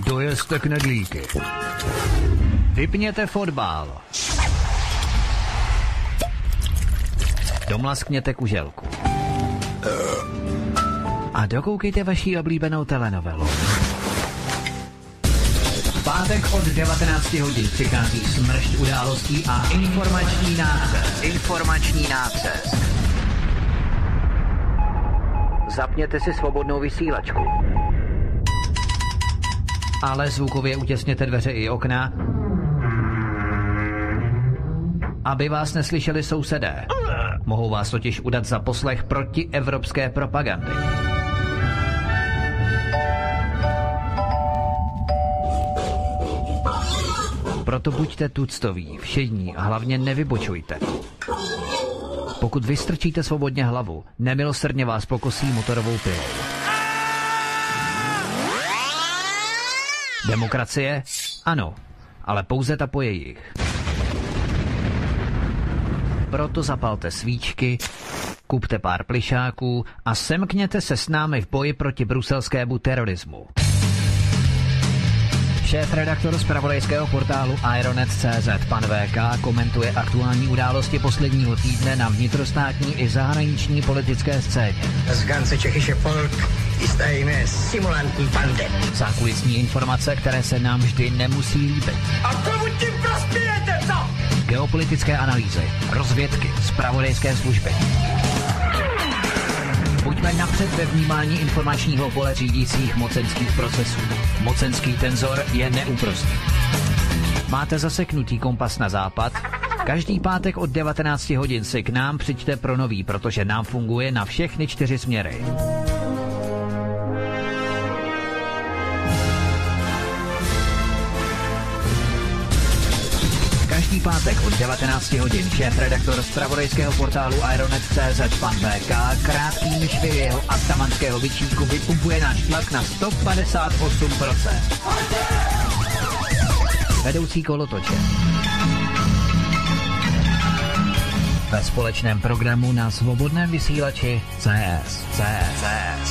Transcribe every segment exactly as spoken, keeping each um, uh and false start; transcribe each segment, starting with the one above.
Dojezte knedlíky. Vypněte fotbal. Domlaskněte kuželku. A dokoukejte vaši oblíbenou telenovelu. V pátek od devatenácti hodin přichází smršť událostí a informační nácest. Informační nácest. Zapněte si svobodnou vysílačku. Ale zvukově utěsněte dveře i okna, aby vás neslyšeli sousedé. Mohou vás totiž udat za poslech protievropské propagandy. Proto buďte tuctoví, všední a hlavně nevybočujte. Pokud vystrčíte svobodně hlavu, nemilosrdně vás pokosí motorovou pilou. Demokracie? Ano, ale pouze ta po jejich. Proto zapalte svíčky, kupte pár plišáků a semkněte se s námi v boji proti bruselskému terorismu. Šéf-redaktor zpravodajského portálu Ironet tečka cé zet pan vé ká komentuje aktuální události posledního týdne na vnitrostátní i zahraniční politické scéně. Das ganze tschechische Volk ist eine Simulantenbande. Zákulisní informace, které se nám vždy nemusí líbit. A komu tím prospějete, co? Geopolitické analýzy, rozvědky, zpravodajské služby. Buďme napřed ve vnímání informačního pole řídících mocenských procesů. Mocenský tenzor je neúprostný. Máte zaseknutý kompas na západ? Každý pátek od devatenácti hodin si k nám přijďte pro nový, protože nám funguje na všechny čtyři směry. Každý pátek od devatenácti hodin šéf-redaktor zpravodajského portálu Ironet tečka cé zet pan vé ká krátkými švy jeho atamanského vyčínku vypumpuje náš tlak na sto padesát osm procent. Vedoucí kolotoče. Ve společném programu na svobodném vysílači C S. C S.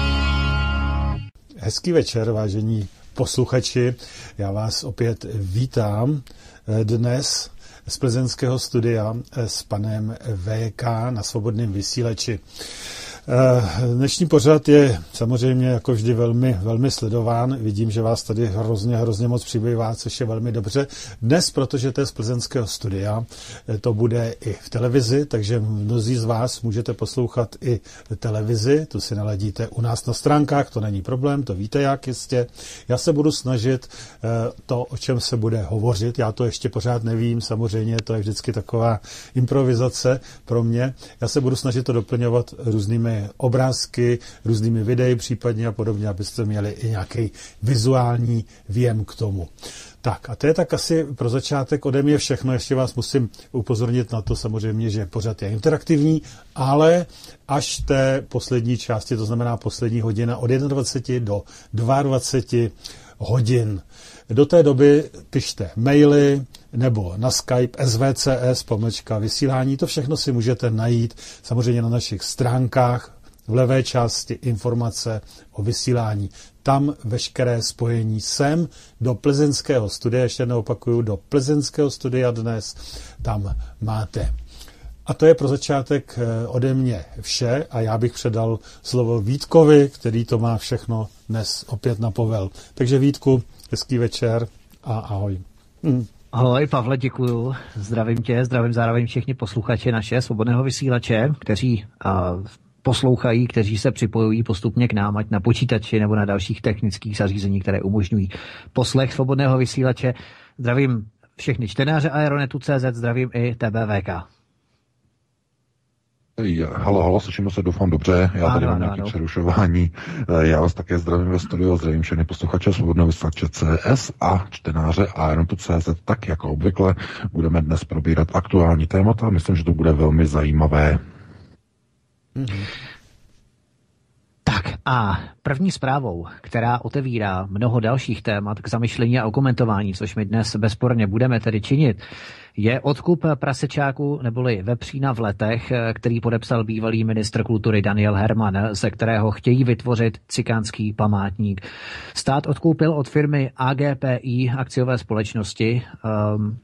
Hezký večer, vážení posluchači. Já vás opět vítám dnes z plzeňského studia s panem vé ká na svobodném vysílači. Dnešní pořad je samozřejmě jako vždy velmi, velmi sledován. Vidím, že vás tady hrozně, hrozně moc přibývá, což je velmi dobře. Dnes, protože to je z plzeňského studia, to bude i v televizi, takže mnozí z vás můžete poslouchat i televizi, tu si naladíte u nás na stránkách, to není problém, to víte jak jistě. Já se budu snažit to, o čem se bude hovořit, já to ještě pořád nevím, samozřejmě to je vždycky taková improvizace pro mě. Já se budu snažit to doplňovat různými obrázky, různými videi případně a podobně, abyste měli i nějaký vizuální věm k tomu. Tak a to je tak asi pro začátek ode mě všechno. Ještě vás musím upozornit na to samozřejmě, že pořad je interaktivní, ale až té poslední části, to znamená poslední hodina od dvacet jedna do dvaceti dvou hodin. Do té doby pište maily nebo na Skype S V C S pomlčka vysílání. To všechno si můžete najít samozřejmě na našich stránkách v levé části informace o vysílání. Tam veškeré spojení sem do plzeňského studia, ještě jednou opakuju, do plzeňského studia dnes, tam máte. A to je pro začátek ode mě vše a já bych předal slovo Vítkovi, který to má všechno dnes opět na povel. Takže Vítku, hezký večer a ahoj. Hm. Ahoj Pavle, děkuju. Zdravím tě, zdravím zároveň všechny posluchače naše svobodného vysílače, kteří uh, poslouchají, kteří se připojují postupně k nám, ať na počítači nebo na dalších technických zařízení, které umožňují poslech svobodného vysílače. Zdravím všechny čtenáře Aeronetu tečka cé zet, zdravím i tebe V K. Halo, halo, slyšíme se, doufám dobře, já tady ano, mám nějaké ano. přerušování. Já vás také zdravím ve studiu, zdravím všechny posluchače svobodného vysílače C S a čtenáře Aeronetu tečka cé zet. Tak jako obvykle budeme dnes probírat aktuální témata, myslím, že to bude velmi zajímavé. Mm-hmm. Tak Tak a první zprávou, která otevírá mnoho dalších témat k zamyšlení a okomentování, což my dnes bezsporně budeme tedy činit, je odkup prasečáku neboli vepřína v Letech, který podepsal bývalý ministr kultury Daniel Herman, ze kterého chtějí vytvořit cikánský památník. Stát odkoupil od firmy A G P I akciové společnosti um,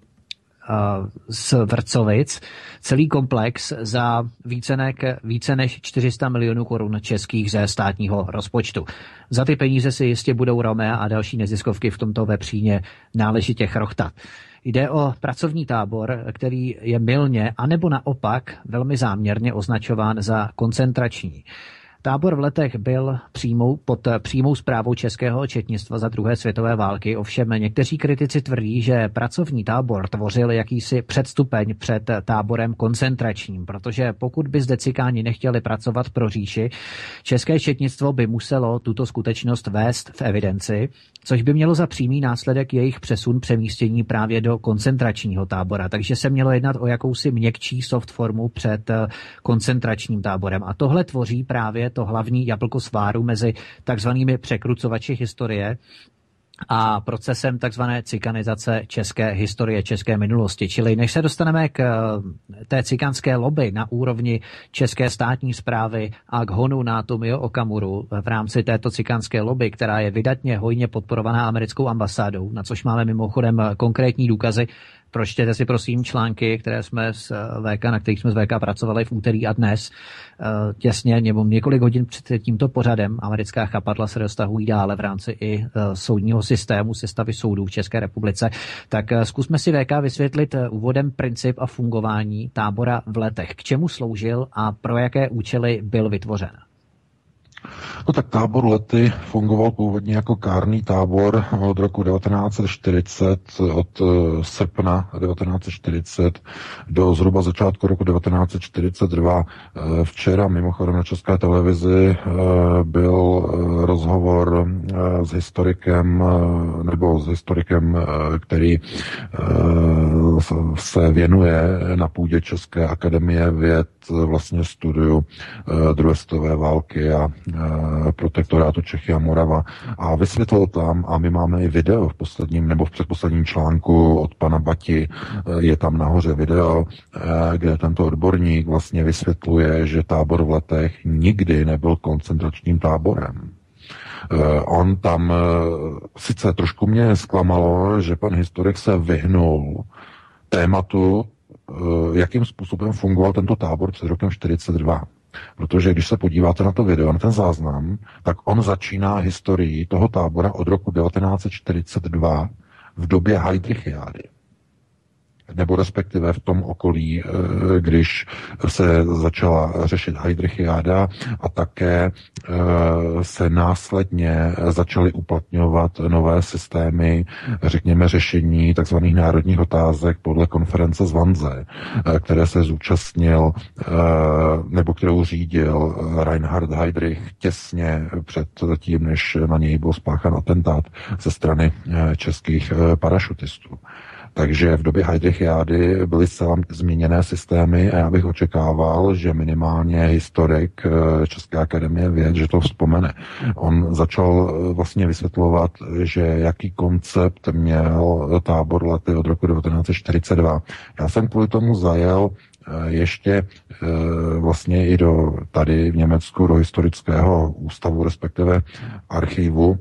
z Vrcovic celý komplex za více, ne, více než čtyři sta milionů korun českých ze státního rozpočtu. Za ty peníze si jistě budou Romea a další neziskovky v tomto vepříně náležitě chrochtat. Jde o pracovní tábor, který je mylně, anebo naopak velmi záměrně označován za koncentrační. Tábor v Letech byl přímou, pod přímou správou českého četnictva za druhé světové války, ovšem někteří kritici tvrdí, že pracovní tábor tvořil jakýsi předstupeň před táborem koncentračním, protože pokud by zde cikáni nechtěli pracovat pro říši, české četnictvo by muselo tuto skutečnost vést v evidenci, což by mělo za přímý následek jejich přesun přemístění právě do koncentračního tábora. Takže se mělo jednat o jakousi měkčí soft formu před koncentračním táborem. A tohle tvoří právě to hlavní jablko sváru mezi takzvanými překrucovači historie a procesem takzvané cikanizace české historie, české minulosti. Čili než se dostaneme k té cikánské lobby na úrovni české státní správy a k honu na Tomio Okamuru v rámci této cikánské lobby, která je vydatně hojně podporovaná americkou ambasádou, na což máme mimochodem konkrétní důkazy. Pročtěte si prosím články, které jsme z V K, na kterých jsme z V K pracovali v úterý a dnes. Těsně nebo několik hodin před tímto pořadem americká chapadla se dostahují dále v rámci i soudního systému, sestavy soudů v České republice. Tak zkusme si V K vysvětlit úvodem princip a fungování tábora v Letech. K čemu sloužil a pro jaké účely byl vytvořen? No tak tábor Lety fungoval původně jako kárný tábor od roku devatenáct set čtyřicet, od srpna devatenáct set čtyřicet do zhruba začátku roku devatenáct set čtyřicet dva. Včera mimochodem na České televizi byl rozhovor s historikem, nebo s historikem, který se věnuje na půdě České akademie věd vlastně studiu druhé světové války a protektorátu Čechy a Morava a vysvětlil tam, a my máme i video v posledním nebo v předposledním článku od pana Bati, je tam nahoře video, kde tento odborník vlastně vysvětluje, že tábor v Letech nikdy nebyl koncentračním táborem. On tam, sice trošku mě zklamalo, že pan historik se vyhnul tématu, jakým způsobem fungoval tento tábor před rokem čtyřicet dva. Protože když se podíváte na to video, na ten záznam, tak on začíná historii toho tábora od roku devatenáct set čtyřicet dva v době Heydrichiády. Nebo respektive v tom okolí, když se začala řešit Heydrichiáda a také se následně začaly uplatňovat nové systémy, řekněme řešení tzv. Národních otázek podle konference z Wannsee, které se zúčastnil nebo kterou řídil Reinhard Heydrich těsně před tím, než na něj byl spáchán atentát ze strany českých parašutistů. Takže v době Heydrichiády byly zcela změněné systémy a já bych očekával, že minimálně historik České akademie věd, že to vzpomene. On začal vlastně vysvětlovat, že jaký koncept měl tábor Lety od roku devatenáct set čtyřicet dva. Já jsem kvůli tomu zajel ještě vlastně i do tady v Německu do historického ústavu, respektive archivu.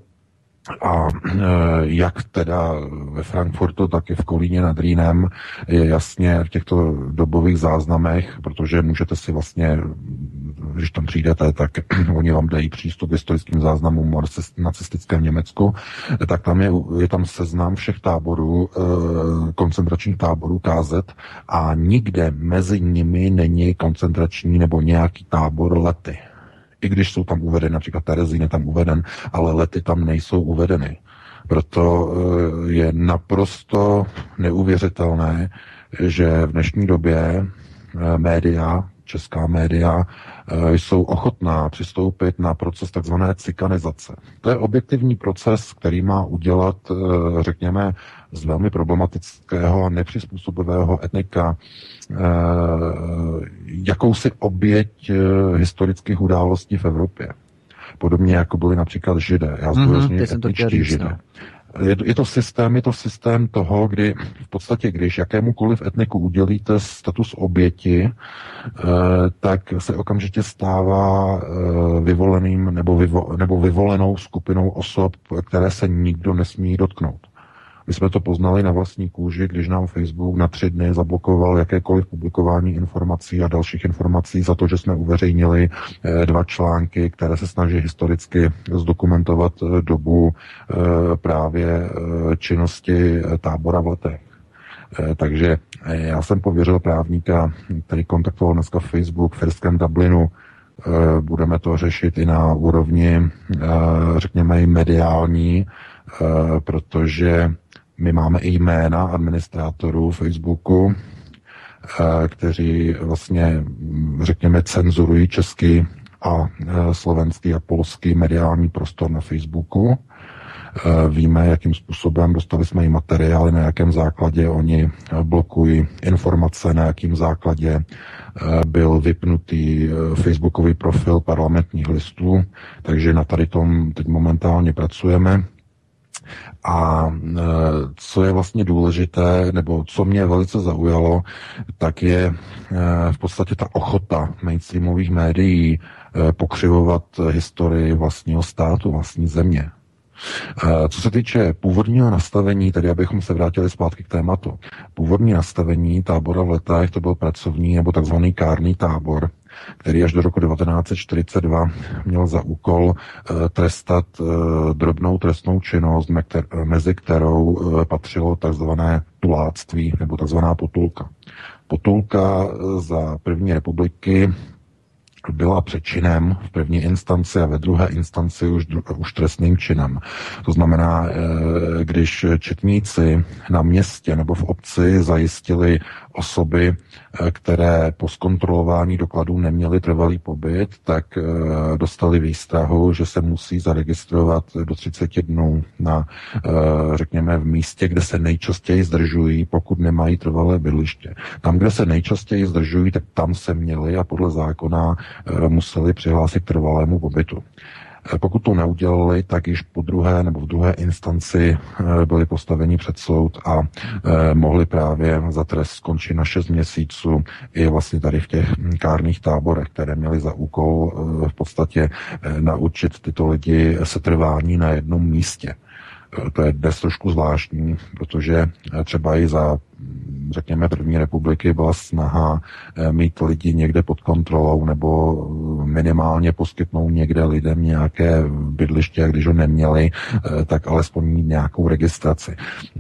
A jak teda ve Frankfurtu, tak i v Kolíně nad Rýnem je jasně v těchto dobových záznamech, protože můžete si vlastně, když tam přijdete, tak oni vám dají přístup k historickým záznamům o nacistickém Německu, tak tam je, je tam seznam všech táborů, koncentračních táborů K Z a nikde mezi nimi není koncentrační nebo nějaký tábor Lety. I když jsou tam uvedeny, například Terezín je tam uveden, ale Lety tam nejsou uvedeny. Proto je naprosto neuvěřitelné, že v dnešní době média, česká média, jsou ochotná přistoupit na proces takzvané cikanizace. To je objektivní proces, který má udělat, řekněme, z velmi problematického a nepřizpůsobivého etnika jakousi oběť historických událostí v Evropě. Podobně jako byli například Židé. Já zdůrazňuji mm-hmm, etničtí Židé. No. Je to, je to systém, je to systém toho, kdy v podstatě, když jakémukoliv etniku udělíte status oběti, eh, tak se okamžitě stává eh, vyvoleným nebo, vyvo, nebo vyvolenou skupinou osob, které se nikdo nesmí dotknout. My jsme to poznali na vlastní kůži, když nám Facebook na tři dny zablokoval jakékoliv publikování informací a dalších informací za to, že jsme uveřejnili dva články, které se snaží historicky zdokumentovat dobu právě činnosti tábora v Letech. Takže já jsem pověřil právníka, který kontaktoval dneska Facebook v irském Dublinu. Budeme to řešit i na úrovni, řekněme, i mediální, protože my máme i jména administrátorů Facebooku, kteří vlastně, řekněme, cenzurují český a slovenský a polský mediální prostor na Facebooku. Víme, jakým způsobem, dostali jsme i materiály, na jakém základě oni blokují informace, na jakém základě byl vypnutý facebookový profil parlamentních listů, takže na tady tom teď momentálně pracujeme. A co je vlastně důležité, nebo co mě velice zaujalo, tak je v podstatě ta ochota mainstreamových médií pokřivovat historii vlastního státu, vlastní země. Co se týče původního nastavení, tedy abychom se vrátili zpátky k tématu, původní nastavení tábora v Letech, to byl pracovní nebo takzvaný kárný tábor, který až do roku devatenáct set čtyřicet dva měl za úkol trestat drobnou trestnou činnost, mezi kterou patřilo takzvané tuláctví nebo takzvaná potulka. Potulka za první republiky byla přečinem v první instanci a ve druhé instanci už, už trestným činem. To znamená, když četníci na městě nebo v obci zajistili osoby, které po zkontrolování dokladů neměly trvalý pobyt, tak dostali výstrahu, že se musí zaregistrovat do třicet dnů na, řekněme, v místě, kde se nejčastěji zdržují, pokud nemají trvalé bydliště. Tam, kde se nejčastěji zdržují, tak tam se měli a podle zákona museli přihlásit k trvalému pobytu. Pokud to neudělali, tak již po druhé nebo v druhé instanci byli postaveni před soud a mohli právě za trest skončit na šest měsíců i vlastně tady v těch kárných táborech, které měly za úkol v podstatě naučit tyto lidi setrvání na jednom místě. To je dnes trošku zvláštní, protože třeba i za, řekněme, první republiky byla snaha mít lidi někde pod kontrolou nebo minimálně poskytnout někde lidem nějaké bydliště, a když ho neměli, tak alespoň mít nějakou registraci.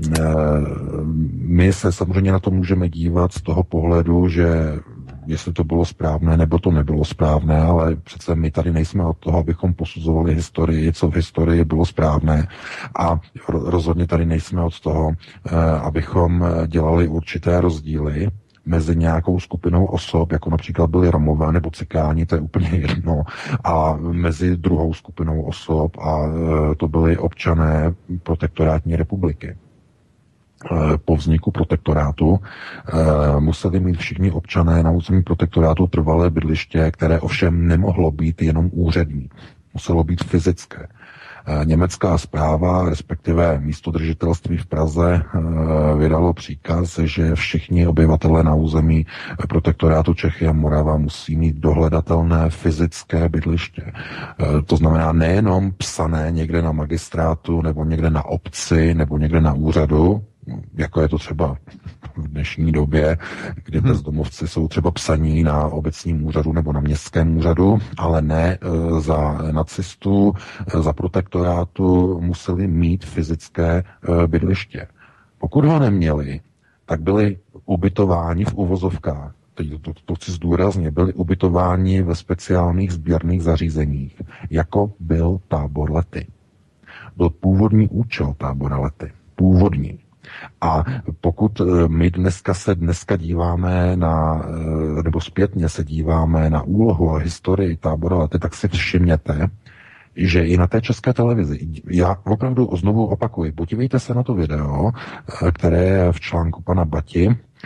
My se samozřejmě na to můžeme dívat z toho pohledu, že jestli to bylo správné, nebo to nebylo správné, ale přece my tady nejsme od toho, abychom posuzovali historii, co v historii bylo správné, a rozhodně tady nejsme od toho, abychom dělali určité rozdíly mezi nějakou skupinou osob, jako například byli Romové nebo Cikáni, to je úplně jedno, a mezi druhou skupinou osob, a to byli občané protektorátní republiky. Po vzniku protektorátu museli mít všichni občané na území protektorátu trvalé bydliště, které ovšem nemohlo být jenom úřední. Muselo být fyzické. Německá správa, respektive místodržitelství v Praze, vydalo příkaz, že všichni obyvatelé na území protektorátu Čechy a Morava musí mít dohledatelné fyzické bydliště. To znamená nejenom psané někde na magistrátu, nebo někde na obci, nebo někde na úřadu, jako je to třeba v dnešní době, kdy bezdomovci jsou třeba psaní na obecním úřadu nebo na městském úřadu, ale ne za nacistů, za protektorátu museli mít fyzické bydliště. Pokud ho neměli, tak byli ubytováni v uvozovkách. Teď to, to, to chci zdůraznit, byli ubytováni ve speciálních sběrných zařízeních, jako byl tábor Lety. Byl původní účel tábora Lety. Původní. A pokud my dneska se dneska díváme na, nebo zpětně se díváme na úlohu a historii tábora Lety, tak si všimněte, že i na té české televizi, já opravdu znovu opakuji, podívejte se na to video, které je v článku pana Bati,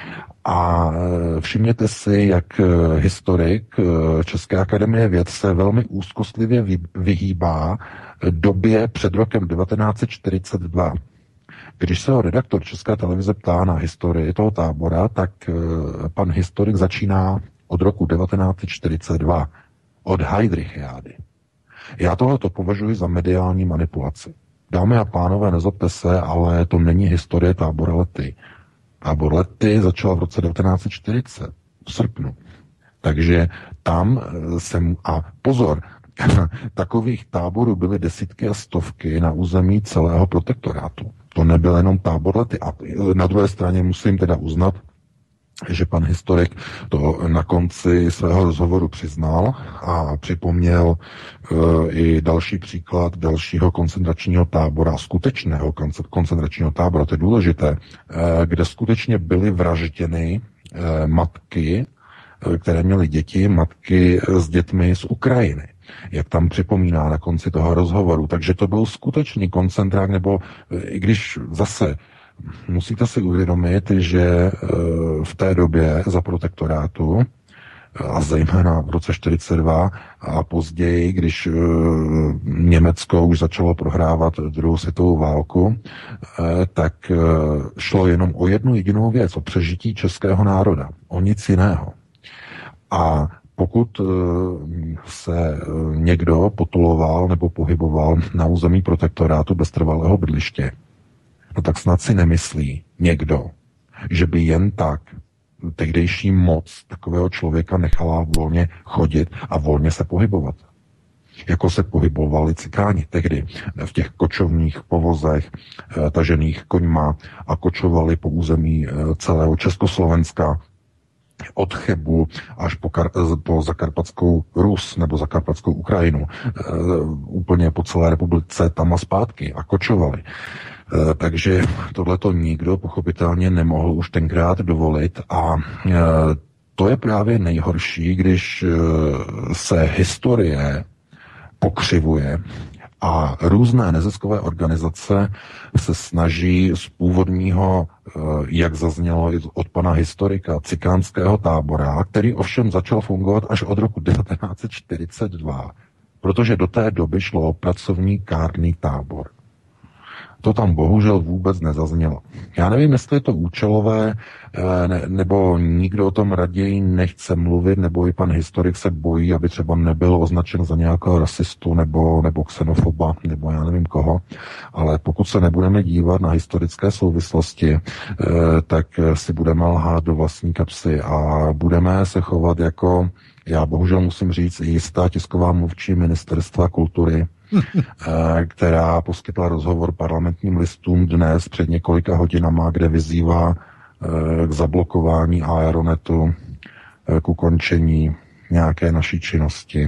A všimněte si, jak historik České akademie věd se velmi úzkostlivě vyhýbá době před rokem devatenáct set čtyřicet dva. Když se ho redaktor České televize ptá na historii toho tábora, tak pan historik začíná od roku devatenáct set čtyřicet dva, od Heydrichiády. Já tohleto považuji za mediální manipulaci. Dámy a pánové, nezlobte se, ale to není historie tábora Lety. Tábor Lety začal v roce devatenáct set čtyřicet, v srpnu. Takže tam jsem, a pozor, takových táborů byly desítky a stovky na území celého protektorátu. To nebyl jenom tábor Lety. A na druhé straně musím teda uznat, že pan historik to na konci svého rozhovoru přiznal a připomněl uh, i další příklad dalšího koncentračního tábora, skutečného koncentračního tábora, to je důležité, uh, kde skutečně byly vražděny uh, matky, uh, které měly děti, matky s dětmi z Ukrajiny. Jak tam připomíná na konci toho rozhovoru. Takže to byl skutečný koncentrák, nebo i když zase musíte si uvědomit, že v té době za protektorátu a zejména v roce čtyřicet dva a později, když Německo už začalo prohrávat druhou světovou válku, tak šlo jenom o jednu jedinou věc, o přežití českého národa, o nic jiného. A pokud se někdo potuloval nebo pohyboval na území protektorátu bez trvalého bydliště, no tak snad si nemyslí někdo, že by jen tak tehdejší moc takového člověka nechala volně chodit a volně se pohybovat. Jako se pohybovali cikáni tehdy v těch kočovních povozech tažených koňma a kočovali po území celého Československa od Chebu až po, Kar- po Zakarpatskou Rus nebo Zakarpatskou Ukrajinu, e, úplně po celé republice tam a zpátky a kočovali. E, takže tohleto nikdo pochopitelně nemohl už tenkrát dovolit a e, to je právě nejhorší, když e, se historie pokřivuje a různé neziskové organizace se snaží z původního, jak zaznělo od pana historika, cikánského tábora, který ovšem začal fungovat až od roku devatenáct set čtyřicet dva, protože do té doby šlo o pracovní kárný tábor. To tam bohužel vůbec nezaznělo. Já nevím, jestli je to účelové, ne, nebo nikdo o tom raději nechce mluvit, nebo i pan historik se bojí, aby třeba nebyl označen za nějakého rasistu nebo, nebo xenofoba, nebo já nevím koho. Ale pokud se nebudeme dívat na historické souvislosti, tak si budeme lhát do vlastní kapsy a budeme se chovat jako, já bohužel musím říct, jistá tisková mluvčí ministerstva kultury, která poskytla rozhovor parlamentním listům dnes před několika hodinama, kde vyzývá k zablokování Aeronetu, k ukončení nějaké naší činnosti.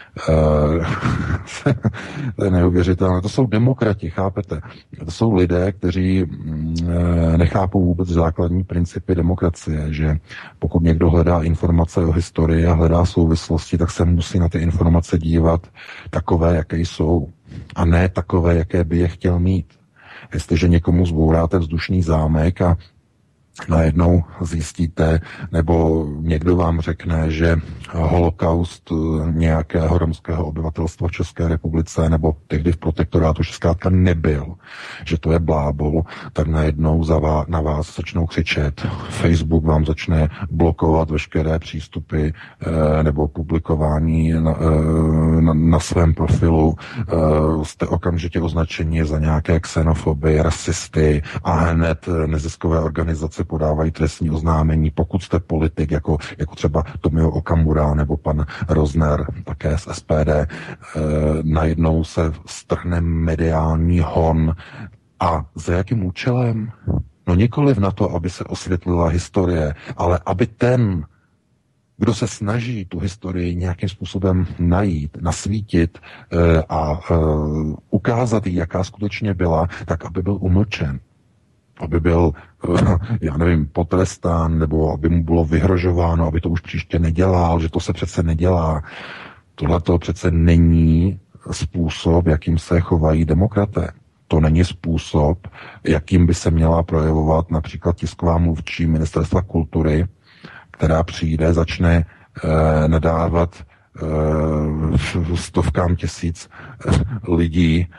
To je neuvěřitelné. To jsou demokrati, chápete? To jsou lidé, kteří nechápou vůbec základní principy demokracie, že pokud někdo hledá informace o historii a hledá souvislosti, tak se musí na ty informace dívat takové, jaké jsou, a ne takové, jaké by je chtěl mít. Jestliže někomu zbouráte vzdušný zámek a najednou zjistíte, nebo někdo vám řekne, že holokaust nějakého romského obyvatelstva v České republice nebo tehdy v protektorátu zkrátka nebyl, že to je blábol, tak najednou za vás, na vás začnou křičet. Facebook vám začne blokovat veškeré přístupy eh, nebo publikování na, eh, na, na svém profilu. Eh, jste okamžitě označeni za nějaké xenofoby, rasisty a hned neziskové organizace podávají trestní oznámení. Pokud jste politik, jako, jako třeba Tomio Okamura nebo pan Rozner, také z S P D, eh, najednou se strhne mediální hon. A za jakým účelem? No nikoliv na to, aby se osvětlila historie, ale aby ten, kdo se snaží tu historii nějakým způsobem najít, nasvítit eh, a eh, ukázat jí, jaká skutečně byla, tak aby byl umlčen. Aby byl, já nevím, potrestán, nebo aby mu bylo vyhrožováno, aby to už příště nedělal, že to se přece nedělá. Tohle to přece není způsob, jakým se chovají demokraté. To není způsob, jakým by se měla projevovat například tisková mluvčí Ministerstva kultury, která přijde, začne eh, nadávat eh, stovkám tisíc eh, lidí,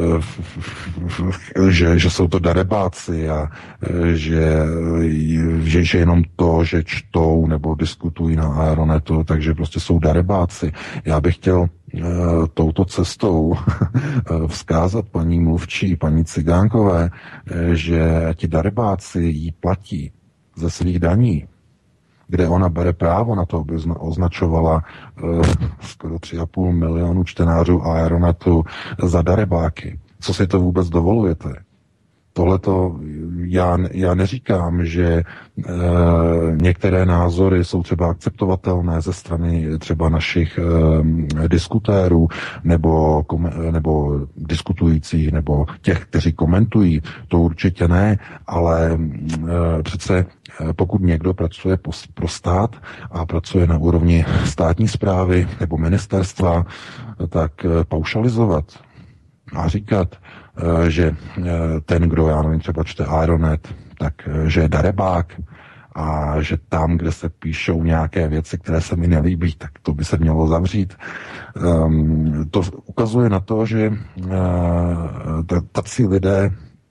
že, že jsou to darebáci a že, že, že jenom to, že čtou nebo diskutují na Aeronetu, takže prostě jsou darebáci. Já bych chtěl uh, touto cestou vzkázat paní mluvčí, paní Cigánkové, že ti darebáci jí platí ze svých daní, kde ona bere právo na to, aby označovala uh, skoro tři a půl milionu čtenářů Aeronetu za darebáky. Co si to vůbec dovolujete? Tohleto já, já neříkám, že e, některé názory jsou třeba akceptovatelné ze strany třeba našich e, diskutérů nebo, kom, nebo diskutujících nebo těch, kteří komentují. To určitě ne, ale e, přece pokud někdo pracuje po, pro stát a pracuje na úrovni státní správy nebo ministerstva, tak e, paušalizovat a říkat, že ten, kdo, já nevím, třeba čte Aeronet, tak že je darebák a že tam, kde se píšou nějaké věci, které se mi nelíbí, tak to by se mělo zavřít. Um, to ukazuje na to, že uh, tací lidé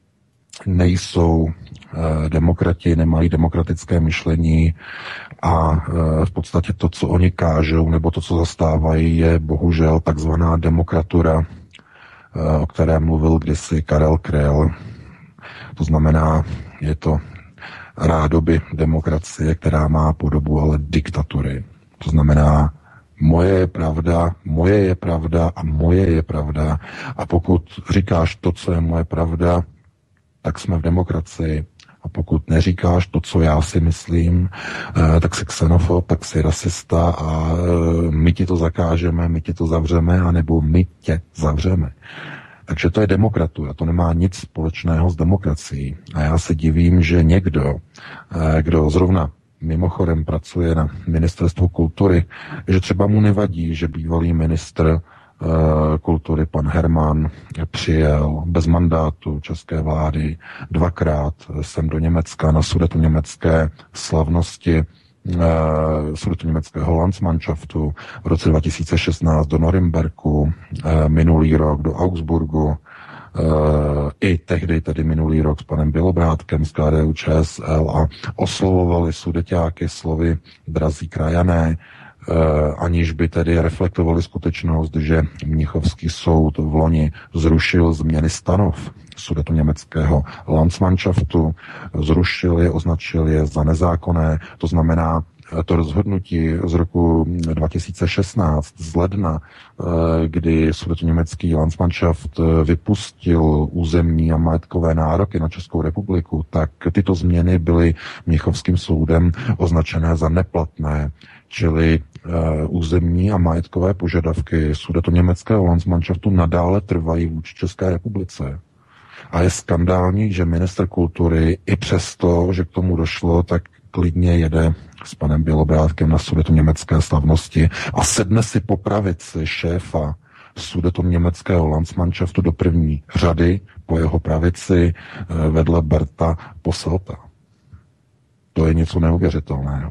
nejsou uh, demokrati, nemají demokratické myšlení a uh, v podstatě to, co oni kážou, nebo to, co zastávají, je bohužel takzvaná demokratura, o které mluvil kdysi Karel Kryl. To znamená, je to rádoby demokracie, která má podobu ale diktatury. To znamená, moje je pravda, moje je pravda a moje je pravda. A pokud říkáš to, co je moje pravda, tak jsme v demokracii. A pokud neříkáš to, co já si myslím, tak jsi xenofob, tak jsi rasista a my ti to zakážeme, my ti to zavřeme, anebo my tě zavřeme. Takže to je demokratura, to nemá nic společného s demokracií. A já se divím, že někdo, kdo zrovna mimochodem pracuje na Ministerstvu kultury, že třeba mu nevadí, že bývalý ministr kultury pan Herman přijel bez mandátu české vlády dvakrát sem do Německa na sudetoněmecké slavnosti sudetoněmeckého Landsmannschaftu, v roce dva tisíce šestnáct do Norimberku, minulý rok do Augsburgu, i tehdy tedy minulý rok s panem Bělobrádkem z K D U Č S L a oslovovali sudeťáky slovy drazí krajané, aniž by tedy reflektovali skutečnost, že Mnichovský soud v loni zrušil změny stanov sudetoněmeckého Landsmannschaftu, zrušil je, označil je za nezákonné, to znamená, to rozhodnutí z roku dva tisíce šestnáct z ledna, kdy sudetoněmecký Landsmannschaft vypustil územní a majetkové nároky na Českou republiku, tak tyto změny byly Mnichovským soudem označené za neplatné, čili územní a majetkové požadavky sudetoněmeckého Landsmannschaftu nadále trvají vůči České republice. A je skandální, že ministr kultury i přesto, že k tomu došlo, tak klidně jede s panem Bělobrádkem na sudetoněmecké slavnosti a sedne si po pravici šéfa sudetoněmeckého Landsmannschaftu do první řady, po jeho pravici vedle Berta Posselta. To je něco neuvěřitelného.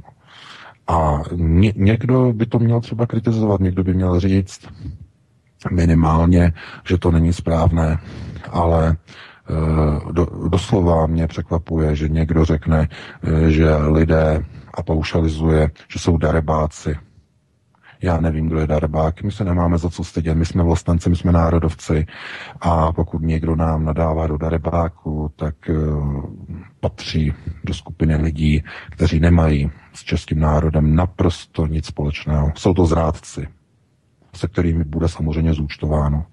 A ně, někdo by to měl třeba kritizovat, někdo by měl říct minimálně, že to není správné, ale do, doslova mě překvapuje, že někdo řekne, že lidé a paušalizuje, že jsou darebáci. Já nevím, kdo je darebák, my se nemáme za co stydět, my jsme vlastenci, my jsme národovci a pokud někdo nám nadává do darebáku, tak uh, patří do skupiny lidí, kteří nemají s českým národem naprosto nic společného. Jsou to zrádci, se kterými bude samozřejmě zúčtováno.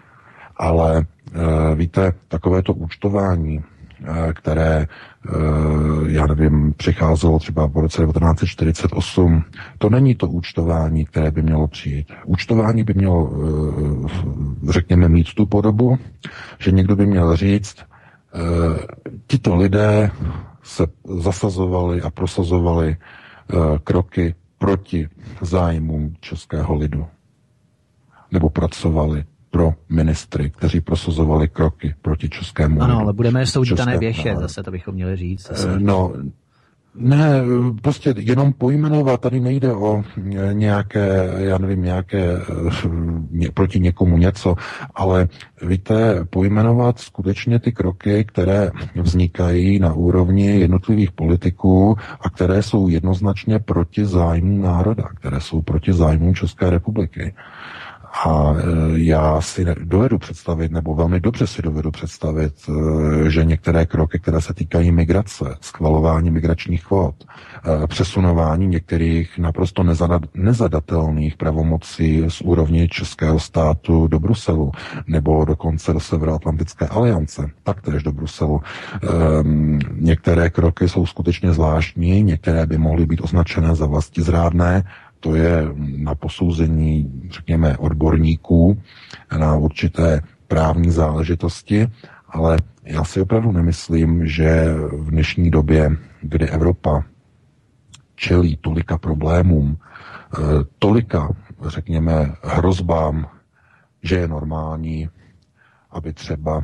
Ale uh, víte, takovéto účtování, které, já nevím, přicházelo třeba v roce devatenáct set čtyřicet osm, to není to účtování, které by mělo přijít. Účtování by mělo, řekněme, mít tu podobu, že někdo by měl říct, tito lidé se zasazovali a prosazovali proti zájmům českého lidu. Nebo pracovali pro ministry, kteří prosazovali kroky proti českému. Ano, ale budeme je soudit a nevěšet, zase to bychom měli říct. Zase. No, ne, prostě jenom pojmenovat, tady nejde o nějaké, já nevím, nějaké ně, proti někomu něco, ale víte, pojmenovat skutečně ty kroky, které vznikají na úrovni jednotlivých politiků a které jsou jednoznačně proti zájmu národa, které jsou proti zájmu České republiky. A já si dovedu představit, nebo velmi dobře si dovedu představit, že některé kroky, které se týkají migrace, schvalování migračních kvót, přesunování některých naprosto nezadatelných pravomocí z úrovně českého státu do Bruselu, nebo dokonce do Severoatlantické aliance, taktéž do Bruselu. Některé kroky jsou skutečně zvláštní, některé by mohly být označené za vlastizrádné. To je na posouzení, řekněme, odborníků na určité právní záležitosti, ale já si opravdu nemyslím, že v dnešní době, kdy Evropa čelí tolika problémům, tolika, řekněme, hrozbám, že je normální, aby třeba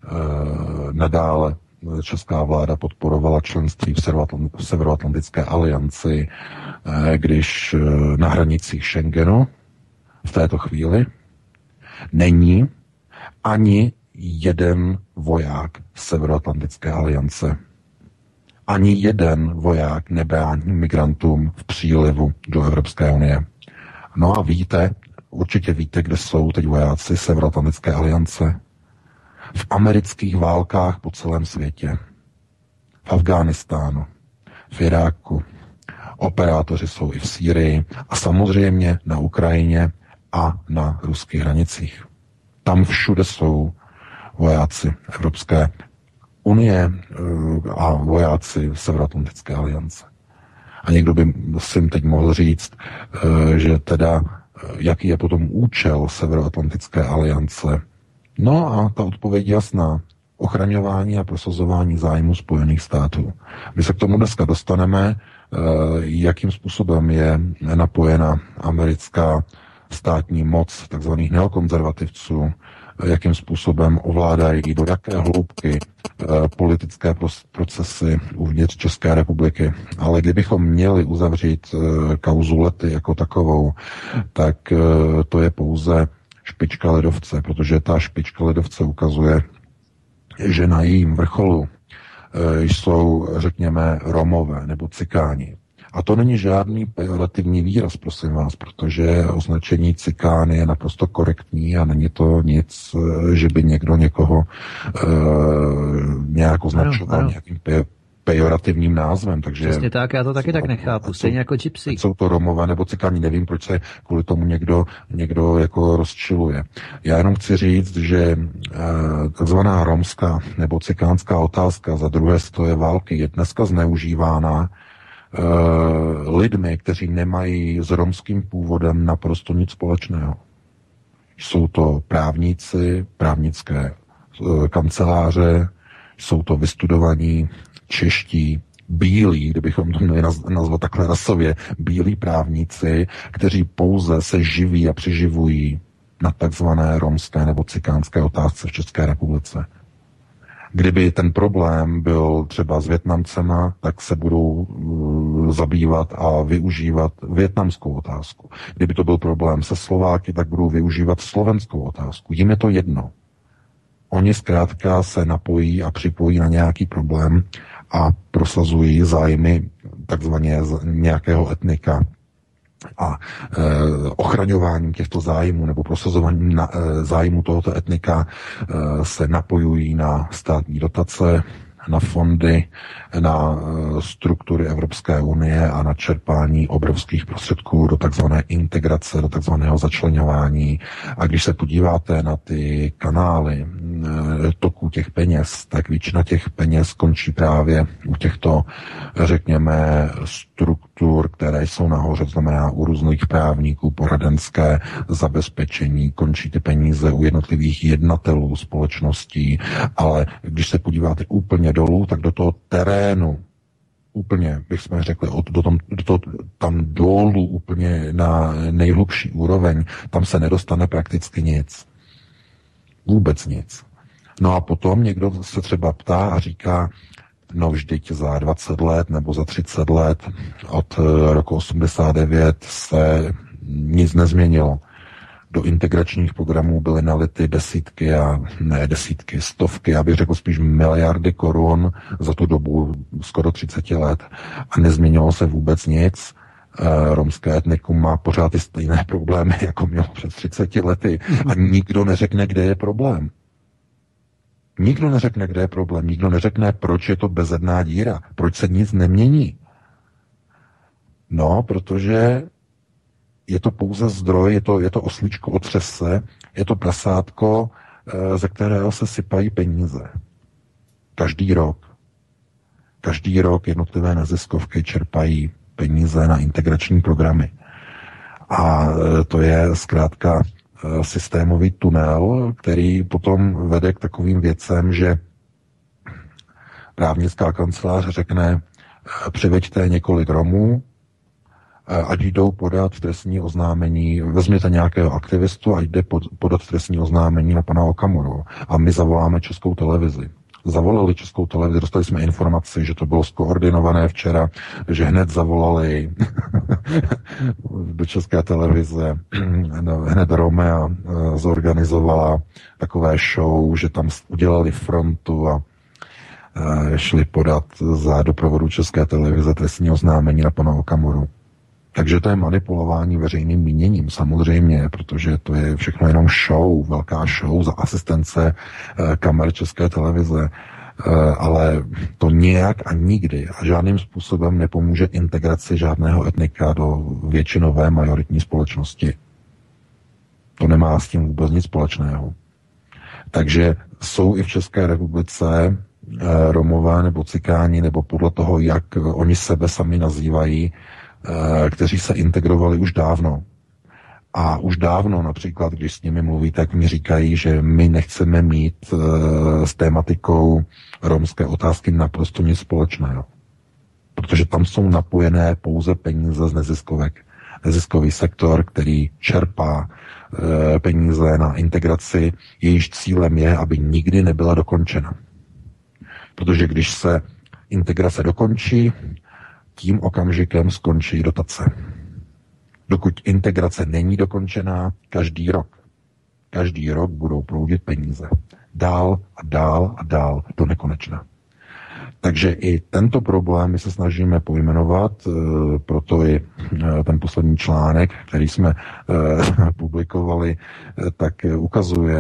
nadále česká vláda podporovala členství v Severoatlantické alianci, když na hranicích Schengenu v této chvíli není ani jeden voják Severoatlantické aliance. Ani jeden voják nebrání migrantům v přílivu do Evropské unie. No a víte, určitě víte, kde jsou teď vojáci Severoatlantické aliance. V amerických válkách po celém světě. V Afghánistánu, v Iráku. Operátoři jsou i v Sýrii a samozřejmě na Ukrajině a na ruských hranicích. Tam všude jsou vojáci Evropské unie a vojáci Severoatlantické aliance. A někdo by si teď mohl říct, že teda jaký je potom účel Severoatlantické aliance. No a ta odpověď jasná. Ochraňování a prosazování zájmu Spojených států. My se k tomu dneska dostaneme, jakým způsobem je napojena americká státní moc takzvaných neokonzervativců, jakým způsobem ovládají, do jaké hloubky politické procesy uvnitř České republiky. Ale kdybychom měli uzavřít kauzu Lety jako takovou, tak to je pouze špička ledovce, protože ta špička ledovce ukazuje, že na jejím vrcholu jsou, řekněme, Romové nebo Cikáni. A to není žádný pejorativní výraz, prosím vás, protože označení Cikán je naprosto korektní a není to nic, že by někdo někoho uh, nějak označoval ano, ano. nějakým pe- pejorativním názvem. Takže přesně tak, já to taky tak nechápu, stejně jako gypsy. Jsou to Romové nebo Cikáni, nevím, proč se kvůli tomu někdo, někdo jako rozčiluje. Já jenom chci říct, že uh, takzvaná romská nebo cikánská otázka za druhé světové války je dneska zneužívána lidmi, kteří nemají s romským původem naprosto nic společného. Jsou to právníci, právnické kanceláře, jsou to vystudovaní čeští, bílí, kdybychom to měli nazvat takhle rasově, bílí právníci, kteří pouze se živí a přiživují na takzvané romské nebo cikánské otázce v České republice. Kdyby ten problém byl třeba s Vietnamcema, tak se budou uh, zabývat a využívat vietnamskou otázku. Kdyby to byl problém se Slováky, tak budou využívat slovenskou otázku. Jim je to jedno. Oni zkrátka se napojí a připojí na nějaký problém a prosazují zájmy takzvaně nějakého etnika. A e, ochraňováním těchto zájmů nebo prosazováním na, e, zájmu tohoto etnika e, se napojují na státní dotace, na fondy, na e, struktury Evropské unie a na čerpání obrovských prostředků do takzvané integrace, do takzvaného začleňování. A když se podíváte na ty kanály e, toků těch peněz, tak většina těch peněz končí právě u těchto, řekněme, struktur, které jsou nahoře, to znamená u různých právníků, poradenské zabezpečení, končí ty peníze u jednotlivých jednatelů společností, ale když se podíváte úplně dolů, tak do toho terénu, úplně, bychom řekli, od, do tom, do toho, tam dolů úplně na nejhlubší úroveň, tam se nedostane prakticky nic. Vůbec nic. No a potom někdo se třeba ptá a říká, no vždyť za dvacet let nebo za třicet let od roku osmdesát devět se nic nezměnilo. Do integračních programů byly nality desítky a ne desítky, stovky, já bych řekl spíš miliardy korun za tu dobu skoro třicet let a nezměnilo se vůbec nic. Romské etnikum má pořád ty stejné problémy, jako mělo před třiceti lety a nikdo neřekne, kde je problém. Nikdo neřekne, kde je problém, nikdo neřekne, proč je to bezedná díra, proč se nic nemění. No, protože je to pouze zdroj, je to, je to oslíčko otřese, je to prasátko, ze kterého se sypají peníze. Každý rok. Každý rok jednotlivé neziskovky čerpají peníze na integrační programy. A to je zkrátka systémový tunel, který potom vede k takovým věcem, že právnická kancelář řekne, přiveďte několik Romů, ať jdou podat trestní oznámení, vezměte nějakého aktivistu a jde podat trestní oznámení na pana Okamuru. A my zavoláme Českou televizi. Zavolali Českou televizi, dostali jsme informaci, že to bylo skoordinované včera, že hned zavolali do České televize, hned Romea zorganizovala takové show, že tam udělali frontu a šli podat za doprovodu České televize trestní oznámení na pana Okamuru. Takže to je manipulování veřejným míněním samozřejmě, protože to je všechno jenom show, velká show za asistence eh, kamer České televize, eh, ale to nějak a nikdy a žádným způsobem nepomůže integraci žádného etnika do většinové majoritní společnosti. To nemá s tím vůbec nic společného. Takže jsou i v České republice eh, Romové nebo Cikáni, nebo podle toho, jak oni sebe sami nazývají, kteří se integrovali už dávno. A už dávno například, když s nimi mluvíte, tak mi říkají, že my nechceme mít s tématikou romské otázky naprosto nic společného. Protože tam jsou napojené pouze peníze z neziskovek. Neziskový sektor, který čerpá peníze na integraci, jejíž cílem je, aby nikdy nebyla dokončena. Protože když se integrace dokončí, tím okamžikem skončí dotace. Dokud integrace není dokončená, každý rok, každý rok budou proudit peníze. Dál a dál a dál do nekonečna. Takže i tento problém my se snažíme pojmenovat, proto i ten poslední článek, který jsme publikovali, tak ukazuje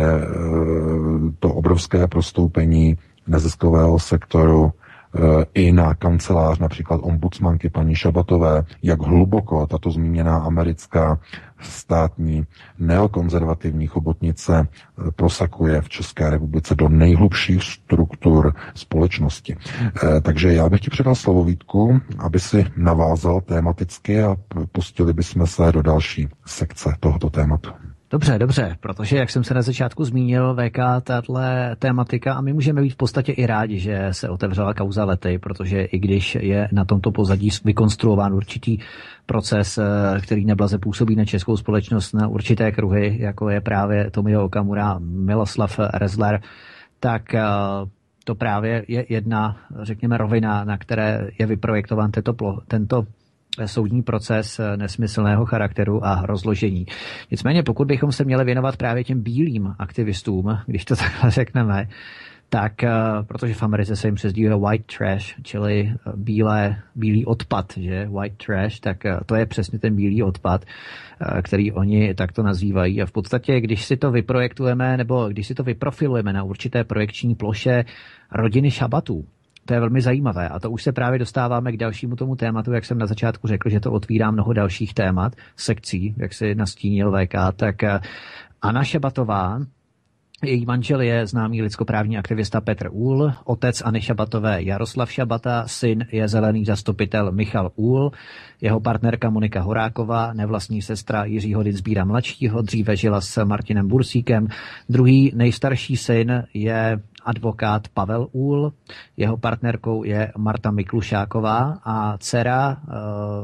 to obrovské prostoupení neziskového sektoru i na kancelář například ombudsmanky paní Šabatové, jak hluboko tato zmíněná americká státní neokonzervativní chobotnice prosakuje v České republice do nejhlubších struktur společnosti. Takže já bych ti předal slovo, Vítku, aby si navázal tematicky a pustili bychom se do další sekce tohoto tématu. Dobře, dobře, protože jak jsem se na začátku zmínil, V K, tahle tématika, a my můžeme být v podstatě i rádi, že se otevřela kauza Lety, protože i když je na tomto pozadí vykonstruován určitý proces, který neblaze působí na českou společnost na určité kruhy, jako je právě Tomio Okamura, Miloslav Rezler, tak to právě je jedna, řekněme, rovina, na které je vyprojektován tento, tento soudní proces nesmyslného charakteru a rozložení. Nicméně pokud bychom se měli věnovat právě těm bílým aktivistům, když to takhle řekneme, tak, protože v Americe se jim přezdívá white trash, čili bílé, bílý odpad, že white trash, tak to je přesně ten bílý odpad, který oni takto nazývají. A v podstatě, když si to vyprojektujeme, nebo když si to vyprofilujeme na určité projekční ploše rodiny Šabatů, to je velmi zajímavé a to už se právě dostáváme k dalšímu tomu tématu, jak jsem na začátku řekl, že to otvírá mnoho dalších témat, sekcí, jak si nastínil V K, tak Anna Šabatová, její manžel je známý lidskoprávní aktivista Petr Úhl, otec Anny Šabatové Jaroslav Šabata, syn je zelený zastupitel Michal Úhl, jeho partnerka Monika Horáková, nevlastní sestra Jiřího Dinsbíra mladšího, dříve žila s Martinem Bursíkem, druhý nejstarší syn je advokát Pavel Úhl, jeho partnerkou je Marta Miklušáková a dcera e,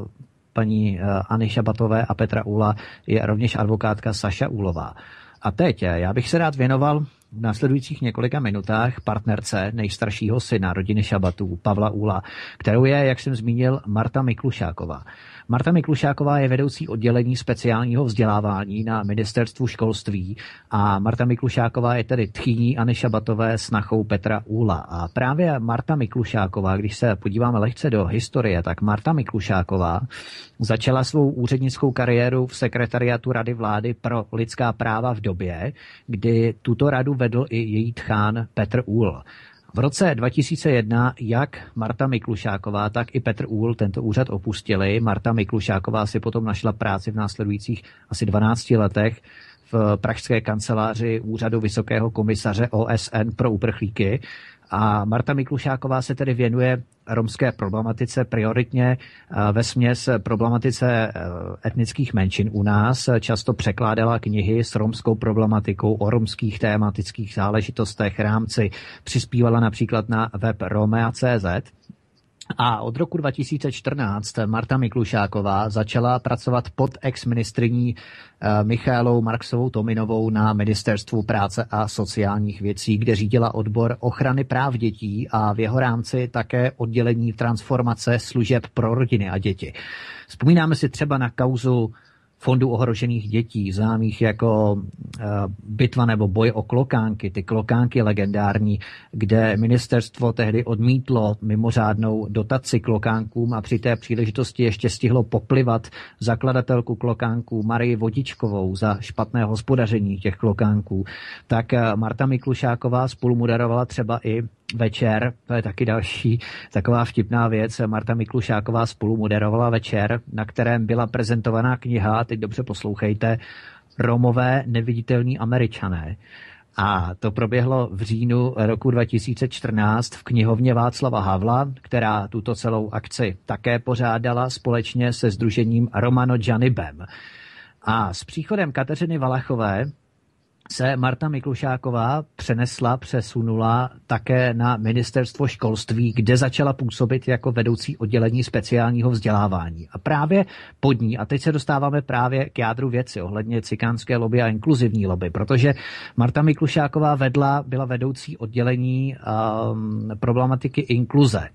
paní Anny Šabatové a Petra Úhla je rovněž advokátka Saša Úhlová. A teď já bych se rád věnoval v následujících několika minutách partnerce nejstaršího syna rodiny Šabatů, Pavla Uhla, kterou je, jak jsem zmínil, Marta Miklušáková. Marta Miklušáková je vedoucí oddělení speciálního vzdělávání na ministerstvu školství a Marta Miklušáková je tedy tchýní Anny Šabatové snachou Petra Uhla. A právě Marta Miklušáková, když se podíváme lehce do historie, tak Marta Miklušáková začala svou úřednickou kariéru v sekretariátu Rady vlády pro lidská práva v době, kdy tuto radu vedl i její tchán Petr Uhl. V roce dva tisíce jedna jak Marta Miklušáková, tak i Petr Uhl tento úřad opustili. Marta Miklušáková si potom našla práci v následujících asi dvanácti letech v pražské kanceláři Úřadu Vysokého komisaře O S N pro uprchlíky. A Marta Miklušáková se tedy věnuje romské problematice prioritně vesměs problematice etnických menšin u nás. Často překládala knihy s romskou problematikou o romských tématických záležitostech, rámci. Přispívala například na web Romea tečka cé zet. A od roku dva tisíce čtrnáct Marta Miklušáková začala pracovat pod ex-ministryní Michaelou Marksovou-Tominovou na Ministerstvu práce a sociálních věcí, kde řídila odbor ochrany práv dětí a v jeho rámci také oddělení transformace služeb pro rodiny a děti. Vzpomínáme si třeba na kauzu Fondu ohrožených dětí, známých jako bitva nebo boj o klokánky, ty klokánky legendární, kde ministerstvo tehdy odmítlo mimořádnou dotaci klokánkům a při té příležitosti ještě stihlo poplivat zakladatelku klokánků Marii Vodičkovou za špatné hospodaření těch klokánků. Tak Marta Miklušáková spolumoderovala třeba i večer, to je taky další taková vtipná věc, Marta Miklušáková spolumoderovala večer, na kterém byla prezentovaná kniha, teď dobře poslouchejte, Romové neviditelní Američané. A to proběhlo v říjnu roku dva tisíce čtrnáct v knihovně Václava Havla, která tuto celou akci také pořádala společně se sdružením Romano Janibem. A s příchodem Kateřiny Valachové se Marta Miklušáková přenesla, přesunula také na ministerstvo školství, kde začala působit jako vedoucí oddělení speciálního vzdělávání. A právě pod ní, a teď se dostáváme právě k jádru věci ohledně cikánské lobby a inkluzivní lobby, protože Marta Miklušáková vedla, byla vedoucí oddělení um, problematiky inkluze.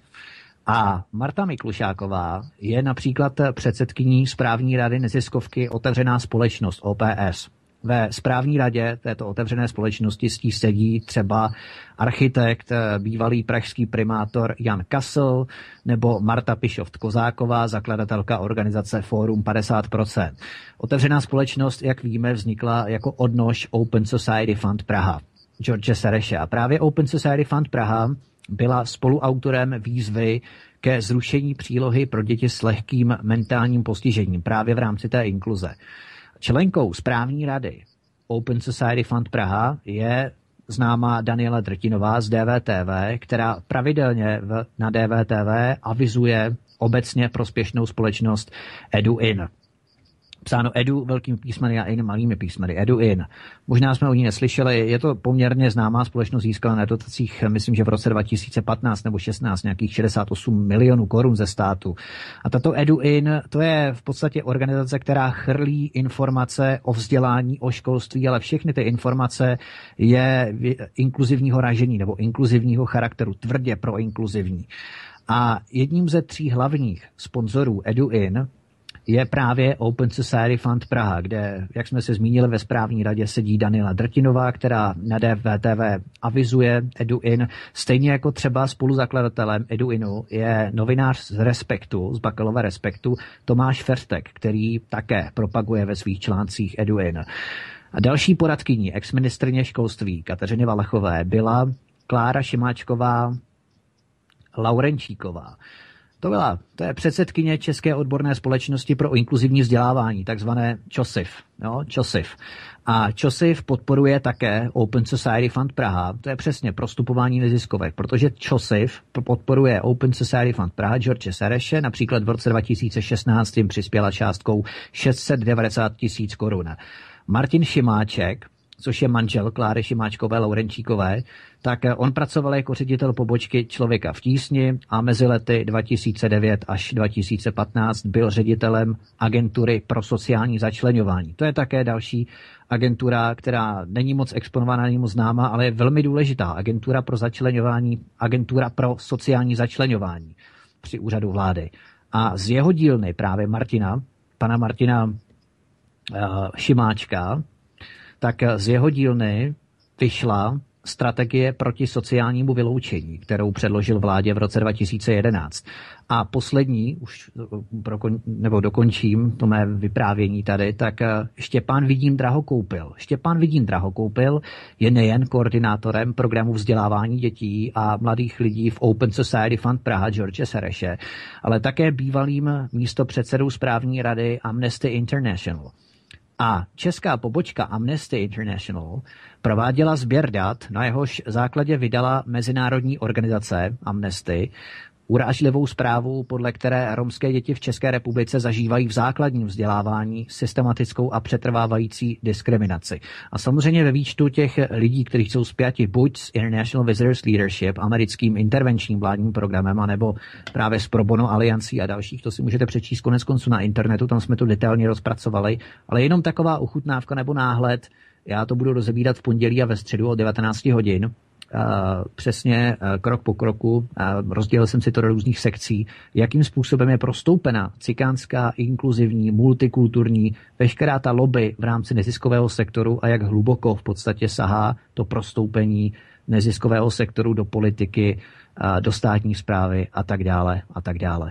A Marta Miklušáková je například předsedkyní správní rady neziskovky Otevřená společnost O P S. Ve správní radě této otevřené společnosti s tí sedí třeba architekt, bývalý pražský primátor Jan Kasl nebo Marta Pišoft-Kozáková, zakladatelka organizace Fórum padesát procent. Otevřená společnost, jak víme, vznikla jako odnož Open Society Fund Praha, George Sereše. A právě Open Society Fund Praha byla spoluautorem výzvy ke zrušení přílohy pro děti s lehkým mentálním postižením právě v rámci té inkluze. Členkou správní rady Open Society Fund Praha je známá Daniela Drtinová z D V T V, která pravidelně v, na D V T V avizuje obecně prospěšnou společnost EduIn. Psáno Edu velkými písmeny a in malými písmeny. EduIn. Možná jsme o ní neslyšeli, je to poměrně známá společnost, získala na dotacích, myslím, že v roce dva tisíce patnáct nebo šestnáct nějakých šedesát osm milionů korun ze státu. A tato EduIn, to je v podstatě organizace, která chrlí informace o vzdělání, o školství, ale všechny ty informace je inkluzivního ražení nebo inkluzivního charakteru, tvrdě proinkluzivní. A jedním ze tří hlavních sponzorů EduIn je právě Open Society Fund Praha, kde, jak jsme se zmínili, ve správní radě sedí Daniela Drtinová, která na D V T V avizuje EduIn. Stejně jako třeba spoluzakladatelem EduInu je novinář z Respektu, z Bakalova Respektu, Tomáš Ferstek, který také propaguje ve svých článcích EduIn. A další poradkyní exministryně školství Kateřiny Valachové byla Klára Šimáčková Laurenčíková. To byla, to je předsedkyně České odborné společnosti pro inkluzivní vzdělávání, takzvané ČOSIF. Jo, ČOSIF. A ČOSIF podporuje také Open Society Fund Praha, to je přesně prostupování neziskovek, protože ČOSIF podporuje Open Society Fund Praha George Sereše, například v roce dva tisíce šestnáct jim přispěla částkou šest set devadesát tisíc korun. Martin Šimáček což je manžel Kláry Šimáčkové Laurenčíkové, tak on pracoval jako ředitel pobočky Člověka v tísni a mezi lety dva tisíce devět až dva tisíce patnáct byl ředitelem agentury pro sociální začleňování. To je také další agentura, která není moc exponovaná, není moc známá, ale je velmi důležitá. Agentura pro začleňování, agentura pro sociální začleňování při úřadu vlády. A z jeho dílny právě Martina, pana Martina uh, Šimáčka, tak z jeho dílny vyšla strategie proti sociálnímu vyloučení, kterou předložil vládě v roce dva tisíce jedenáct. A poslední, už nebo dokončím to mé vyprávění tady, tak Štěpán Vidín Drahokoupil. Štěpán Vidín Drahokoupil je nejen koordinátorem programu vzdělávání dětí a mladých lidí v Open Society Fund Praha George Sereše, ale také bývalým místopředsedou správní rady Amnesty International. A česká pobočka Amnesty International prováděla sběr dat, na jehož základě vydala mezinárodní organizace Amnesty urážlivou zprávu, podle které romské děti v České republice zažívají v základním vzdělávání systematickou a přetrvávající diskriminaci. A samozřejmě ve výčtu těch lidí, kteří jsou spjati buď s International Visitors Leadership, americkým intervenčním vládním programem, anebo právě s Pro Bono aliancí a dalších, to si můžete přečíst konec konců na internetu, tam jsme to detailně rozpracovali, ale jenom taková ochutnávka nebo náhled, já to budu rozebírat v pondělí a ve středu od devatenáct hodin, Uh, přesně uh, krok po kroku, uh, rozdělil jsem si to do různých sekcí, jakým způsobem je prostoupena cikánská, inkluzivní, multikulturní, veškerá ta lobby v rámci neziskového sektoru a jak hluboko v podstatě sahá to prostoupení neziskového sektoru do politiky, uh, do státní správy a tak dále a tak dále.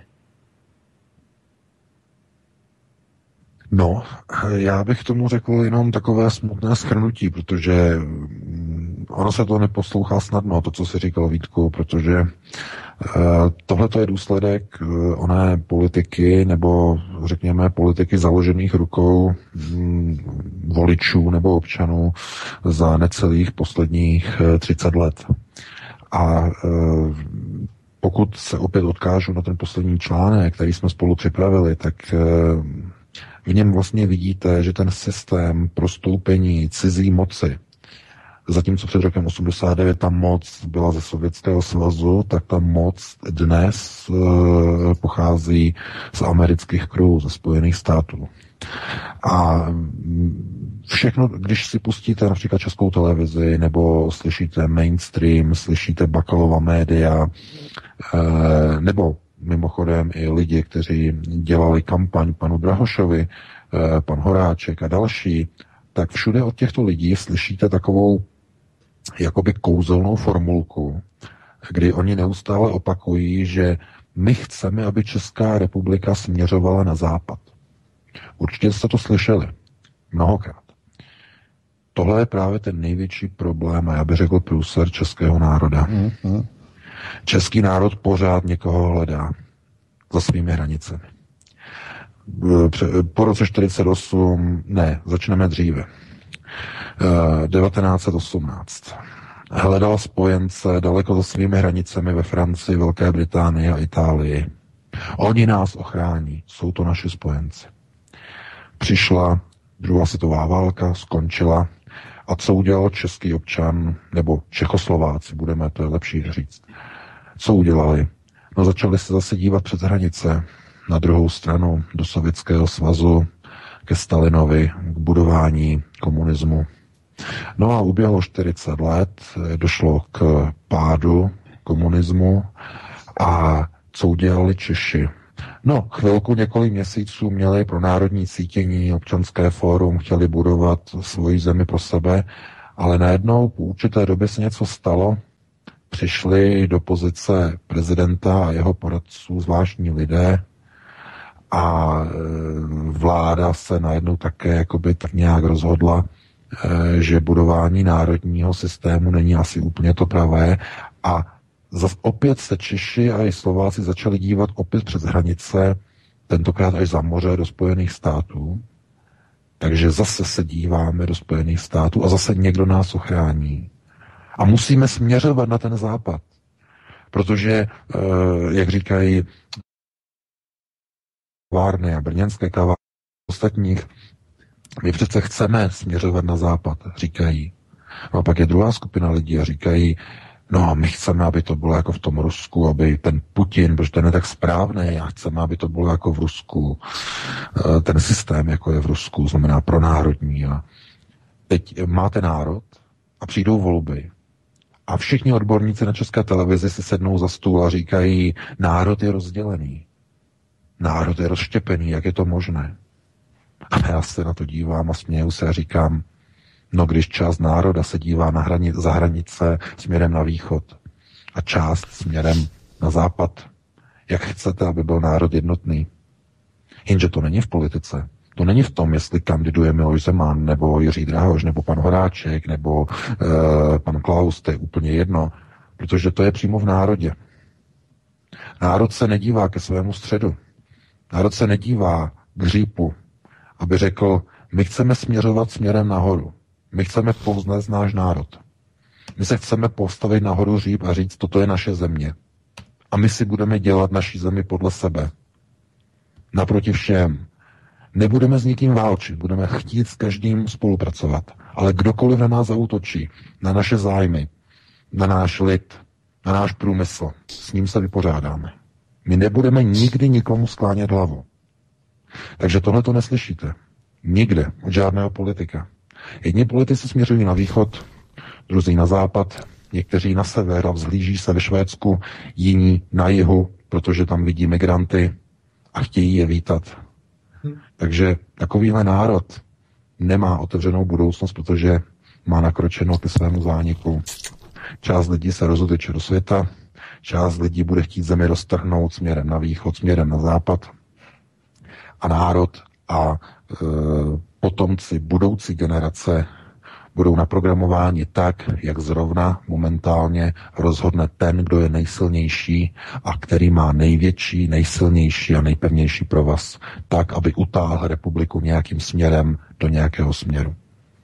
No, já bych tomu řekl jenom takové smutné shrnutí, protože ono se to neposlouchá snadno, to, co si říkal Vítku, protože tohle je důsledek oné politiky, nebo řekněme politiky založených rukou voličů nebo občanů za necelých posledních třicet let. A pokud se opět odkážu na ten poslední článek, který jsme spolu připravili, tak v něm vlastně vidíte, že ten systém prostoupení cizí moci, zatímco před rokem osmdesát devět ta moc byla ze Sovětského svazu, tak ta moc dnes e, pochází z amerických kruhů, ze Spojených států. A všechno, když si pustíte například Českou televizi, nebo slyšíte mainstream, slyšíte Bakalova média, e, nebo mimochodem i lidi, kteří dělali kampaň panu Drahošovi, pan Horáček a další, tak všude od těchto lidí slyšíte takovou jakoby kouzelnou formulku, kdy oni neustále opakují, že my chceme, aby Česká republika směřovala na západ. Určitě jste to slyšeli mnohokrát. Tohle je právě ten největší problém, a já bych řekl průser českého národa. Mm-hmm. Český národ pořád někoho hledá za svými hranicemi. Po roce čtyřicet osm, ne, začneme dříve. devatenáct set osmnáct. Hledal spojence daleko za svými hranicemi ve Francii, Velké Británii a Itálii. Oni nás ochrání, jsou to naši spojenci. Přišla druhá světová válka, skončila. A co udělal český občan, nebo Čechoslováci, budeme, to je lepší říct. Co udělali? No začali se zase dívat přes hranice na druhou stranu do Sovětského svazu, ke Stalinovi, k budování komunismu. No a uběhlo čtyřicet let, došlo k pádu komunismu a co udělali Češi? No, chvilku, několik měsíců měli pro národní cítění, občanské fórum, chtěli budovat svoji zemi pro sebe, ale najednou po určité době se něco stalo, přišli do pozice prezidenta a jeho poradců zvláštní lidé a vláda se najednou také jakoby tak nějak rozhodla, že budování národního systému není asi úplně to pravé a zase opět se Češi a i Slováci začali dívat opět přes hranice, tentokrát až za moře do Spojených států. Takže zase se díváme do Spojených států a zase někdo nás ochrání. A musíme směřovat na ten západ. Protože, jak říkají kavárny a brněnské kavárny ostatních, My přece chceme směřovat na západ, říkají. No a pak je druhá skupina lidí a říkají, no my chceme, aby to bylo jako v tom Rusku, aby ten Putin, protože ten je tak správný, a chceme, aby to bylo jako v Rusku. Ten systém, jako je v Rusku, znamená pronárodní. A teď máte národ a přijdou volby. A všichni odborníci na České televizi si sednou za stůl a říkají, národ je rozdělený. Národ je rozštěpený, jak je to možné? A já se na to dívám a směju se a říkám, no když část národa se dívá na hranice, za hranice směrem na východ a část směrem na západ, jak chcete, aby byl národ jednotný? Jenže to není v politice. To není v tom, jestli kandiduje Miloš Zeman, nebo Jiří Drahoš, nebo pan Horáček, nebo e, pan Klaus, to je úplně jedno, protože to je přímo v národě. Národ se nedívá ke svému středu. Národ se nedívá k hřípu, aby řekl, my chceme směřovat směrem nahoru. My chceme povznést náš národ. My se chceme postavit nahoru hříp a říct, toto je naše země. A my si budeme dělat naši zemi podle sebe. Naproti všem. Nebudeme s nikým válčit, budeme chtít s každým spolupracovat. Ale kdokoliv na nás zaútočí, na naše zájmy, na náš lid, na náš průmysl, s ním se vypořádáme. My nebudeme nikdy nikomu sklánět hlavu. Takže tohle to neslyšíte. Nikde od žádného politika. Jedni politici směřují na východ, druzí na západ, někteří na sever a vzhlíží se ve Švédsku, jiní na jihu, protože tam vidí migranty a chtějí je vítat. Hmm. Takže takovýhle národ nemá otevřenou budoucnost, protože má nakročeno ke svému zániku. Část lidí se rozuteče do světa, část lidí bude chtít zemi roztrhnout směrem na východ, směrem na západ a národ a e, potomci budoucí generace budou naprogramováni tak, jak zrovna momentálně rozhodne ten, kdo je nejsilnější a který má největší, nejsilnější a nejpevnější provaz, tak, aby utáhl republiku nějakým směrem do nějakého směru.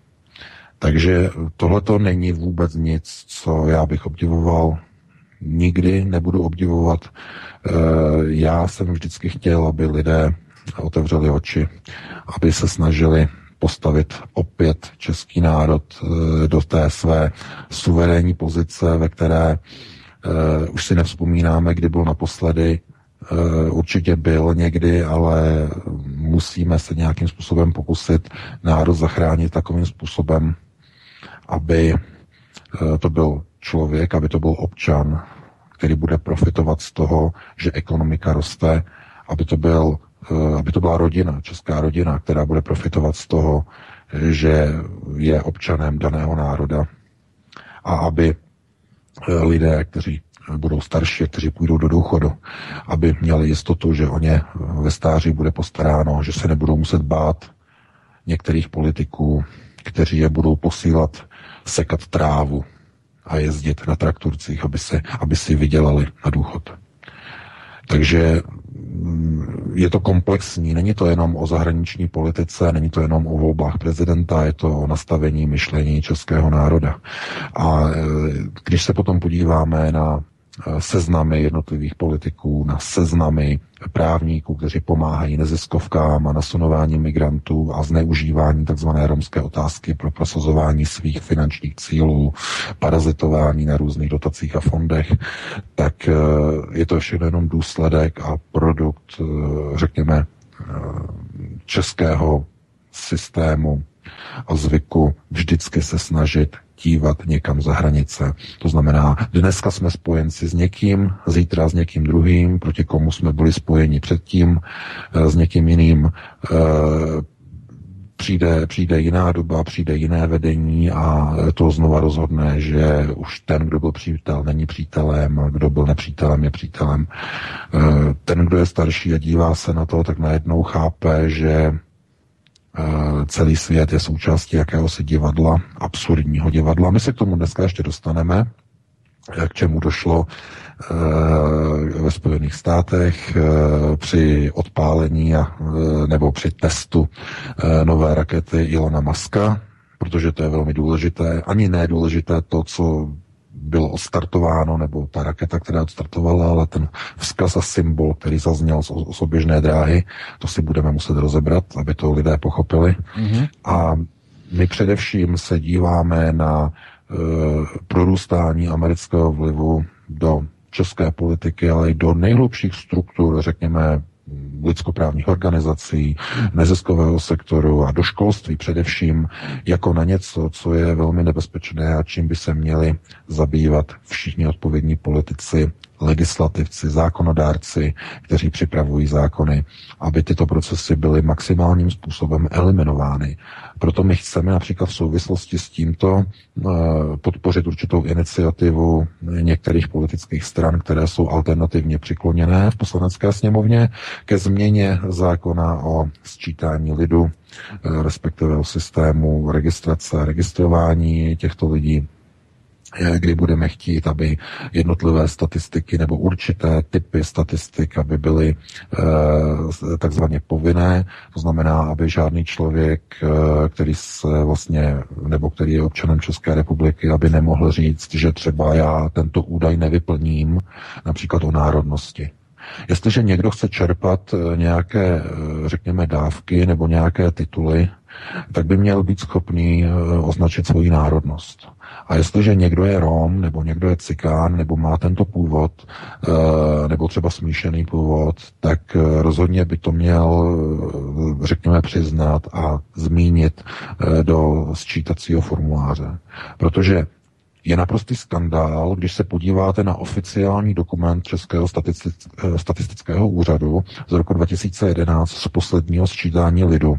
Takže tohleto není vůbec nic, co já bych obdivoval. Nikdy nebudu obdivovat. Já jsem vždycky chtěl, aby lidé otevřeli oči, aby se snažili postavit opět český národ do té své suverénní pozice, ve které uh, už si nevzpomínáme, kdy byl naposledy. Uh, určitě byl někdy, ale musíme se nějakým způsobem pokusit národ zachránit takovým způsobem, aby uh, to byl člověk, aby to byl občan, který bude profitovat z toho, že ekonomika roste, aby to byl aby to byla rodina, česká rodina, která bude profitovat z toho, že je občanem daného národa a aby lidé, kteří budou starší, kteří půjdou do důchodu, aby měli jistotu, že o ně ve stáří bude postaráno, že se nebudou muset bát některých politiků, kteří je budou posílat sekat trávu a jezdit na traktorcích, aby, se, aby si vydělali na důchod. Takže je to komplexní, není to jenom o zahraniční politice, není to jenom o volbách prezidenta, je to o nastavení myšlení českého národa. A když se potom podíváme na seznamy jednotlivých politiků, na seznamy právníků, kteří pomáhají neziskovkám a nasunování migrantů a zneužívání tzv. Romské otázky pro prosazování svých finančních cílů, parazitování na různých dotacích a fondech, tak je to všechno jenom důsledek a produkt, řekněme, českého systému a zvyku vždycky se snažit dívat někam za hranice. To znamená, dneska jsme spojenci s někým, zítra s někým druhým, proti komu jsme byli spojeni předtím, s někým jiným. Přijde, přijde jiná doba, přijde jiné vedení a to znova rozhodne, že už ten, kdo byl přítel, není přítelem, kdo byl nepřítelem, je přítelem. Ten, kdo je starší a dívá se na to, tak najednou chápe, že celý svět je součástí jakéhosi divadla, absurdního divadla. My se k tomu dneska ještě dostaneme, k čemu došlo ve Spojených státech při odpálení a, nebo při testu nové rakety Ilona Muska, protože to je velmi důležité. Ani ne důležité to, co bylo odstartováno, nebo ta raketa, která odstartovala, ale ten vzkaz a symbol, který zazněl z osoběžné dráhy, to si budeme muset rozebrat, aby to lidé pochopili. Mm-hmm. A my především se díváme na e, prorůstání amerického vlivu do české politiky, ale i do nejhlubších struktur, řekněme, lidskoprávních organizací, neziskového sektoru a do školství především jako na něco, co je velmi nebezpečné a čím by se měli zabývat všichni odpovědní politici, legislativci, zákonodárci, kteří připravují zákony, aby tyto procesy byly maximálním způsobem eliminovány. Proto my chceme například v souvislosti s tímto podpořit určitou iniciativu některých politických stran, které jsou alternativně přikloněné v Poslanecké sněmovně ke změně zákona o sčítání lidu, respektive o systému registrace a registrování těchto lidí, kdy budeme chtít, aby jednotlivé statistiky nebo určité typy statistik, aby byly e, takzvaně povinné, to znamená, aby žádný člověk, e, který se vlastně, nebo který je občanem České republiky, aby nemohl říct, že třeba já tento údaj nevyplním, například o národnosti. Jestliže někdo chce čerpat nějaké, řekněme, dávky nebo nějaké tituly, tak by měl být schopný označit svoji národnost. A jestliže někdo je Rom, nebo někdo je Cikán, nebo má tento původ, nebo třeba smíšený původ, tak rozhodně by to měl, řekněme, přiznat a zmínit do sčítacího formuláře. Protože je naprostý skandál, když se podíváte na oficiální dokument Českého statistického úřadu z roku dva tisíce jedenáct z posledního sčítání lidu,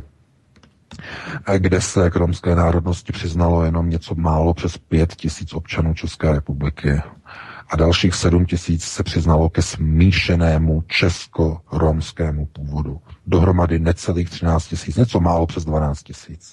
kde se k romské národnosti přiznalo jenom něco málo přes pět tisíc občanů České republiky a dalších sedm tisíc se přiznalo ke smíšenému česko-romskému původu. Dohromady necelých třináct tisíc, něco málo přes dvanáct tisíc.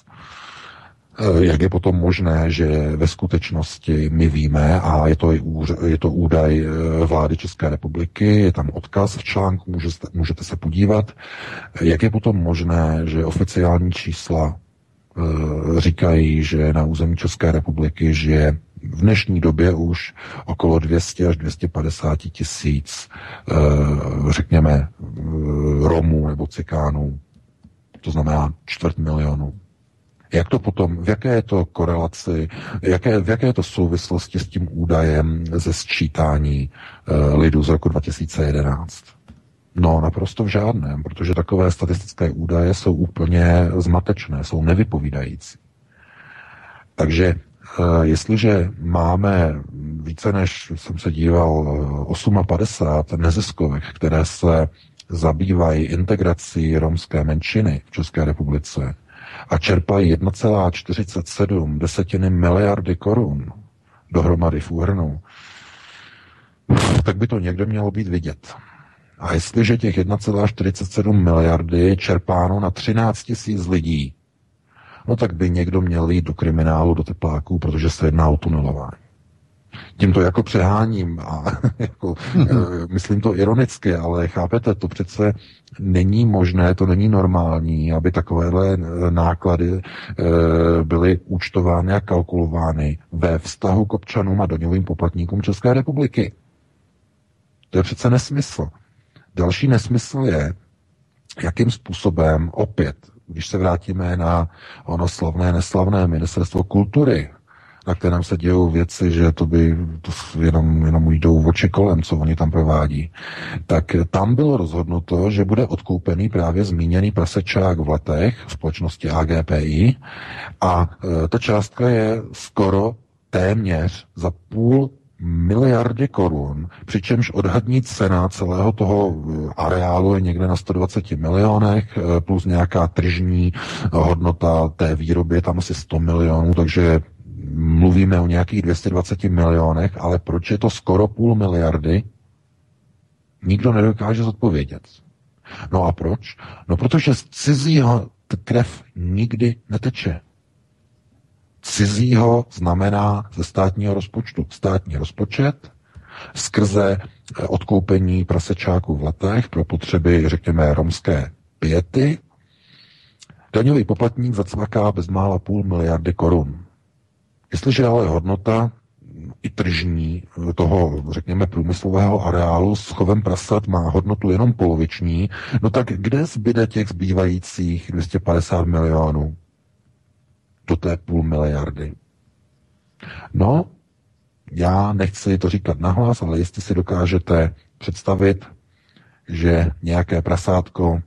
Jak je potom možné, že ve skutečnosti my víme, a je to, je to údaj vlády České republiky, je tam odkaz v článku, můžete, můžete se podívat, jak je potom možné, že oficiální čísla e, říkají, že na území České republiky žije v dnešní době už okolo dvě stě až dvě stě padesát tisíc, e, řekněme, e, Romů nebo Cikánů, to znamená čtvrt milionu. Jak to potom, v jaké je to korelaci, jaké, v jaké je to souvislosti s tím údajem ze sčítání e, lidu z roku dva tisíce jedenáct? No, naprosto v žádném, protože takové statistické údaje jsou úplně zmatečné, jsou nevypovídající. Takže e, jestliže máme více než, jsem se díval, padesát osm neziskovek, které se zabývají integrací romské menšiny v České republice, a čerpají jedna celá čtyřicet sedm desetiny miliardy korun dohromady v úhrnu, tak by to někde mělo být vidět. A jestliže těch jedna celá čtyřicet sedm miliardy je čerpáno na třináct tisíc lidí, no tak by někdo měl jít do kriminálu, do tepláků, protože se jedná o tunelování. Tím to jako přeháním a jako, myslím to ironicky, ale chápete, to přece není možné, to není normální, aby takovéhle náklady byly účtovány a kalkulovány ve vztahu k občanům a daňovým poplatníkům České republiky. To je přece nesmysl. Další nesmysl je, jakým způsobem opět, když se vrátíme na ono slavné, neslavné ministerstvo kultury, na kterém se dějou věci, že to by to jenom, jenom jdou oči kolem, co oni tam provádí, tak tam bylo rozhodnuto, že bude odkoupený právě zmíněný prasečák v Letech v společnosti A G P I a e, ta částka je skoro téměř za půl miliardy korun, přičemž odhadní cena celého toho areálu je někde na sto dvacet milionech, plus nějaká tržní hodnota té výroby, tam asi sto milionů, takže mluvíme o nějakých dvě stě dvacet milionech, ale proč je to skoro půl miliardy? Nikdo nedokáže zodpovědět. No a proč? No protože z cizího krev nikdy neteče. Cizího znamená ze státního rozpočtu. Státní rozpočet skrze odkoupení prasečáků v Letech pro potřeby, řekněme, romské piety. Daňový poplatník zacvaká bezmála půl miliardy korun. Jestliže ale hodnota i tržní toho, řekněme, průmyslového areálu s chovem prasat má hodnotu jenom poloviční, no tak kde zbyde těch zbývajících dvě stě padesát milionů? Do té půl miliardy. No, já nechci to říkat nahlas, ale jestli si dokážete představit, že nějaké prasátko,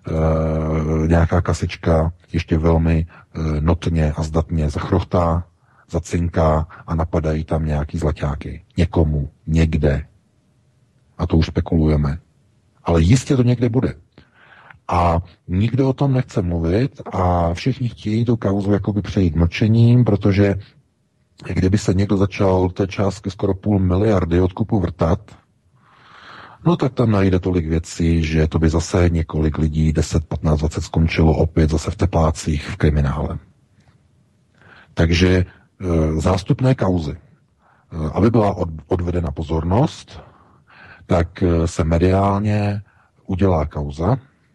e, nějaká kasička ještě velmi e, notně a zdatně zachrochtá, zacinká a napadají tam nějaký zlaťáky. Někomu, někde. A to už spekulujeme. Ale jistě to někde bude. A nikdo o tom nechce mluvit a všichni chtějí tu kauzu jakoby přejít mlčením, protože kdyby se někdo začal té částky skoro půl miliardy odkupu vrtat, no tak tam najde tolik věcí, že to by zase několik lidí, deset, patnáct, dvacet skončilo opět zase v teplácích v kriminále. Takže e, zástupné kauzy, e, aby byla od, odvedena pozornost, tak e, se mediálně udělá kauza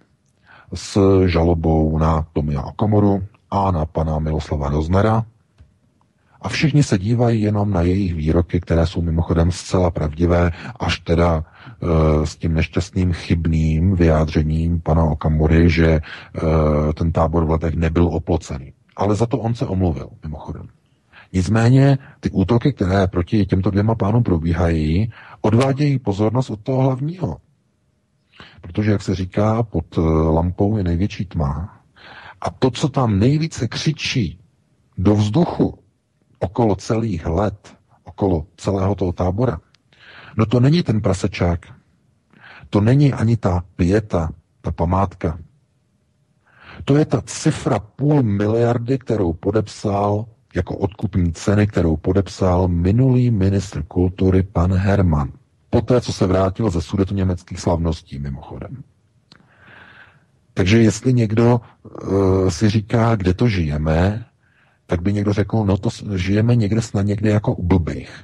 s žalobou na Tomia Okamoru a na pana Miloslava Roznera a všichni se dívají jenom na jejich výroky, které jsou mimochodem zcela pravdivé, až teda e, s tím nešťastným chybným vyjádřením pana Okamury, že e, ten tábor v Letech nebyl oplocený. Ale za to on se omluvil, mimochodem. Nicméně ty útoky, které proti těmto dvěma pánům probíhají, odvádějí pozornost od toho hlavního. Protože, jak se říká, pod lampou je největší tma. A to, co tam nejvíce křičí do vzduchu okolo celých let, okolo celého toho tábora, no to není ten prasečák. To není ani ta pieta, ta památka. To je ta cifra půl miliardy, kterou podepsal jako odkupní ceny, kterou podepsal minulý ministr kultury pan Herman. Poté, co se vrátil ze sudetoněmeckých slavností, mimochodem. Takže jestli někdo uh, si říká, kde to žijeme, tak by někdo řekl, no to žijeme někde snad někde jako u blbých.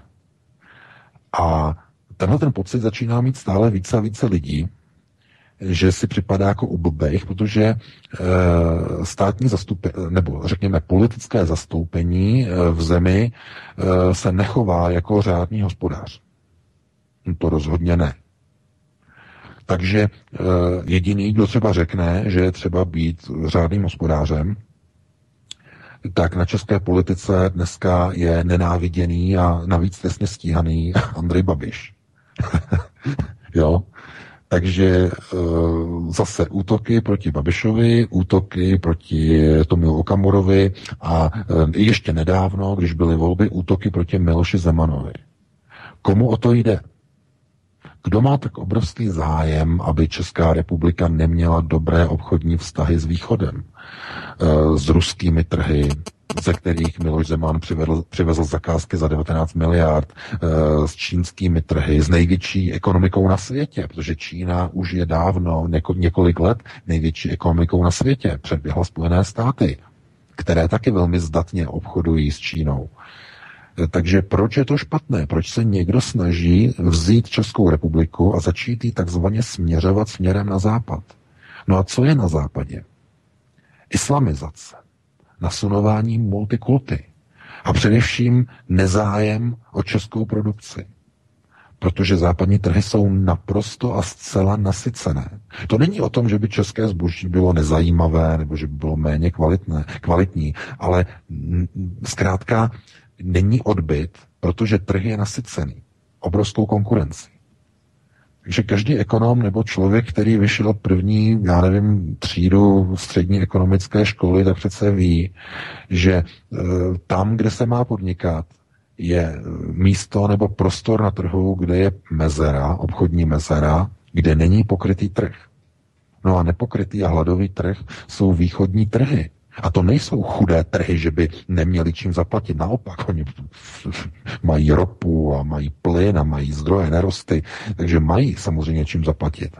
A tenhle ten pocit začíná mít stále více a více lidí, že si připadá jako u blbých, protože e, státní zastoupení, nebo řekněme politické zastoupení e, v zemi e, se nechová jako řádný hospodář. To rozhodně ne. Takže e, jediný, kdo třeba řekne, že je třeba být řádným hospodářem, tak na české politice dneska je nenáviděný a navíc trestně stíhaný Andrej Babiš. Jo? Takže zase útoky proti Babišovi, útoky proti Tomiu Okamurovi a ještě nedávno, když byly volby, útoky proti Miloši Zemanovi. Komu o to jde? Kdo má tak obrovský zájem, aby Česká republika neměla dobré obchodní vztahy s Východem? S ruskými trhy, ze kterých Miloš Zeman přivezl, přivezl zakázky za devatenáct miliard, s čínskými trhy, s největší ekonomikou na světě, protože Čína už je dávno, něko, několik let, největší ekonomikou na světě, předběhla Spojené státy, které taky velmi zdatně obchodují s Čínou. Takže proč je to špatné? Proč se někdo snaží vzít Českou republiku a začít ji takzvaně směřovat směrem na západ? No a co je na západě? Islamizace, nasunování multikulty a především nezájem o českou produkci. Protože západní trhy jsou naprosto a zcela nasycené. To není o tom, že by české zboží bylo nezajímavé nebo že by bylo méně kvalitné, kvalitní, ale zkrátka není odbyt, protože trh je nasycený obrovskou konkurencí. Takže každý ekonom nebo člověk, který vyšel první, já nevím, třídu střední ekonomické školy, tak přece ví, že e, tam, kde se má podnikat, je místo nebo prostor na trhu, kde je mezera, obchodní mezera, kde není pokrytý trh. No a nepokrytý a hladový trh jsou východní trhy. A to nejsou chudé trhy, že by neměli čím zaplatit. Naopak, oni mají ropu a mají plyn a mají zdroje, nerosty, takže mají samozřejmě čím zaplatit.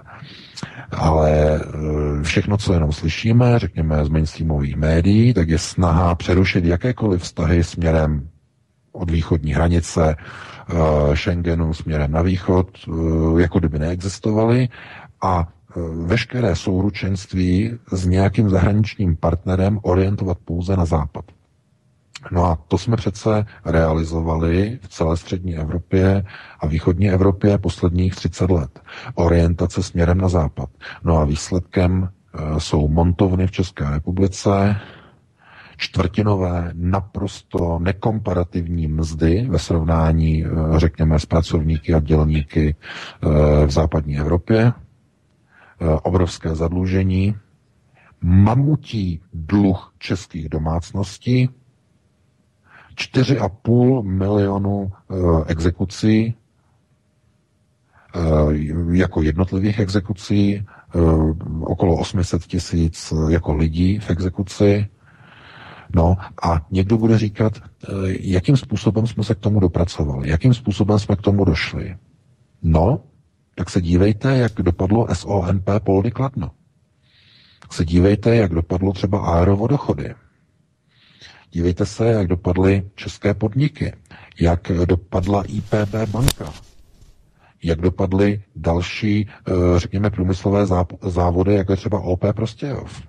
Ale všechno, co jenom slyšíme, řekněme z mainstreamových médií, tak je snaha přerušit jakékoliv vztahy směrem od východní hranice, Schengenu směrem na východ, jako kdyby neexistovaly, a veškeré souručenství s nějakým zahraničním partnerem orientovat pouze na západ. No a to jsme přece realizovali v celé střední Evropě a východní Evropě posledních třicet let. Orientace směrem na západ. No a výsledkem e, jsou montovny v České republice, čtvrtinové, naprosto nekomparativní mzdy ve srovnání, e, řekněme, s pracovníky a dělníky e, v západní Evropě, e, obrovské zadlužení, mamutí dluh českých domácností, čtyři a půl milionu e, exekucí, e, jako jednotlivých exekucí, e, okolo osm set tisíc jako lidí v exekuci. No a někdo bude říkat, e, jakým způsobem jsme se k tomu dopracovali, jakým způsobem jsme k tomu došli. No, tak se dívejte, jak dopadlo S O N P Poldy Kladno. Tak se dívejte, jak dopadlo třeba Aerovodochody. Dívejte se, jak dopadly české podniky, jak dopadla I P B banka, jak dopadly další, řekněme, průmyslové závody, jako je třeba O P Prostějov.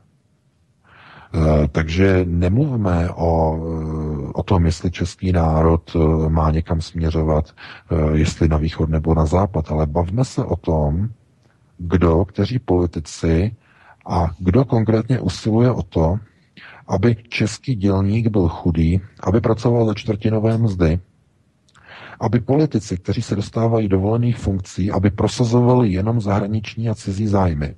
Takže nemluvme o, o tom, jestli český národ má někam směřovat, jestli na východ nebo na západ, ale bavme se o tom, kdo, kteří politici a kdo konkrétně usiluje o to, aby český dělník byl chudý, aby pracoval za čtvrtinové mzdy, aby politici, kteří se dostávají do volených funkcí, aby prosazovali jenom zahraniční a cizí zájmy.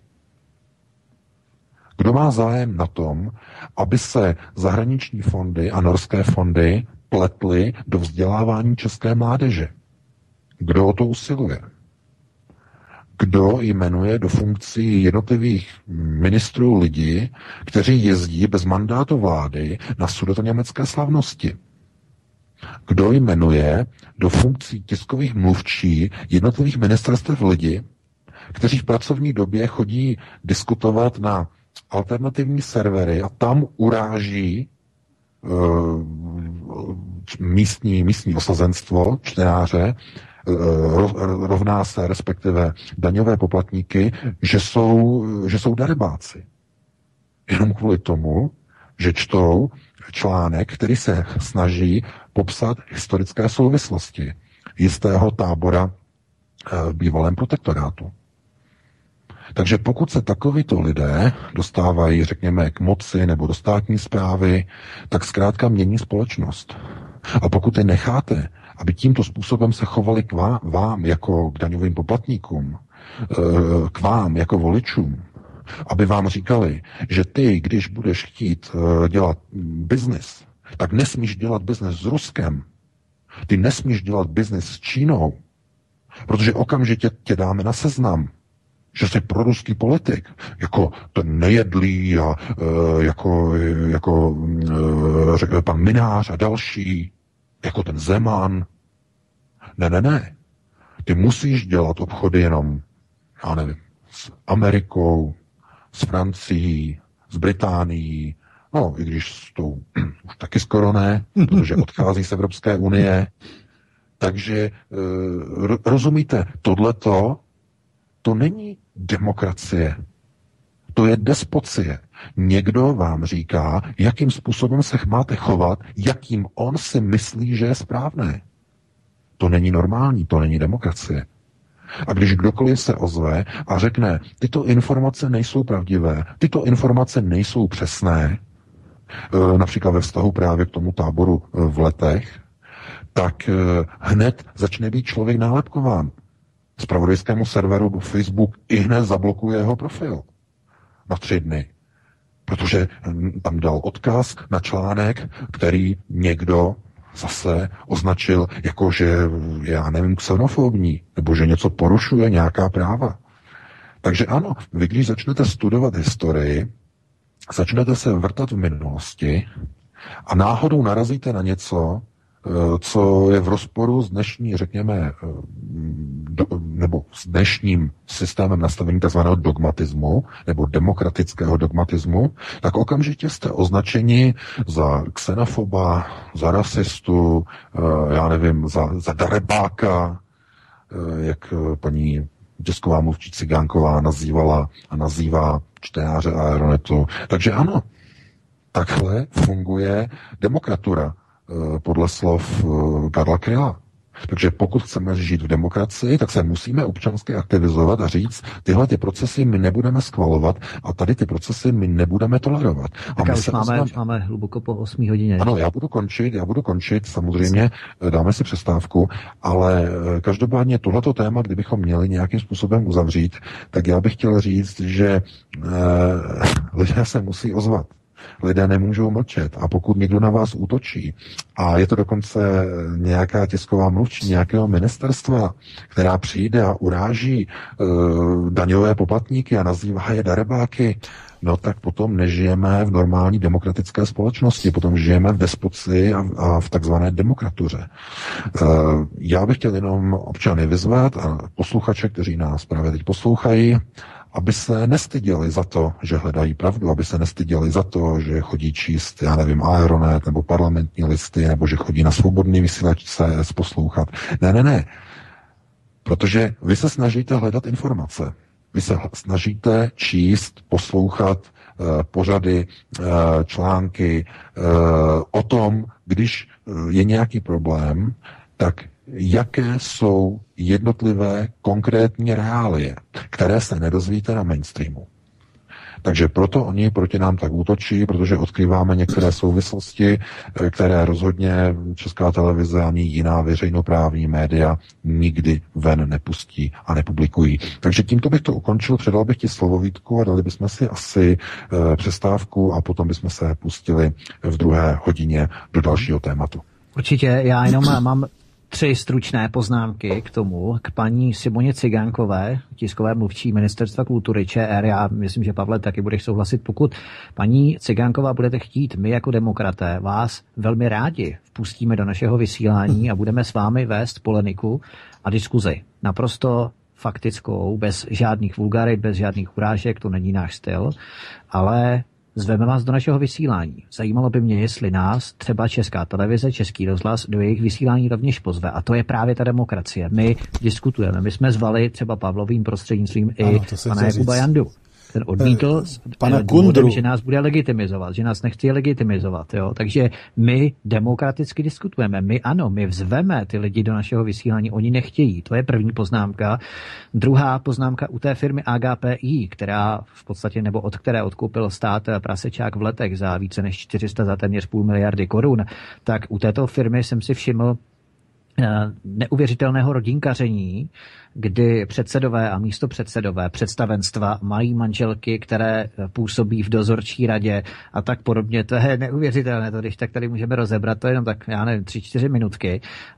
Kdo má zájem na tom, aby se zahraniční fondy a norské fondy pletly do vzdělávání české mládeže? Kdo o to usiluje? Kdo jmenuje do funkcí jednotlivých ministrů lidi, kteří jezdí bez mandátu vlády na sudetoněmecké slavnosti? Kdo jmenuje do funkcí tiskových mluvčí jednotlivých ministerstev lidi, kteří v pracovní době chodí diskutovat na alternativní servery a tam uráží uh, místní, místní osazenstvo, čtenáře, rovná se, respektive daňové poplatníky, že jsou, že jsou darebáci. Jenom kvůli tomu, že čtou článek, který se snaží popsat historické souvislosti jistého tábora v bývalém protektorátu. Takže pokud se takovýto lidé dostávají, řekněme, k moci nebo do státní správy, tak zkrátka mění společnost. A pokud je necháte, aby tímto způsobem se chovali k vám, vám jako k daňovým poplatníkům, k vám jako voličům, aby vám říkali, že ty, když budeš chtít dělat biznis, tak nesmíš dělat biznis s Ruskem, ty nesmíš dělat biznis s Čínou, protože okamžitě tě dáme na seznam, že jsi proruský politik, jako ten nejedlý a jako, jako řekl pan Minář a další, jako ten Zeman. Ne, ne, ne. Ty musíš dělat obchody jenom, já nevím, s Amerikou, s Francií, s Británií, no, i když s tou už taky skoro ne, protože odchází z Evropské unie. Takže rozumíte, tohleto, to není demokracie. To je despocie. Někdo vám říká, jakým způsobem se máte chovat, jakým on si myslí, že je správné. To není normální, to není demokracie. A když kdokoliv se ozve a řekne, tyto informace nejsou pravdivé, tyto informace nejsou přesné, například ve vztahu právě k tomu táboru v Letech, tak hned začne být člověk nálepkován. Zpravodajskému serveru Facebook i hned zablokuje jeho profil na tři dny. Protože tam dal odkaz na článek, který někdo zase označil jako, že já nevím, xenofobní, nebo že něco porušuje, nějaká práva. Takže ano, vy když začnete studovat historii, začnete se vrtat v minulosti a náhodou narazíte na něco, co je v rozporu s dnešní, řekněme, do, nebo s dnešním systémem nastavení tzv. Dogmatismu nebo demokratického dogmatismu, tak okamžitě jste označeni za xenofoba, za rasistu, já nevím, za, za darebáka, jak paní tisková mluvčí Cigánková nazývala a nazývá čtenáře Aeronetu. Takže ano, takhle funguje demokratura. podle slov Karla Kryla. Takže pokud chceme žít v demokracii, tak se musíme občansky aktivizovat a říct, tyhle ty procesy my nebudeme schvalovat a tady ty procesy my nebudeme tolerovat. Tak a my už máme, oznam... už máme hluboko po osmé hodině. Ano, já budu končit, já budu končit, samozřejmě dáme si přestávku, ale každopádně tohleto téma, kdybychom měli nějakým způsobem uzavřít, tak já bych chtěl říct, že eh, lidé se musí ozvat. Lidé nemůžou mlčet a pokud někdo na vás útočí a je to dokonce nějaká tisková mluvčí nějakého ministerstva, která přijde a uráží uh, daňové poplatníky a nazývá je darebáky, no tak potom nežijeme v normální demokratické společnosti, potom žijeme v despoci a, a v takzvané demokratuře. Uh, já bych chtěl jenom občany vyzvat a posluchače, kteří nás právě teď poslouchají, aby se nestyděli za to, že hledají pravdu, aby se nestyděli za to, že chodí číst, já nevím, Aeronet nebo parlamentní listy, nebo že chodí na svobodný vysílač C S poslouchat. Ne, ne, ne. Protože vy se snažíte hledat informace. Vy se snažíte číst, poslouchat uh, pořady, uh, články uh, o tom, když je nějaký problém, tak jaké jsou jednotlivé konkrétní reálie, které se nedozvíte na mainstreamu. Takže proto oni proti nám tak útočí, protože odkrýváme některé souvislosti, které rozhodně Česká televize ani jiná veřejnoprávní média nikdy ven nepustí a nepublikují. Takže tímto bych to ukončil, předal bych ti slovo, Vítku, a dali bychom si asi e, přestávku a potom bychom se pustili v druhé hodině do dalšího tématu. Určitě, já jenom mám tři stručné poznámky k tomu, k paní Simoně Cigánkové, tiskové mluvčí Ministerstva kultury Č R. Já myslím, že Pavle taky budeš souhlasit. Pokud paní Cigánková budete chtít, my jako demokraté vás velmi rádi vpustíme do našeho vysílání a budeme s vámi vést polemiku a diskuzi. Naprosto faktickou, bez žádných vulgarit, bez žádných urážek, to není náš styl, ale zveme vás do našeho vysílání. Zajímalo by mě, jestli nás třeba Česká televize, Český rozhlas do jejich vysílání rovněž pozve. A to je právě ta demokracie. My diskutujeme. My jsme zvali třeba Pavlovým prostřednictvím i ano, pana Jakuba Jandu. Ten odmítl pana důvodem, že nás bude legitimizovat, že nás nechce legitimizovat. Jo? Takže my demokraticky diskutujeme. My ano, my vzveme ty lidi do našeho vysílání, oni nechtějí. To je první poznámka. Druhá poznámka u té firmy A G P I, která v podstatě, nebo od které odkoupil stát prasečák v letech za více než čtyři sta, za téměř půl miliardy korun, tak u této firmy jsem si všiml neuvěřitelného rodinkaření, kdy předsedové a místopředsedové představenstva mají manželky, které působí v dozorčí radě a tak podobně. To je neuvěřitelné, to když tak tady můžeme rozebrat, to je jenom tak, já nevím, tři, čtyři minutky.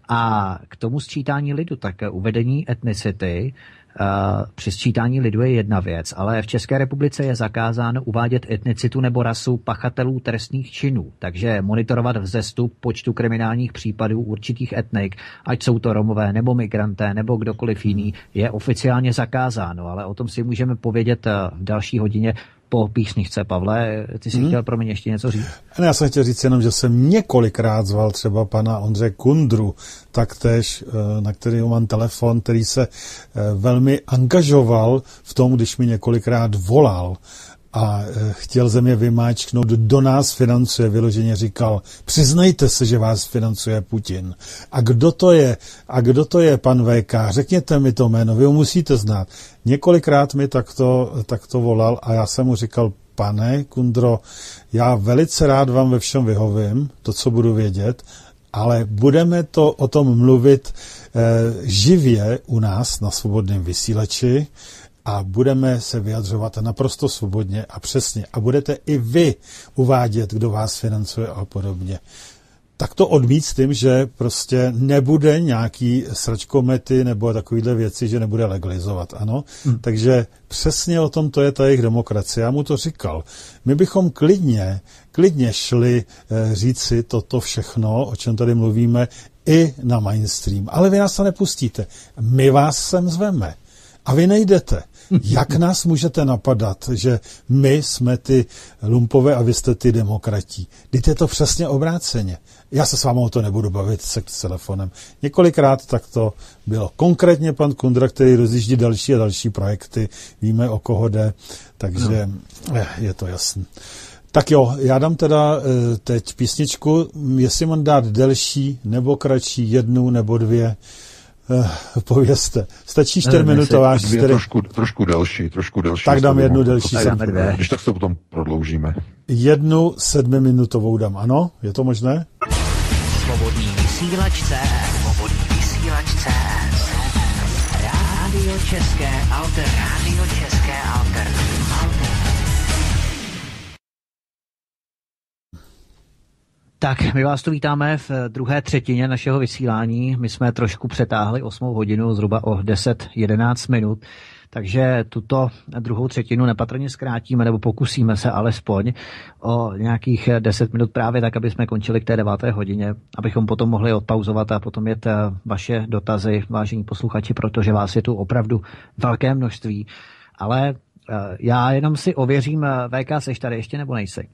A k tomu sčítání lidu, tak uvedení etnicity Uh, při sčítání lidu je jedna věc, ale v České republice je zakázáno uvádět etnicitu nebo rasu pachatelů trestných činů, takže monitorovat vzestup počtu kriminálních případů určitých etnik, ať jsou to Romové nebo migranté nebo kdokoliv jiný, je oficiálně zakázáno, ale o tom si můžeme povědět v další hodině po písničce. Pavle, ty jsi hmm. chtěl pro mě ještě něco říct? Já jsem chtěl říct jenom, že jsem několikrát zval třeba pana Ondřeje Kundru, taktéž, na který mám telefon, který se velmi angažoval v tom, když mi několikrát volal a chtěl ze mě vymáčknout, kdo nás financuje, vyloženě říkal, přiznejte se, že vás financuje Putin. A kdo to je? A kdo to je, pan V K? Řekněte mi to jméno, vy ho musíte znát. Několikrát mi takto, takto volal a já jsem mu říkal, pane Kundro, já velice rád vám ve všem vyhovím, to, co budu vědět, ale budeme to o tom mluvit eh, živě u nás na Svobodném vysílači, a budeme se vyjadřovat naprosto svobodně a přesně. A budete i vy uvádět, kdo vás financuje a podobně. Tak to odmít s tím, že prostě nebude nějaký sračkomety nebo takovýhle věci, že nebude legalizovat, ano. Hmm. Takže přesně o tom to je ta jejich demokracie. Já mu to říkal. My bychom klidně, klidně šli e, říci toto všechno, o čem tady mluvíme, i na mainstream. Ale vy nás to nepustíte. My vás sem zveme. A vy nejdete. Jak nás můžete napadat, že my jsme ty lumpové a vy jste ty demokratí? Vždyť je to přesně obráceně. Já se s vámi o to nebudu bavit se telefonem. Několikrát tak to bylo. Konkrétně pan Kundra, který rozjíždí další a další projekty, víme, o koho jde, takže no. je to jasné. Tak jo, já dám teda teď písničku, jestli mám dát delší nebo kratší, jednu nebo dvě, povězte. Stačí čtyřminutová. Dvě trošku, trošku delší, trošku delší. Tak dám jednu delší. Když tak se potom prodloužíme. Jednu sedmiminutovou dám, ano? Je to možné? Svobodný vysílač C Z, Svobodný vysílač C Z, Rádio České Alter, Rádio České Alter, Alter. Tak, my vás tu vítáme v druhé třetině našeho vysílání. My jsme trošku přetáhli osmou hodinu, zhruba o deset jedenáct minut, takže tuto druhou třetinu nepatrně zkrátíme, nebo pokusíme se alespoň o nějakých deset minut právě tak, aby jsme končili k té deváté hodině, abychom potom mohli odpauzovat a potom jet vaše dotazy, vážení posluchači, protože vás je tu opravdu velké množství. Ale já jenom si ověřím, V K, seš tady ještě nebo nejsi?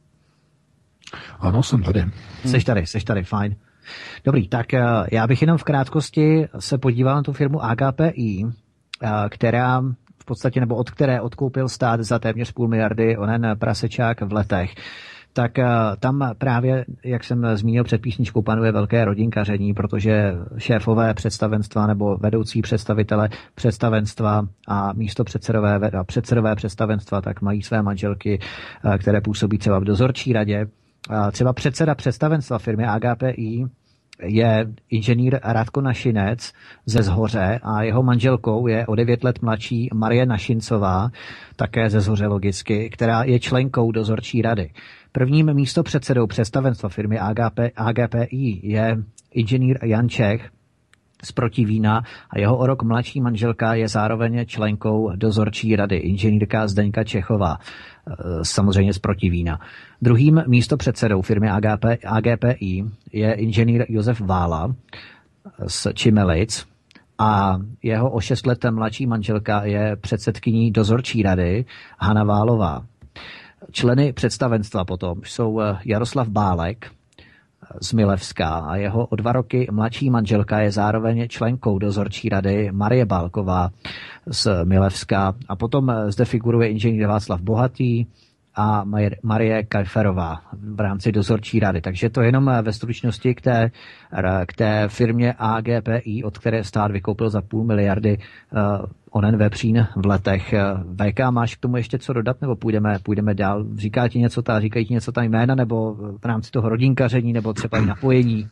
Ano, jsem tady. Seš tady, seš tady, fajn. Dobrý, tak já bych jenom v krátkosti se podíval na tu firmu A G P I, která v podstatě, nebo od které odkoupil stát za téměř půl miliardy onen prasečák v Letech. Tak tam právě, jak jsem zmínil před písničkou, panuje velké rodinkaření, protože šéfové představenstva nebo vedoucí představitele představenstva a místo předsedové, předsedové představenstva tak mají své manželky, které působí třeba v dozorčí radě. Třeba předseda představenstva firmy A G P I je inženýr Radko Našinec ze Zhoře a jeho manželkou je o devět let mladší Marie Našincová, také ze Zhoře logicky, která je členkou dozorčí rady. Prvním místopředsedou představenstva firmy A G P I je inženýr Jan Čech z Protivína a jeho o rok mladší manželka je zároveň členkou dozorčí rady, inženýrka Zdeňka Čechová, samozřejmě z Protivína. Druhým místopředsedou firmy A G P I je inženýr Josef Vála z Čimelic a jeho o šest let mladší manželka je předsedkyní dozorčí rady Hana Válová. Členy představenstva potom jsou Jaroslav Bálek z Milevska a jeho o dva roky mladší manželka je zároveň členkou dozorčí rady Marie Bálková z Milevska a potom zde figuruje inženýr Václav Bohatý a Marie Kajferová v rámci dozorčí rady. Takže to jenom ve stručnosti k té, k té firmě A G P I, od které stát vykoupil za půl miliardy uh, onen vepřín v Letech. V K, máš k tomu ještě co dodat, nebo půjdeme, půjdeme dál? Říká ti něco ta, říkají ti něco ta jména, nebo v rámci toho rodinkaření, nebo třeba i napojení?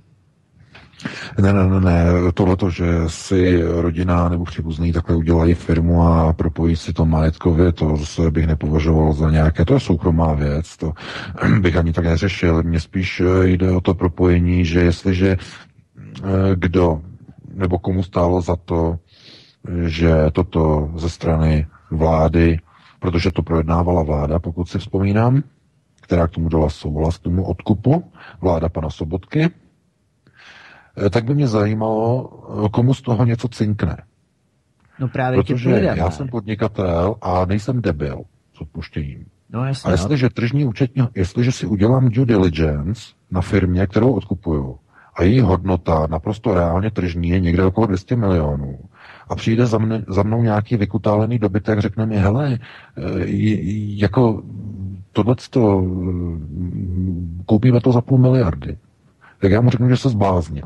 Ne, ne, ne, ne, tohleto, že si rodina nebo příbuzný takhle udělají firmu a propojí si to majetkově, to bych nepovažoval za nějaké, to je soukromá věc, to bych ani tak neřešil. Mně spíš jde o to propojení, že jestliže kdo nebo komu stálo za to, že toto ze strany vlády, protože to projednávala vláda, pokud si vzpomínám, která k tomu dala souhlas, k tomu odkupu, vláda pana Sobotky, tak by mě zajímalo, komu z toho něco cinkne. No právě protože já jsem podnikatel a nejsem debil s odpuštěním. No jasně. A jestliže tržní účetní, jestliže si udělám due diligence na firmě, kterou odkupuju, a její hodnota naprosto reálně tržní je někde okolo dvě stě milionů, a přijde za, mne, za mnou nějaký vykutálený dobytek, řekne mi, hele, jako tohleto, koupíme to za půl miliardy. Tak já mu řeknu, že se zbláznil.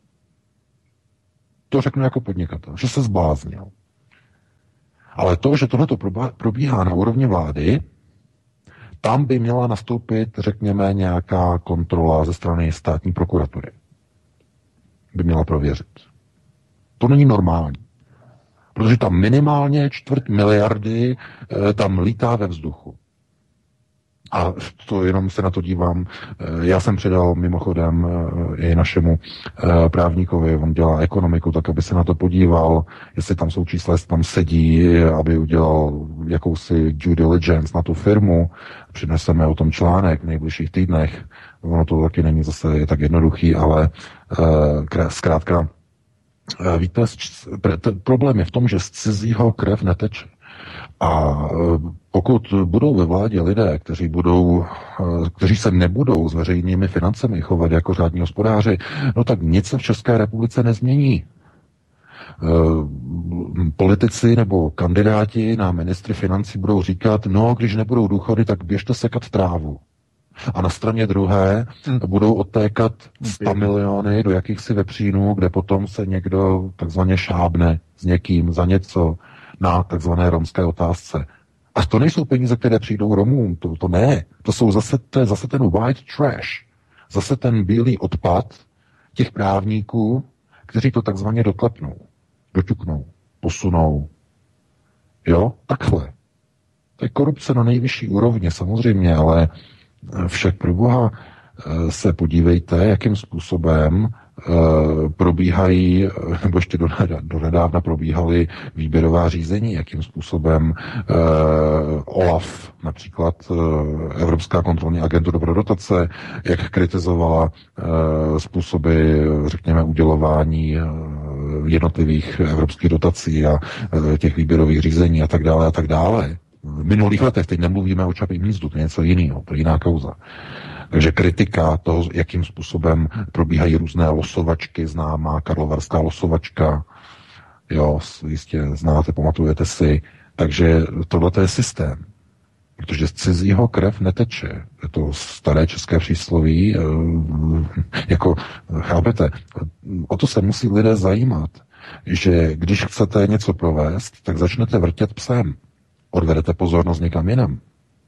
To řeknu jako podnikatel, že se zbláznil. Ale to, že tohleto probíhá na úrovni vlády, tam by měla nastoupit, řekněme, nějaká kontrola ze strany státní prokuratury. By měla prověřit. To není normální. Protože tam minimálně čtvrt miliardy e, tam lítá ve vzduchu. A to jenom se na to dívám. Já jsem předal mimochodem i našemu právníkovi, on dělá ekonomiku, tak aby se na to podíval, jestli tam jsou čísla, jestli tam sedí, aby udělal jakousi due diligence na tu firmu. Přineseme o tom článek v nejbližších týdnech. Ono to taky není zase tak jednoduchý, ale zkrátka víte, problém je v tom, že z cizího krev neteče. A pokud budou ve vládě lidé, kteří, budou, kteří se nebudou s veřejnými financemi chovat jako řádní hospodáři, no tak nic se v České republice nezmění. Politici nebo kandidáti na ministry financí budou říkat, no, když nebudou důchody, tak běžte sekat trávu. A na straně druhé hmm. budou odtékat sta miliony do jakýchsi vepřínů, kde potom se někdo takzvaně šábne s někým za něco na takzvané romské otázce. A to nejsou peníze, které přijdou Romům, to, to ne. To jsou zase, to je zase ten white trash, zase ten bílý odpad těch právníků, kteří to takzvaně doklepnou, doťuknou, posunou. Jo, takhle. To je korupce na nejvyšší úrovni, samozřejmě, ale však pro Boha se podívejte, jakým způsobem probíhají, nebo ještě do nedávna probíhaly výběrová řízení, jakým způsobem OLAF, například Evropská kontrolní agentura pro dotace, jak kritizovala způsoby, řekněme, udělování jednotlivých evropských dotací a těch výběrových řízení a tak dále a tak dále. V minulých letech, teď nemluvíme o Čapím hnízdu, to je něco jiného, to je jiná kauza. Takže kritika toho, jakým způsobem probíhají různé losovačky, známá karlovarská losovačka, jo, jistě znáte, pamatujete si. Takže tohle je systém, protože z cizího krev neteče. Je to staré české přísloví, jako, chápete, o to se musí lidé zajímat, že když chcete něco provést, tak začnete vrtět psem. Odvedete pozornost někam jinam.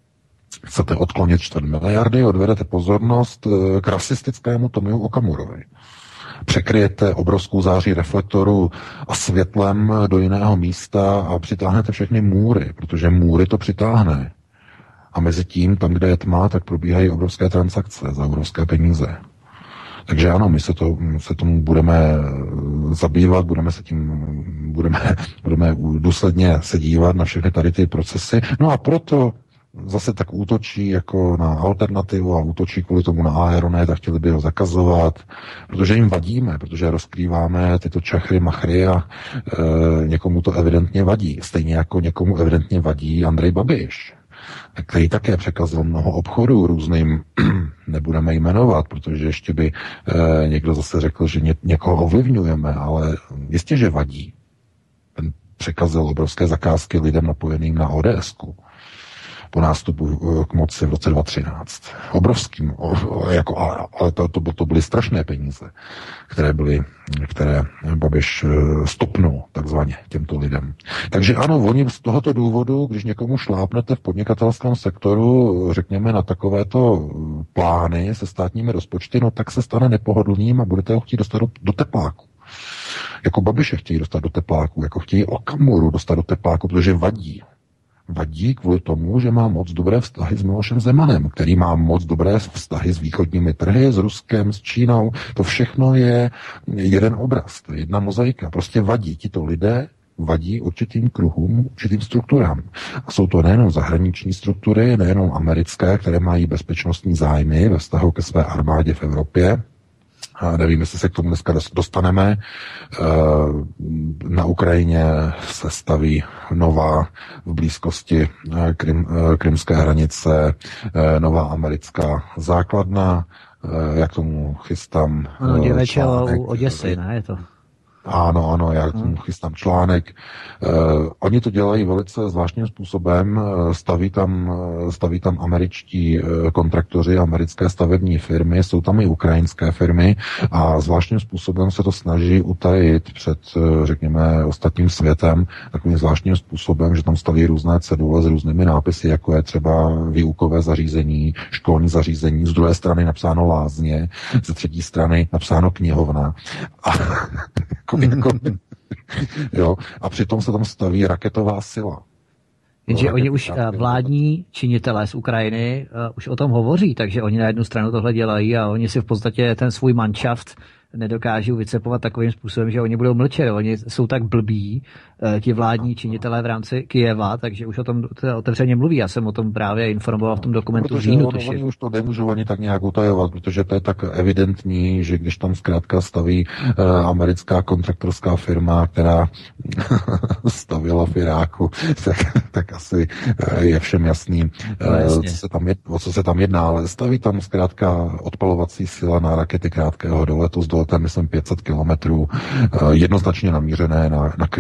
Chcete odklonit čtvrt miliardy, odvedete pozornost k rasistickému Tomiu Okamurovi. Překryjete obrovskou září reflektoru a světlem do jiného místa a přitáhnete všechny můry, protože můry to přitáhne. A mezi tím, tam, kde je tma, tak probíhají obrovské transakce za obrovské peníze. Takže ano, my se, to, my se tomu budeme zabývat, budeme se tím, budeme, budeme důsledně se dívat na všechny tady ty procesy. No a proto zase tak útočí jako na alternativu a útočí kvůli tomu na Aeronet a chtěli by ho zakazovat, protože jim vadíme, protože rozkrýváme tyto čachry, machry a e, někomu to evidentně vadí. Stejně jako někomu evidentně vadí Andrej Babiš, který také překazil mnoho obchodů různým, nebudeme jmenovat, protože ještě by e, někdo zase řekl, že ně, někoho ovlivňujeme, ale jistě, že vadí. Ten překazil obrovské zakázky lidem napojeným na ODSku po nástupu k moci v roce dva tisíce třináct. Obrovským, jako, ale, ale to, to, to byly strašné peníze, které byly, které Babiš stopnul takzvaně těmto lidem. Takže ano, oni z tohoto důvodu, když někomu šlápnete v podnikatelském sektoru, řekněme, na takovéto plány se státními rozpočty, no tak se stane nepohodlným a budete ho chtít dostat do, do tepláku. Jako Babiše chtějí dostat do tepláku, jako chtějí Okamuru dostat do tepláku, protože vadí. Vadí kvůli tomu, že má moc dobré vztahy s Milošem Zemanem, který má moc dobré vztahy s východními trhy, s Ruskem, s Čínou. To všechno je jeden obraz, to je jedna mozaika. Prostě vadí tito lidé, vadí určitým kruhům, určitým strukturám. A jsou to nejenom zahraniční struktury, nejenom americké, které mají bezpečnostní zájmy ve vztahu ke své armádě v Evropě. A nevím, jestli se k tomu dneska dostaneme. Na Ukrajině se staví nová v blízkosti krym, krymské hranice nová americká základna. Jak tomu chystám no, článek. U Oděsy, ne? Je to... Ano, ano, já tomu chystám článek. Uh, oni to dělají velice zvláštním způsobem. Staví tam, staví tam američtí kontraktoři, americké stavební firmy, jsou tam i ukrajinské firmy a zvláštním způsobem se to snaží utajit před, řekněme, ostatním světem, takovým zvláštním způsobem, že tam staví různé cedule s různými nápisy, jako je třeba výukové zařízení, školní zařízení, z druhé strany napsáno lázně, ze třetí strany napsáno knihovna. A Jako, jo, a přitom se tam staví raketová sila. Jenže oni už vládní činitelé z Ukrajiny uh, už o tom hovoří, takže oni na jednu stranu tohle dělají a oni si v podstatě ten svůj manšaft nedokážou vycepovat takovým způsobem, že oni budou mlčet. Oni jsou tak blbí, ti vládní činitelé v rámci Kyjeva, takže už o tom otevřeně mluví. Já jsem o tom právě informoval v tom dokumentu protože říjnu. Protože oni už to nemůžou ani tak nějak utajovat, protože to je tak evidentní, že když tam zkrátka staví uh, americká kontraktorská firma, která stavila v Iráku, tak, tak asi uh, je všem jasný, uh, co se tam je, o co se tam jedná, ale staví tam zkrátka odpalovací sila na rakety krátkého doletu s doletem, myslím, pět set kilometrů, uh, jednoznačně namířené na, na Krym.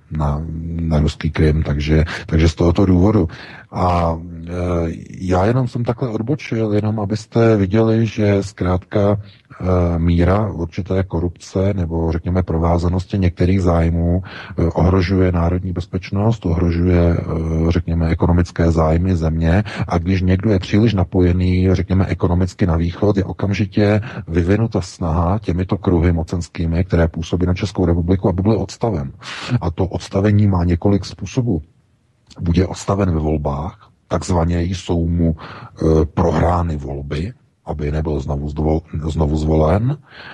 na, na ruský Krym, takže, takže z tohoto důvodu. A e, já jenom jsem takhle odbočil, jenom abyste viděli, že zkrátka e, míra určité korupce nebo řekněme provázanosti některých zájmů e, ohrožuje národní bezpečnost, ohrožuje e, řekněme ekonomické zájmy země a když někdo je příliš napojený, řekněme ekonomicky na východ, je okamžitě vyvinuta snaha těmito kruhy mocenskými, které působí na Českou republiku, aby byl odstaven. A to odstavení má několik způsobů. Bude odstaven ve volbách, takzvaně jsou mu e, prohrány volby, aby nebyl znovu, zdvol, znovu zvolen.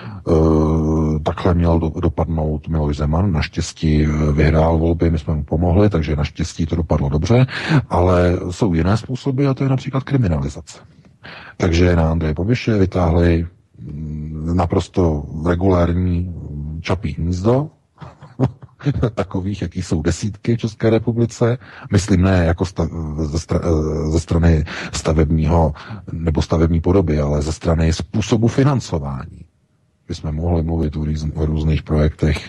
E, takhle měl do, dopadnout Miloš Zeman, naštěstí vyhrál volby, my jsme mu pomohli, takže naštěstí to dopadlo dobře, ale jsou jiné způsoby a to je například kriminalizace. Takže na Andreje Babiše vytáhli naprosto regulární Čapí hnízdo, takových, jaký jsou desítky v České republice. Myslím ne jako stav, ze, stra, ze strany stavebního nebo stavební podoby, ale ze strany způsobu financování. My jsme mohli mluvit o, růz, o různých projektech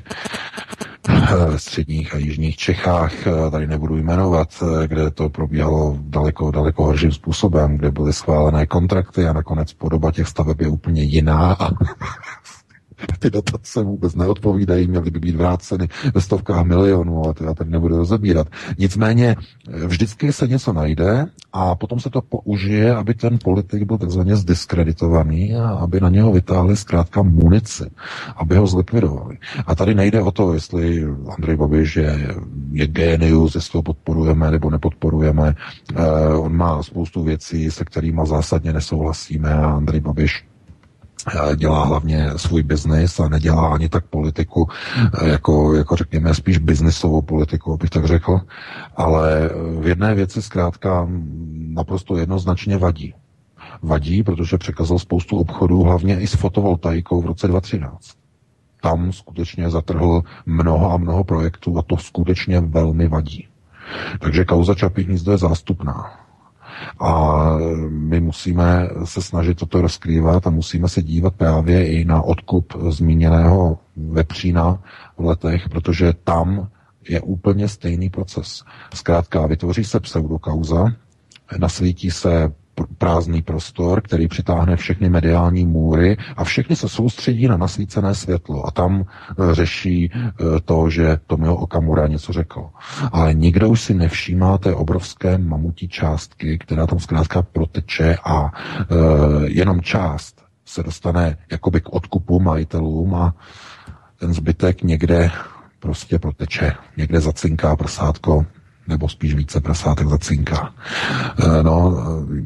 ve středních a jižních Čechách, tady nebudu jmenovat, kde to probíhalo daleko, daleko horším způsobem, kde byly schválené kontrakty a nakonec podoba těch staveb je úplně jiná a ty dotace vůbec neodpovídají, měly by být vráceny ve stovkách milionů, ale to já tady nebudu rozebírat. Nicméně vždycky se něco najde a potom se to použije, aby ten politik byl takzvaně zdiskreditovaný a aby na něho vytáhli zkrátka munici, aby ho zlikvidovali. A tady nejde o to, jestli Andrej Babiš je, je génius, jestli ho podporujeme nebo nepodporujeme. Eh, on má spoustu věcí, se kterými zásadně nesouhlasíme a Andrej Babiš dělá hlavně svůj biznis a nedělá ani tak politiku, jako, jako řekněme spíš biznisovou politiku, bych tak řekl, ale v jedné věci zkrátka naprosto jednoznačně vadí. Vadí, protože překazal spoustu obchodů, hlavně i s fotovoltaikou v roce dva tisíce třináct. Tam skutečně zatrhl mnoho a mnoho projektů a to skutečně velmi vadí. Takže kauza Čapí hnízdo je zástupná. A my musíme se snažit toto rozkrývat a musíme se dívat právě i na odkup zmíněného vepřína v Letech, protože tam je úplně stejný proces. Zkrátka, vytvoří se pseudokauza, nasvítí se prázdný prostor, který přitáhne všechny mediální můry a všechny se soustředí na nasvícené světlo a tam řeší to, že Tomio Okamura něco řekl. Ale nikdo už si nevšímá té obrovské mamutí částky, která tam zkrátka proteče a e, jenom část se dostane jakoby k odkupu majitelům a ten zbytek někde prostě proteče, někde zacinká prsátko, nebo spíš více prasátek zacinká. No,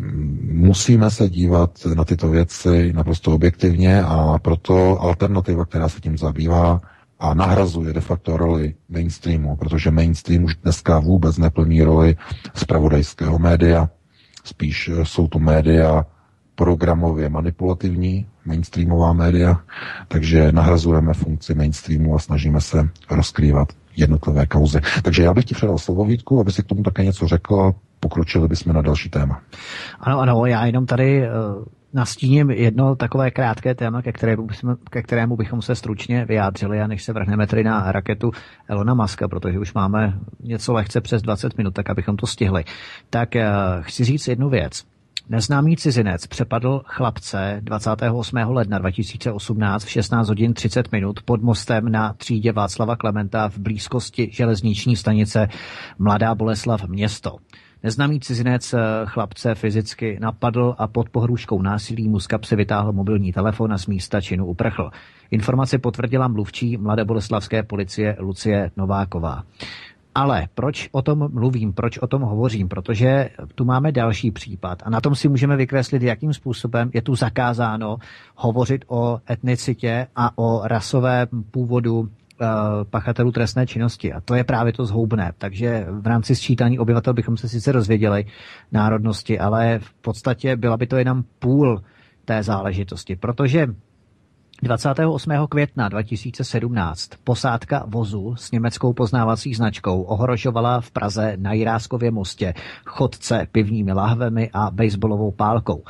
musíme se dívat na tyto věci naprosto objektivně a proto alternativa, která se tím zabývá a nahrazuje de facto roli mainstreamu, protože mainstream už dneska vůbec neplní roli zpravodajského média, spíš jsou to média programově manipulativní, mainstreamová média, takže nahrazujeme funkci mainstreamu a snažíme se rozkrývat jednotlivé kauzy. Takže já bych ti předal slovo, Vítku, aby si k tomu také něco řekl a pokročili bychom na další téma. Ano, ano, já jenom tady uh, nastíním jedno takové krátké téma, ke kterému, bychom, ke kterému bychom se stručně vyjádřili a než se vrhneme tedy na raketu Elona Muska, protože už máme něco lehce přes dvacet minut, tak abychom to stihli. Tak uh, chci říct jednu věc. Neznámý cizinec přepadl chlapce dvacátého osmého ledna dva tisíce osmnáct v šestnáct hodin třicet minut pod mostem na třídě Václava Klementa v blízkosti železniční stanice Mladá Boleslav město. Neznámý cizinec chlapce fyzicky napadl a pod pohrůžkou násilí mu z kapsy vytáhl mobilní telefon a z místa činu uprchl. Informaci potvrdila mluvčí mladoboleslavské policie Lucie Nováková. Ale proč o tom mluvím, proč o tom hovořím? Protože tu máme další případ a na tom si můžeme vykreslit, jakým způsobem je tu zakázáno hovořit o etnicitě a o rasovém původu uh, pachatelů trestné činnosti. A to je právě to zhoubné. Takže v rámci sčítání obyvatel bychom se sice dozvěděli národnosti, ale v podstatě byla by to jenom půl té záležitosti, protože dvacátého osmého května dva tisíce sedmnáct posádka vozu s německou poznávací značkou ohrožovala v Praze na Jiráskově mostě chodce pivními lahvemi a baseballovou pálkou.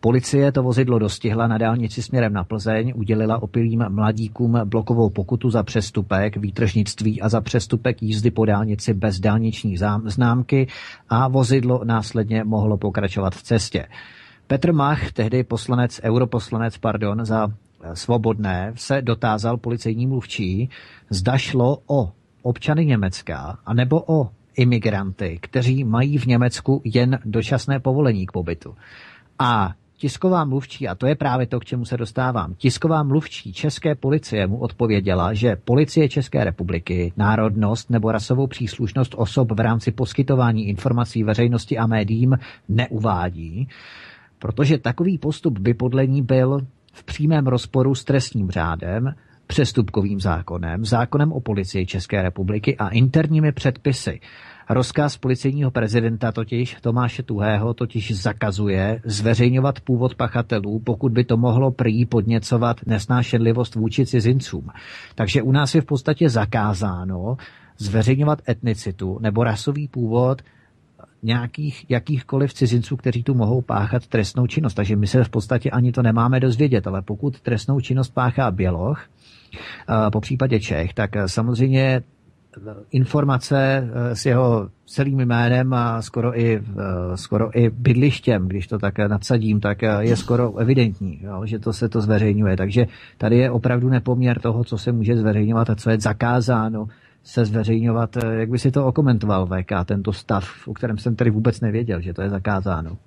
Policie to vozidlo dostihla na dálnici směrem na Plzeň, udělila opilým mladíkům blokovou pokutu za přestupek výtržnictví a za přestupek jízdy po dálnici bez dálniční známky a vozidlo následně mohlo pokračovat v cestě. Petr Mach, tehdy poslanec, europoslanec, pardon, za Svobodné, se dotázal policejní mluvčí, zda šlo o občany Německa anebo o imigranty, kteří mají v Německu jen dočasné povolení k pobytu. A tisková mluvčí, a to je právě to, k čemu se dostávám, tisková mluvčí české policie mu odpověděla, že policie České republiky národnost nebo rasovou příslušnost osob v rámci poskytování informací veřejnosti a médiím neuvádí, protože takový postup by podle ní byl v přímém rozporu s trestním řádem, přestupkovým zákonem, zákonem o policii České republiky a interními předpisy. Rozkaz policejního prezidenta totiž Tomáše Tuhého totiž zakazuje zveřejňovat původ pachatelů, pokud by to mohlo prý podněcovat nesnášenlivost vůči cizincům. Takže u nás je v podstatě zakázáno zveřejňovat etnicitu nebo rasový původ nějakých jakýchkoliv cizinců, kteří tu mohou páchat trestnou činnost. Takže my se v podstatě ani to nemáme dozvědět, ale pokud trestnou činnost páchá Běloch, po případě Čech, tak samozřejmě informace s jeho celým jménem a skoro i, skoro i bydlištěm, když to tak nadsadím, tak je skoro evidentní, jo, že to se to zveřejňuje. Takže tady je opravdu nepoměr toho, co se může zveřejňovat a co je zakázáno se zveřejňovat. Jak by si to okomentoval, V K, tento stav, o kterém jsem tady vůbec nevěděl, že to je zakázáno?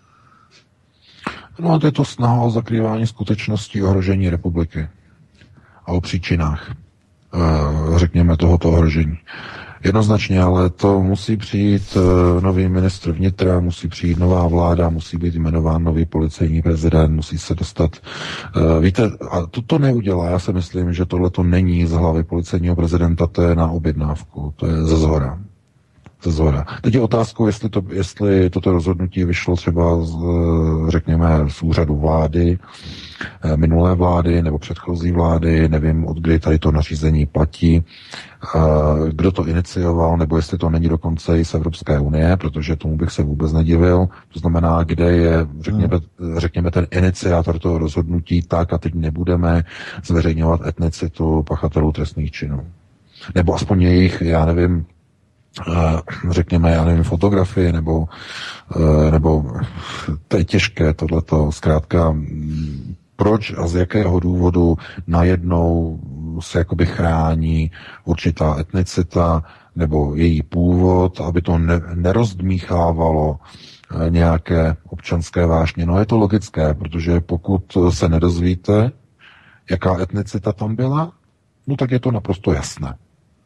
No a to je to snaha o zakrývání skutečností ohrožení republiky a o příčinách, řekněme, tohoto ohrožení. Jednoznačně, ale to musí přijít nový ministr vnitra, musí přijít nová vláda, musí být jmenován nový policejní prezident, musí se dostat. Víte, a to to neudělá. Já si myslím, že tohle to není z hlavy policejního prezidenta, to je na objednávku, to je ze zhora. Ze zhora. Teď je otázkou, jestli, to, jestli toto rozhodnutí vyšlo třeba z, řekněme, z úřadu vlády, minulé vlády nebo předchozí vlády, nevím, od kdy tady to nařízení platí, kdo to inicioval, nebo jestli to není dokonce i z Evropské unie, protože tomu bych se vůbec nedivil. To znamená, kde je, řekněme, řekněme ten iniciátor toho rozhodnutí, tak a teď nebudeme zveřejňovat etnicitu pachatelů trestných činů. Nebo aspoň jejich, já nevím, řekněme, já nevím, fotografie, nebo, nebo to je těžké tohleto, zkrátka, proč a z jakého důvodu najednou se jakoby chrání určitá etnicita nebo její původ, aby to ne, nerozdmíchávalo nějaké občanské vášně. No je to logické, protože pokud se nedozvíte, jaká etnicita tam byla, no tak je to naprosto jasné.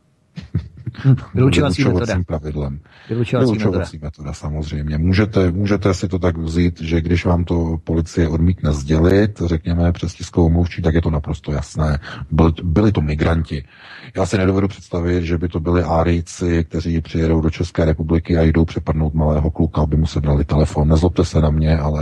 Vylučovací metoda. Pravidlem. Vylučovací, Vylučovací metoda. metoda, samozřejmě. Můžete, můžete si to tak vzít, že když vám to policie odmítne sdělit, řekněme přes tiskovou mluvčí, tak je to naprosto jasné. Byli, byli to migranti. Já si nedovedu představit, že by to byli Árijci, kteří přijedou do České republiky a jdou přepadnout malého kluka, aby mu sebrali telefon. Nezlobte se na mě, ale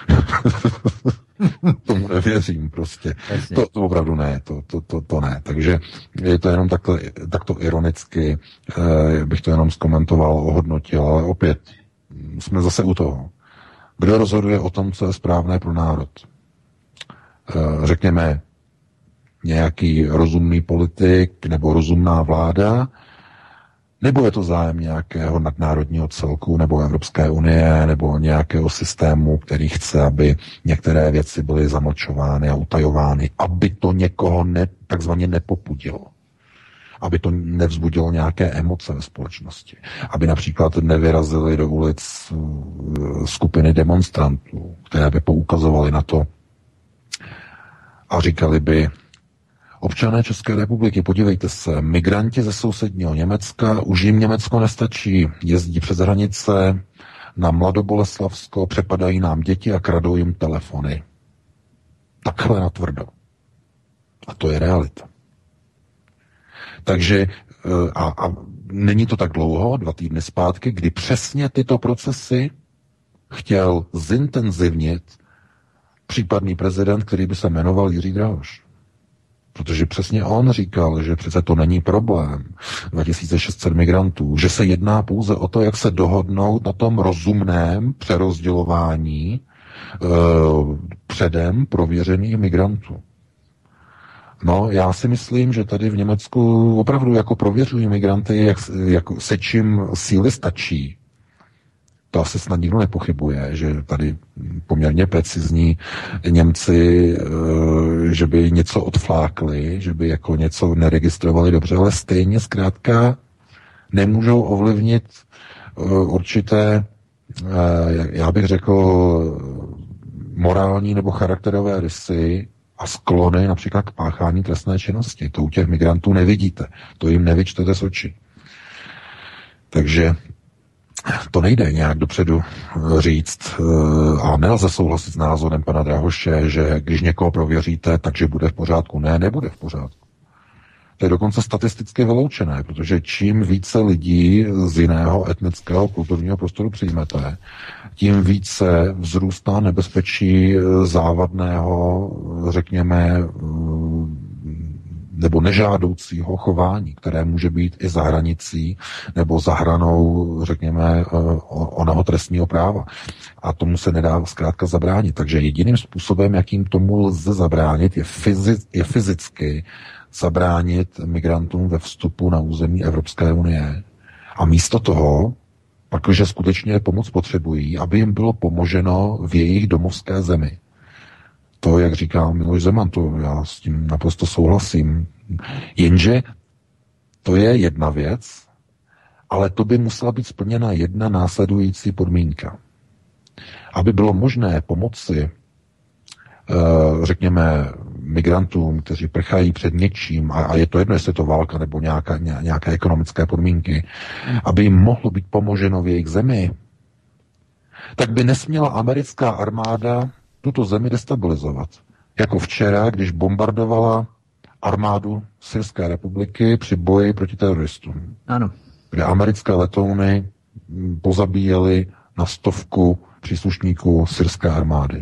tomu nevěřím prostě. To, to opravdu ne, to, to, to, to ne. Takže je to jenom takto, takto ironicky, eh, bych to jenom zkomentoval, ohodnotil, ale opět jsme zase u toho. Kdo rozhoduje o tom, co je správné pro národ? Eh, řekněme, nějaký rozumný politik nebo rozumná vláda, nebo je to zájem nějakého nadnárodního celku nebo Evropské unie nebo nějakého systému, který chce, aby některé věci byly zamlčovány a utajovány, aby to někoho ne, takzvaně nepopudilo. Aby to nevzbudilo nějaké emoce ve společnosti. Aby například nevyrazily do ulic skupiny demonstrantů, které by poukazovaly na to a říkali by: občané České republiky, podívejte se, migranti ze sousedního Německa, už jim Německo nestačí, jezdí přes hranice na Mladoboleslavsko, přepadají nám děti a kradou jim telefony. Takhle natvrdo. A to je realita. Takže a, a není to tak dlouho, dva týdny zpátky, kdy přesně tyto procesy chtěl zintenzivnit případný prezident, který by se jmenoval Jiří Drahoš. Protože přesně on říkal, že přece to není problém dva tisíce šest set migrantů, že se jedná pouze o to, jak se dohodnout na tom rozumném přerozdělování předem prověřených migrantů. No, já si myslím, že tady v Německu opravdu jako prověřují migranty, jak, jak se čím síly stačí. To asi snad nikdo nepochybuje, že tady poměrně precizní Němci, že by něco odflákli, že by jako něco neregistrovali dobře, ale stejně zkrátka nemůžou ovlivnit určité, já bych řekl, morální nebo charakterové rysy a sklony například k páchání trestné činnosti. To u těch migrantů nevidíte. To jim nevyčtete z očí. Takže to nejde nějak dopředu říct a nelze souhlasit s názorem pana Drahoše, že když někoho prověříte, takže bude v pořádku. Ne, nebude v pořádku. To je dokonce statisticky vyloučené, protože čím více lidí z jiného etnického kulturního prostoru přijmete, tím více vzrůstá nebezpečí závadného, řekněme, nebo nežádoucího chování, které může být i za hranicí nebo za hranou, řekněme, onoho trestního práva. A tomu se nedá zkrátka zabránit. Takže jediným způsobem, jakým tomu lze zabránit, je, fyzi- je fyzicky zabránit migrantům ve vstupu na území Evropské unie. A místo toho, pakliže skutečně pomoc potřebují, aby jim bylo pomoženo v jejich domovské zemi. To, jak říká Miloš Zeman, to já s tím naprosto souhlasím. Jenže to je jedna věc, ale to by musela být splněna jedna následující podmínka. Aby bylo možné pomoci, řekněme, migrantům, kteří prchají před něčím, a je to jedno, jestli je to válka nebo nějaká, nějaké ekonomické podmínky, aby jim mohlo být pomoženo v jejich zemi, tak by nesměla americká armáda tuto zemi destabilizovat. Jako včera, když bombardovala armádu Syrské republiky při boji proti teroristům. Ano. Kde americké letouny pozabíjely na stovku příslušníků syrské armády.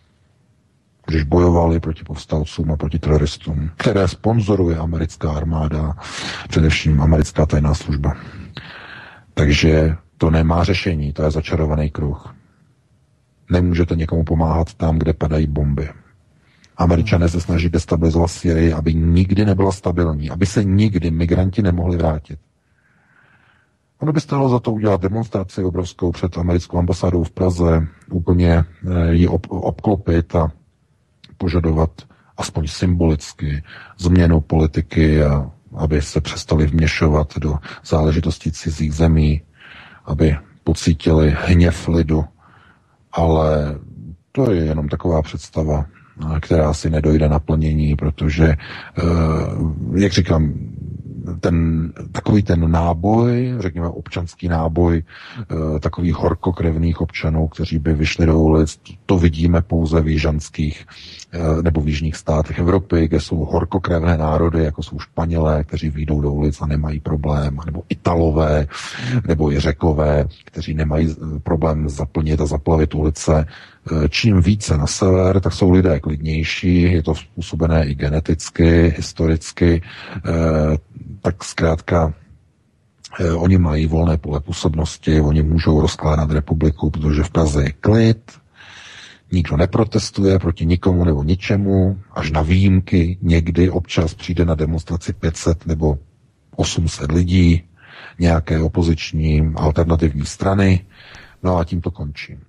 Když bojovali proti povstalcům a proti teroristům, které sponzoruje americká armáda, především americká tajná služba. Takže to nemá řešení, to je začarovaný kruh. Nemůžete někomu pomáhat tam, kde padají bomby. Američané se snaží destabilizovat Syrii, aby nikdy nebyla stabilní, aby se nikdy migranti nemohli vrátit. Ono by stálo za to udělat demonstraci obrovskou před americkou ambasádou v Praze, úplně ji ob- obklopit a požadovat aspoň symbolicky změnu politiky, a aby se přestali vměšovat do záležitostí cizích zemí, aby pocítili hněv lidu. Ale to je jenom taková představa, která si nedojde naplnění, protože, jak říkám, ten, takový ten náboj, řekněme občanský náboj, takových horkokrevných občanů, kteří by vyšli do ulic, to vidíme pouze v jižanských nebo v jižních státech Evropy, kde jsou horkokrevné národy, jako jsou Španělé, kteří vyjdou do ulic a nemají problém, nebo Italové, nebo i Řekové, kteří nemají problém zaplnit a zaplavit ulice. Čím více na sever, tak jsou lidé klidnější, je to způsobené i geneticky, historicky, tak zkrátka oni mají volné pole působnosti, oni můžou rozkládat republiku, protože v Praze je klid, nikdo neprotestuje proti nikomu nebo ničemu, až na výjimky někdy občas přijde na demonstraci pět set nebo osm set lidí, nějaké opoziční alternativní strany, no a tím to končí.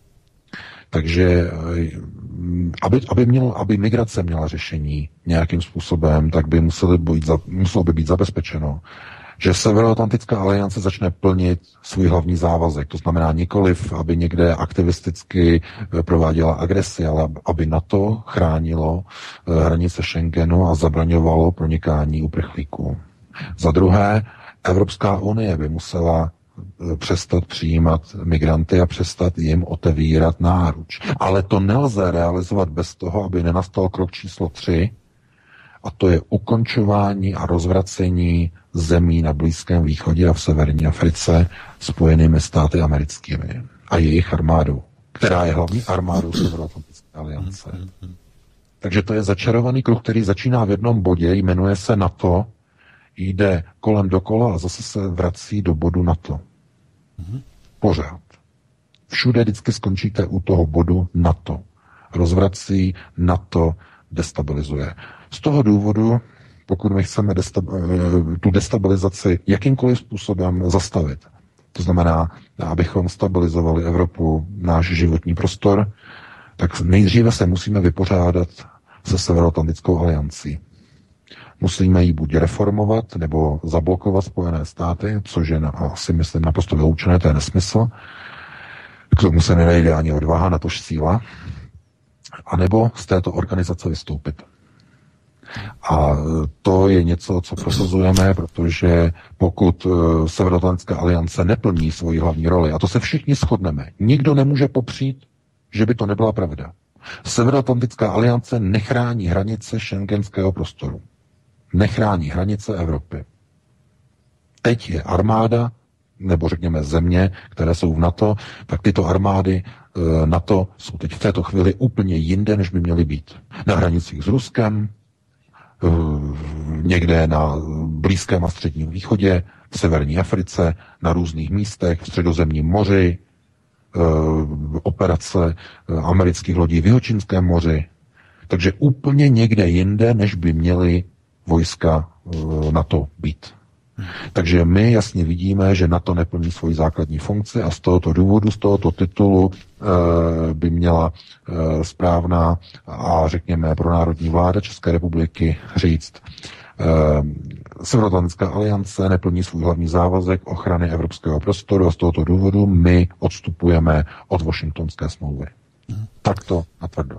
Takže aby, aby, měl, aby migrace měla řešení nějakým způsobem, tak by muselo být, muselo by být zabezpečeno, že Severoatlantická aliance začne plnit svůj hlavní závazek. To znamená nikoliv, aby někde aktivisticky prováděla agresi, ale aby NATO chránilo hranice Schengenu a zabraňovalo pronikání uprchlíků. Za druhé, Evropská unie by musela přestat přijímat migranty a přestat jim otevírat náruč. Ale to nelze realizovat bez toho, aby nenastal krok číslo tři, a to je ukončování a rozvracení zemí na Blízkém východě a v severní Africe Spojenými státy americkými a jejich armádou, která je hlavní armádou Severoatlantické aliance. Takže to je začarovaný kruh, který začíná v jednom bodě, jmenuje se NATO, jde kolem dokola a zase se vrací do bodu NATO. Pořád. Všude vždycky skončíte u toho bodu NATO. Rozvrací, NATO destabilizuje. Z toho důvodu, pokud my chceme destab- tu destabilizaci jakýmkoliv způsobem zastavit, to znamená, abychom stabilizovali Evropu, náš životní prostor, tak nejdříve se musíme vypořádat se Severoatlantickou aliancí. Musíme ji buď reformovat, nebo zablokovat Spojené státy, což je na, asi myslím naprosto vyloučené, to je nesmysl. K tomu se nenejde ani odvaha, natož síla. A nebo z této organizace vystoupit. A to je něco, co prosazujeme, protože pokud Severoatlantická aliance neplní svoji hlavní roli, a to se všichni shodneme, nikdo nemůže popřít, že by to nebyla pravda. Severoatlantická aliance nechrání hranice šengenského prostoru. Nechrání hranice Evropy. Teď je armáda, nebo řekněme země, které jsou v NATO, tak tyto armády e, NATO jsou teď v této chvíli úplně jinde, než by měly být. Na hranicích s Ruskem, e, někde na Blízkém a Středním východě, v severní Africe, na různých místech, v Středozemním moři, e, operace amerických lodí v Jihočínském moři. Takže úplně někde jinde, než by měly vojska e, NATO být. Takže my jasně vidíme, že NATO neplní svoji základní funkci a z tohoto důvodu, z tohoto titulu e, by měla e, správná a řekněme pronárodní vláda České republiky říct, e, Severoatlantická aliance neplní svůj hlavní závazek ochrany evropského prostoru a z tohoto důvodu my odstupujeme od Washingtonské smlouvy. Hmm. Takto natvrdo.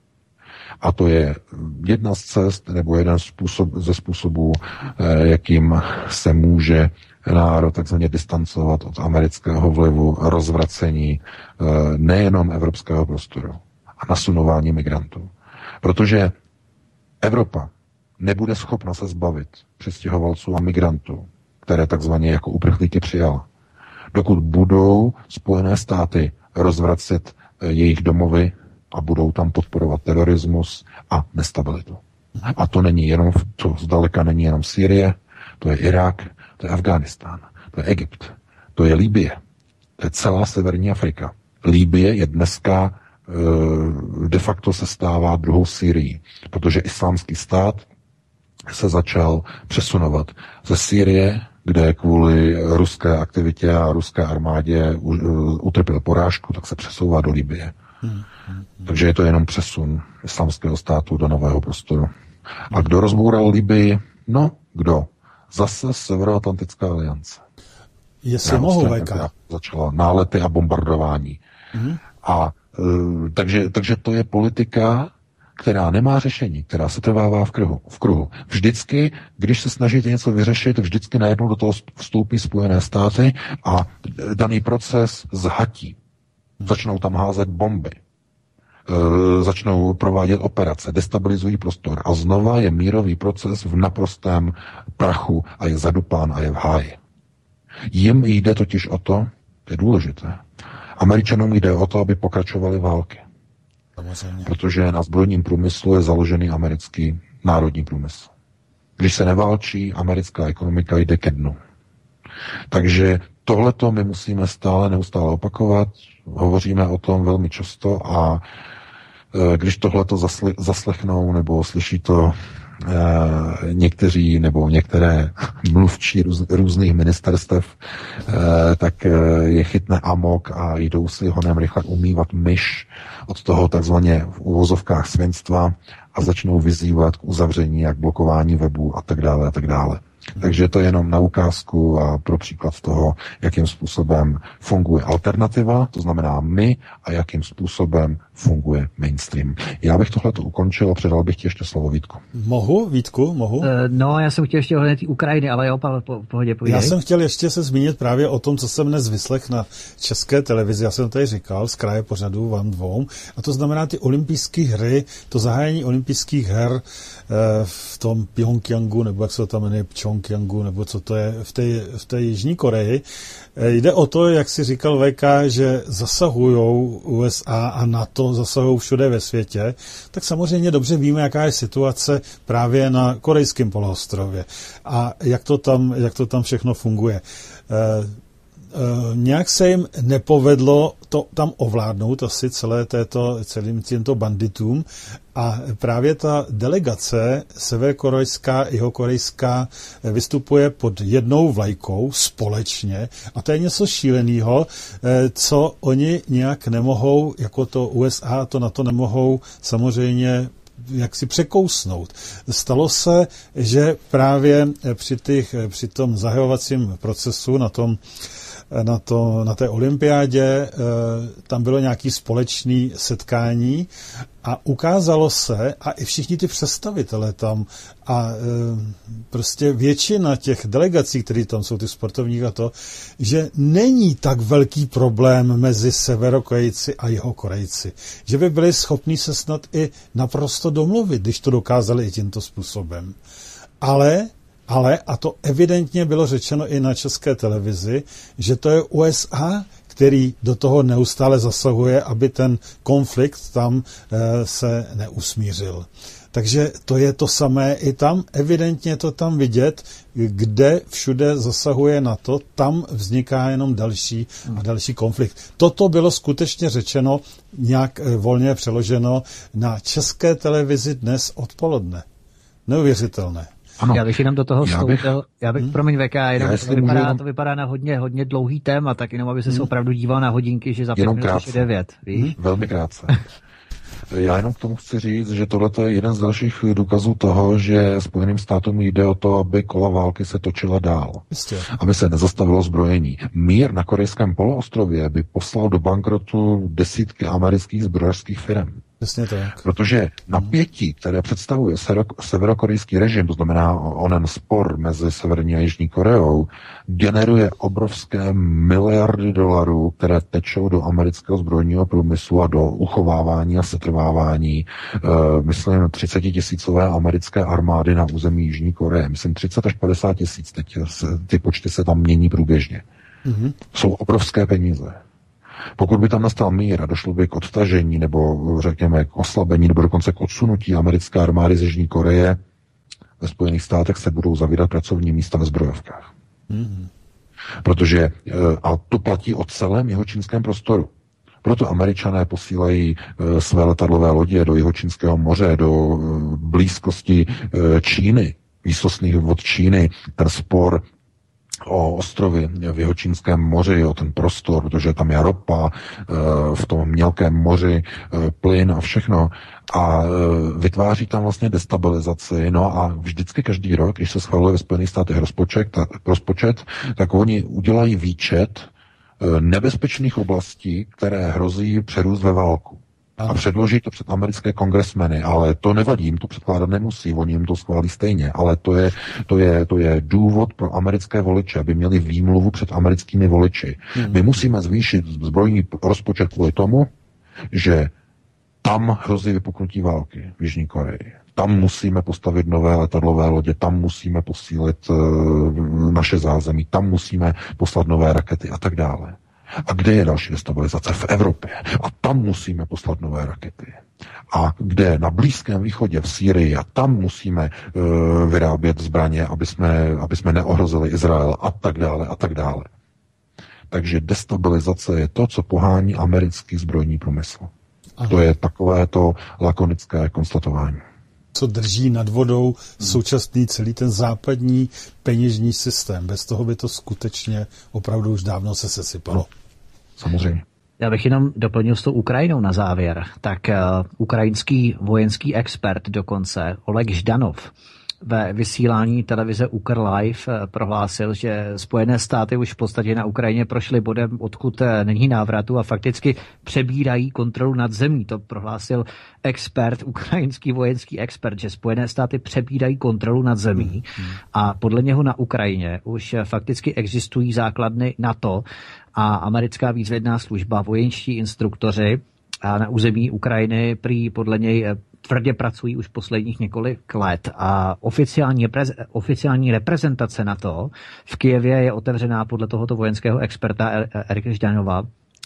A to je jedna z cest, nebo jeden způsob, ze způsobů, jakým se může národ takzvaně distancovat od amerického vlivu, rozvracení nejenom evropského prostoru a nasunování migrantů. Protože Evropa nebude schopna se zbavit přistěhovalců a migrantů, které takzvaně jako uprchlíky přijala, dokud budou Spojené státy rozvracet jejich domovy a budou tam podporovat terorismus a nestabilitu. A to není jenom, to zdaleka není jenom Sýrie, to je Irák, to je Afghánistán, to je Egypt, to je Libye, to je celá severní Afrika. Libye je dneska e, de facto se stává druhou Sýrií, protože islámský stát se začal přesunovat ze Sýrie, kde kvůli ruské aktivitě a ruské armádě u, uh, utrpěl porážku, tak se přesouvá do Libye. Hmm, hmm, hmm. Takže je to jenom přesun islámského státu do nového prostoru. A kdo rozboural Libyi? No, kdo? Zase Severoatlantická aliance. Jestli mohu, V K. Začala nálety a bombardování. Hmm. A uh, takže, takže to je politika, která nemá řešení, která se trvává v kruhu, v kruhu. Vždycky, když se snažíte něco vyřešit, vždycky najednou do toho vstoupí Spojené státy a daný proces zhatí. Začnou tam házet bomby, e, začnou provádět operace, destabilizují prostor a znova je mírový proces v naprostém prachu a je zadupán a je v háji. Jim jde totiž o to, to je důležité, Američanům jde o to, aby pokračovaly války. Protože na zbrojním průmyslu je založený americký národní průmysl. Když se neválčí, americká ekonomika jde ke dnu. Takže tohleto my musíme stále, neustále opakovat. Hovoříme o tom velmi často a e, když tohleto zasle, zaslechnou nebo slyší to e, někteří nebo některé mluvčí růz, různých ministerstev, e, tak e, je chytne amok a jdou si honem rychle umývat myš od toho takzvaně v uvozovkách svinstva a začnou vyzývat k uzavření, jak blokování webu a tak dále a tak dále. Takže to je jenom na ukázku a pro příklad toho, jakým způsobem funguje alternativa, to znamená my, a jakým způsobem funguje mainstream. Já bych tohleto ukončil a předal bych ti ještě slovo Vítku. Mohu, Vítku, mohu? Uh, no, já jsem chtěl ještě ohledně té Ukrajiny, ale jo, Pavel, po, pohodě, pohodě. Já jsem chtěl ještě se zmínit právě o tom, co jsem dnes vyslech na České televizi. Já jsem tady říkal z kraje pořadu vám dvou. A to znamená ty olympijské hry, to zahájení olympijských her uh, v tom Pjongjangu, nebo jak se to tam jmenuje, Pchongjangu, nebo co to je, v té, v té Jižní Koreji. Uh, jde o to, jak si říkal V K, že zasahujou U S A a NATO, zasahují všude ve světě, tak samozřejmě dobře víme, jaká je situace právě na korejském poloostrově a jak to tam, jak to tam všechno funguje. nějak se jim nepovedlo to tam ovládnout asi celé této, celým tímto banditům a právě ta delegace severokorejská, jihokorejská vystupuje pod jednou vlajkou společně a to je něco šíleného, co oni nějak nemohou, jako to U S A, to na to nemohou samozřejmě jak si překousnout. Stalo se, že právě při, těch, při tom zahajovacím procesu na tom Na, to, na té olympiádě e, tam bylo nějaké společné setkání a ukázalo se, a i všichni ty představitelé tam a e, prostě většina těch delegací, které tam jsou, ty sportovní a to, že není tak velký problém mezi Severokorejci a Jihokorejci. Že by byli schopni se snad i naprosto domluvit, když to dokázali i tímto způsobem. Ale Ale, a to evidentně bylo řečeno i na české televizi, že to je U S A, který do toho neustále zasahuje, aby ten konflikt tam e, se neusmířil. Takže to je to samé i tam, evidentně to tam vidět, kde všude zasahuje na to, tam vzniká jenom další a další konflikt. Toto bylo skutečně řečeno, nějak volně přeloženo na české televizi dnes odpoledne. Neuvěřitelné. Ano. Já bych jenom do toho vstoupil, já bych, hmm. promiň V K, jenom to vypadá, můžu... to vypadá na hodně, hodně dlouhý téma, tak jenom aby se hmm. opravdu díval na hodinky, že za pět minut už je devět, víš? Hmm. Velmi krátce. Já jenom k tomu chci říct, že tohle je jeden z dalších důkazů toho, že Spojeným státům jde o to, aby kola války se točila dál. Jistě. Aby se nezastavilo zbrojení. Mír na korejském poloostrově by poslal do bankrotu desítky amerických zbrojařských firm. Jasně tak. Protože napětí, které představuje severokorejský režim, to znamená onen spor mezi Severní a Jižní Koreou, generuje obrovské miliardy dolarů, které tečou do amerického zbrojního průmyslu a do uchovávání a setrvávání, e, myslím, třicetitisícové americké armády na území Jižní Koreje. Myslím, třicet až padesát tisíc, teď ty počty se tam mění průběžně. Mm-hmm. Jsou obrovské peníze. Pokud by tam nastal mír a došlo by k odtažení nebo řekněme k oslabení nebo dokonce k odsunutí americké armády z Jižní Koreje, ve Spojených státech se budou zavírat pracovní místa ve zbrojovkách. Mm-hmm. Protože, a to platí o celém jihočínském prostoru. Proto Američané posílají své letadlové lodě do Jihočínského moře, do blízkosti Číny, výsostných vod Číny, ten spor o ostrovy v Jihočínském moři, o ten prostor, protože tam je ropa, v tom mělkém moři plyn a všechno a vytváří tam vlastně destabilizaci. No a vždycky každý rok, když se schvaluje ve Spojených státech rozpočet, tak, rozpočet, tak oni udělají výčet nebezpečných oblastí, které hrozí přerůst ve válku. A předloží to před americké kongresmeny, ale to nevadí, jim to předkládat nemusí, oni jim to schválí stejně, ale to je, to je, to je důvod pro americké voliče, aby měli výmluvu před americkými voliči. Hmm. My musíme zvýšit zbrojní rozpočet kvůli tomu, že tam hrozí vypuknutí války v Jižní Koreji. Tam musíme postavit nové letadlové lodě, tam musíme posílit uh, naše zázemí, tam musíme poslat nové rakety a tak dále. A kde je další destabilizace? V Evropě. A tam musíme poslat nové rakety. A kde? Na Blízkém východě, v Sýrii. A tam musíme uh, vyrábět zbraně, aby jsme, aby jsme neohrozili Izrael a tak dále a tak dále. Takže destabilizace je to, co pohání americký zbrojní průmysl. Aha. To je takovéto lakonické konstatování. Co drží nad vodou současný celý ten západní peněžní systém. Bez toho by to skutečně opravdu už dávno se sesypalo. Samozřejmě. Já bych jenom doplnil s tou Ukrajinou na závěr. Tak uh, ukrajinský vojenský expert dokonce, Oleg Ždanov, ve vysílání televize Ukr Live prohlásil, že Spojené státy už v podstatě na Ukrajině prošly bodem, odkud není návratu a fakticky přebírají kontrolu nad zemí. To prohlásil expert, ukrajinský vojenský expert, že Spojené státy přebírají kontrolu nad zemí a podle něho na Ukrajině už fakticky existují základny NATO a americká výzvědná služba, vojenští instruktoři a na území Ukrajiny prý podle něj tvrdě pracují už posledních několik let a oficiální, reprez, oficiální reprezentace NATO v Kyjevě je otevřená podle tohoto vojenského experta Erika Ždanova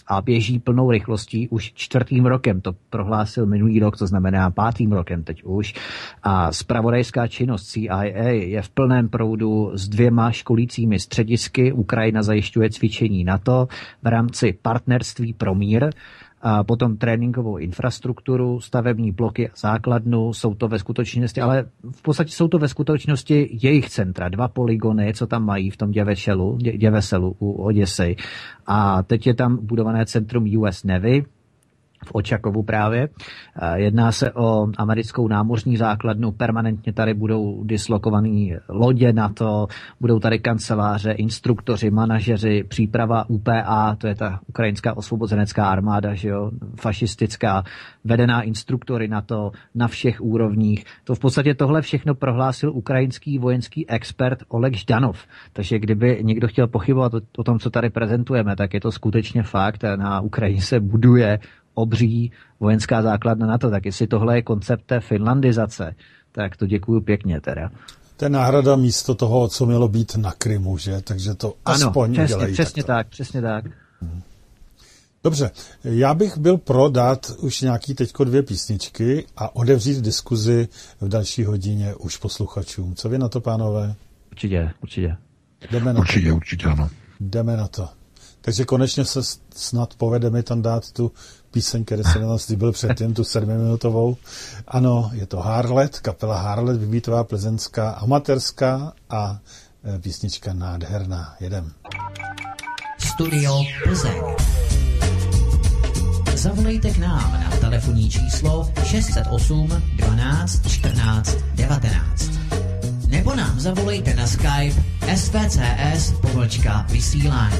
a běží plnou rychlostí už čtvrtým rokem. To prohlásil minulý rok, to znamená pátým rokem teď už. A zpravodajská činnost C I A je v plném proudu s dvěma školícími středisky. Ukrajina zajišťuje cvičení NATO v rámci partnerství pro mír, a potom tréninkovou infrastrukturu, stavební bloky a základnu, jsou to ve skutečnosti, ale v podstatě jsou to ve skutečnosti jejich centra, dva polygony, co tam mají v tom Děveselu, dě, Děveselu u Oděsy. A teď je tam budované centrum U S Navy, v Očakovu právě. Jedná se o americkou námořní základnu, permanentně tady budou dislokovaný lodě NATO, budou tady kanceláře, instruktoři, manažeři, příprava U P A, to je ta ukrajinská osvobozenecká armáda, že jo, fašistická, vedená instruktory NATO na všech úrovních. To v podstatě tohle všechno prohlásil ukrajinský vojenský expert Oleg Ždanov. Takže kdyby někdo chtěl pochybovat o, o tom, co tady prezentujeme, tak je to skutečně fakt. Na Ukrajině se buduje obří vojenská základna NATO, tak jestli tohle je koncept té finlandizace, tak to děkuju pěkně teda. To je náhrada místo toho, co mělo být na Krymu, že? Takže to ano, aspoň přesně, dělají přesně takto. tak, přesně tak. Dobře, já bych byl pro dát už nějaký teďko dvě písničky a otevřít diskuzi v další hodině už posluchačům. Co vy na to, pánové? Určitě, určitě. Jdeme na určitě, to. určitě, ano. Jdeme na to. Takže konečně se snad povede mi tam dát tu píseň, který jsem nám slíbil předtím, tu sedmiminutovou. Ano, je to Harlet, kapela Harlet, Vybítová, plzeňská, amatérská a písnička nádherná. Jedem. Studio Plzeň. Zavolejte k nám na telefonní číslo šest set osm dvanáct čtrnáct devatenáct. Nebo nám zavolejte na Skype S V C S pomlčka vysílání.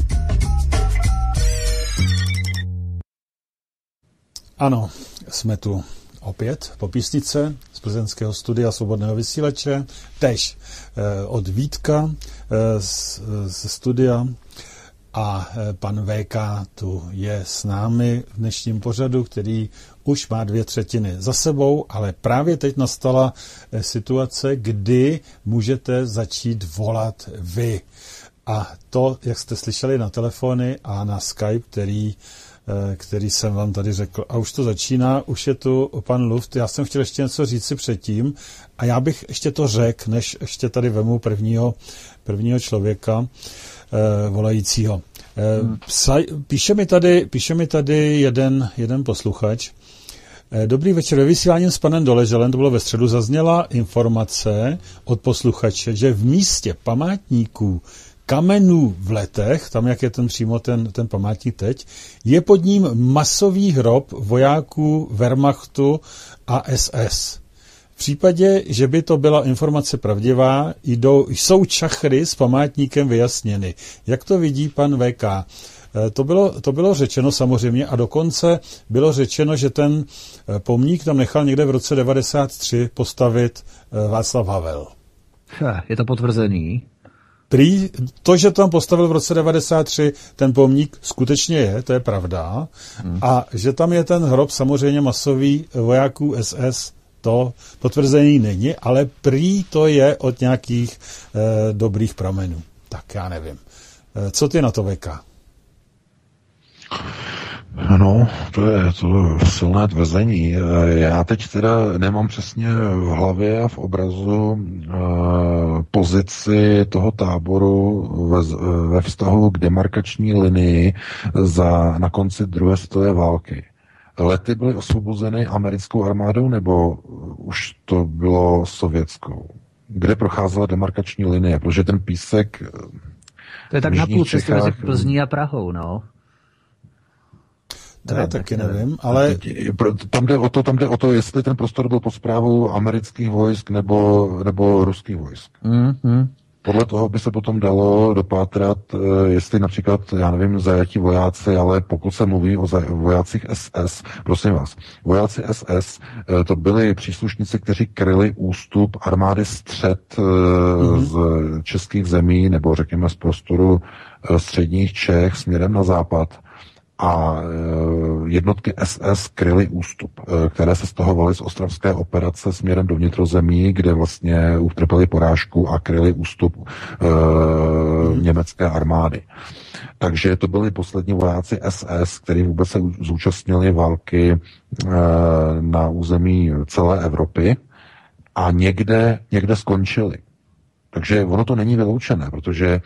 Ano, jsme tu opět po písnice z plzeňského studia Svobodného vysílače, tež eh, od Vítka eh, z, z studia a eh, pan V K tu je s námi v dnešním pořadu, který už má dvě třetiny za sebou, ale právě teď nastala eh, situace, kdy můžete začít volat vy. A to, jak jste slyšeli na telefony a na Skype, který který jsem vám tady řekl. A už to začíná, už je tu pan Luft. Já jsem chtěl ještě něco říct si předtím a já bych ještě to řekl, než ještě tady vemu prvního, prvního člověka eh, volajícího. Eh, hmm. psa, píše mi tady, píše mi tady jeden, jeden posluchač. Eh, Dobrý večer, ve vysílání s panem Doleželem, to bylo ve středu, zazněla informace od posluchače, že v místě památníků kamenů v Letech, tam jak je ten přímo ten, ten památník teď, je pod ním masový hrob vojáků Wehrmachtu a S S. V případě, že by to byla informace pravdivá, jdou, jsou čachry s památníkem vyjasněny. Jak to vidí pan V K? To bylo, to bylo řečeno samozřejmě a dokonce bylo řečeno, že ten pomník tam nechal někde v roce devadesát tři postavit Václav Havel. Je to potvrzený? Prý, to, že tam postavil v roce devadesát tři ten pomník, skutečně je, to je pravda. Hmm. A že tam je ten hrob samozřejmě masový vojáků S S, to potvrzený není, ale prý to je od nějakých eh, dobrých pramenů. Tak já nevím. Eh, co ty na to, V K? No, to je to silné tvrzení. Já teď teda nemám přesně v hlavě a v obrazu uh, pozici toho táboru ve, ve vztahu k demarkační linii za, na konci druhé světové války. Lety byly osvobozeny americkou armádou nebo už to bylo sovětskou? Kde procházela demarkační linie? Protože ten písek... To je tak na půl cesty mezi Plzní a Prahou, no. To já taky nevím, ale... Tam jde o to, tam jde o to, jestli ten prostor byl pod správou amerických vojsk nebo, nebo ruských vojsk. Mm-hmm. Podle toho by se potom dalo dopátrat, jestli například, já nevím, zajatí vojáci, ale pokud se mluví o vojácích S S, prosím vás, vojáci S S to byli příslušníci, kteří kryli ústup armády střed mm-hmm. z českých zemí, nebo řekněme z prostoru středních Čech směrem na západ. a jednotky S S kryly ústup, které se stahovaly z ostravské operace směrem do vnitrozemí, kde vlastně utrpěli porážku a kryli ústup uh, německé armády. Takže to byli poslední vojáci S S, kteří vůbec se zúčastnili války uh, na území celé Evropy a někde, někde skončili. Takže ono to není vyloučené, protože e,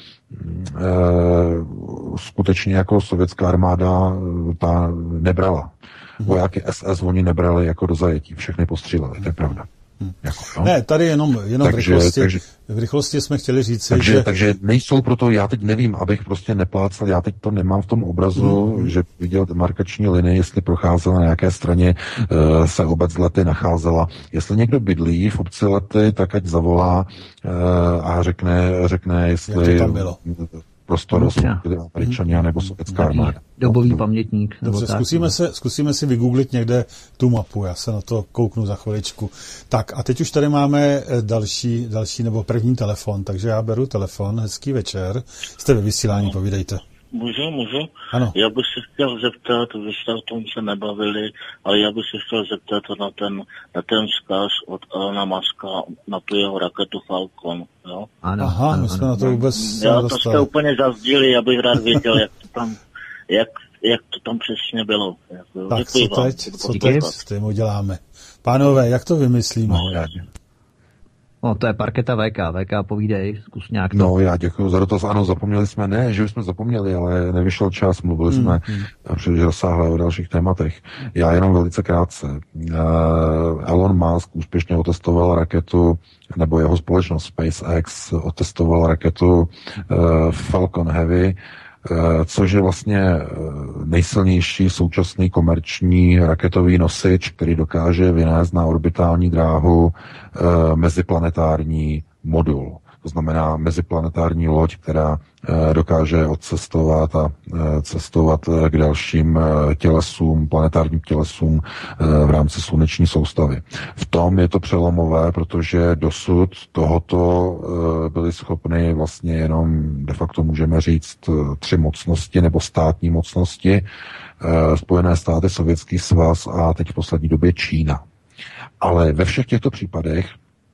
skutečně jako sovětská armáda ta nebrala. Vojáky S S oni nebrali jako do zajetí, všechny postříleli, to je pravda. Hmm. Jako, no. Ne, tady jenom, jenom takže, v, rychlosti, takže, v rychlosti jsme chtěli říct, takže, že... Takže nejsou proto, já teď nevím, abych prostě neplácal, já teď to nemám v tom obrazu, hmm. že viděl markační linii, jestli procházela na nějaké straně, uh, se obec Lety nacházela. Jestli někdo bydlí v obci Lety, tak ať zavolá uh, a řekne, řekne jestli... Jak to tam bylo? Prostor byli Američané nebo sovětská armáda. Dobový no. pamětník. Dobře, zkusíme, se, zkusíme si vygooglit někde tu mapu, já se na to kouknu za chviličku. Tak a teď už tady máme další, další nebo první telefon, takže já beru telefon, hezký večer, jste ve vysílání, povídejte. Můžu, můžu? Ano. Já bych se chtěl zeptat, vy jste o tom se nebavili, ale já bych se chtěl zeptat na ten, na ten vzkaz od Elona Muska na tu jeho raketu Falcon, jo? Ano, Aha, ano, my jsme ano. na to vůbec Já to jste úplně zazdíli, já bych rád věděl, jak to tam, jak, jak to tam přesně bylo. Jako, tak děkuji co vám, teď, co teď s tím uděláme? Pánové, jak to vymyslíme? No, já No, to je parketa V K. V K, povídej, zkus nějak to. No, já děkuji za dotaz. Ano, zapomněli jsme, ne, že už jsme zapomněli, ale nevyšel čas, mluvili mm, jsme mm. příliš rozsáhle o dalších tématech. Já jenom velice krátce. Uh, Elon Musk úspěšně otestoval raketu, nebo jeho společnost SpaceX otestoval raketu uh, Falcon Heavy, což je vlastně nejsilnější současný komerční raketový nosič, který dokáže vynést na orbitální dráhu meziplanetární modul. To znamená meziplanetární loď, která dokáže odcestovat a cestovat k dalším tělesům, planetárním tělesům v rámci sluneční soustavy. V tom je to přelomové, protože dosud tohoto byly schopny vlastně jenom, de facto můžeme říct, tři mocnosti nebo státní mocnosti, Spojené státy, Sovětský svaz a teď v poslední době Čína. Ale ve všech těchto případech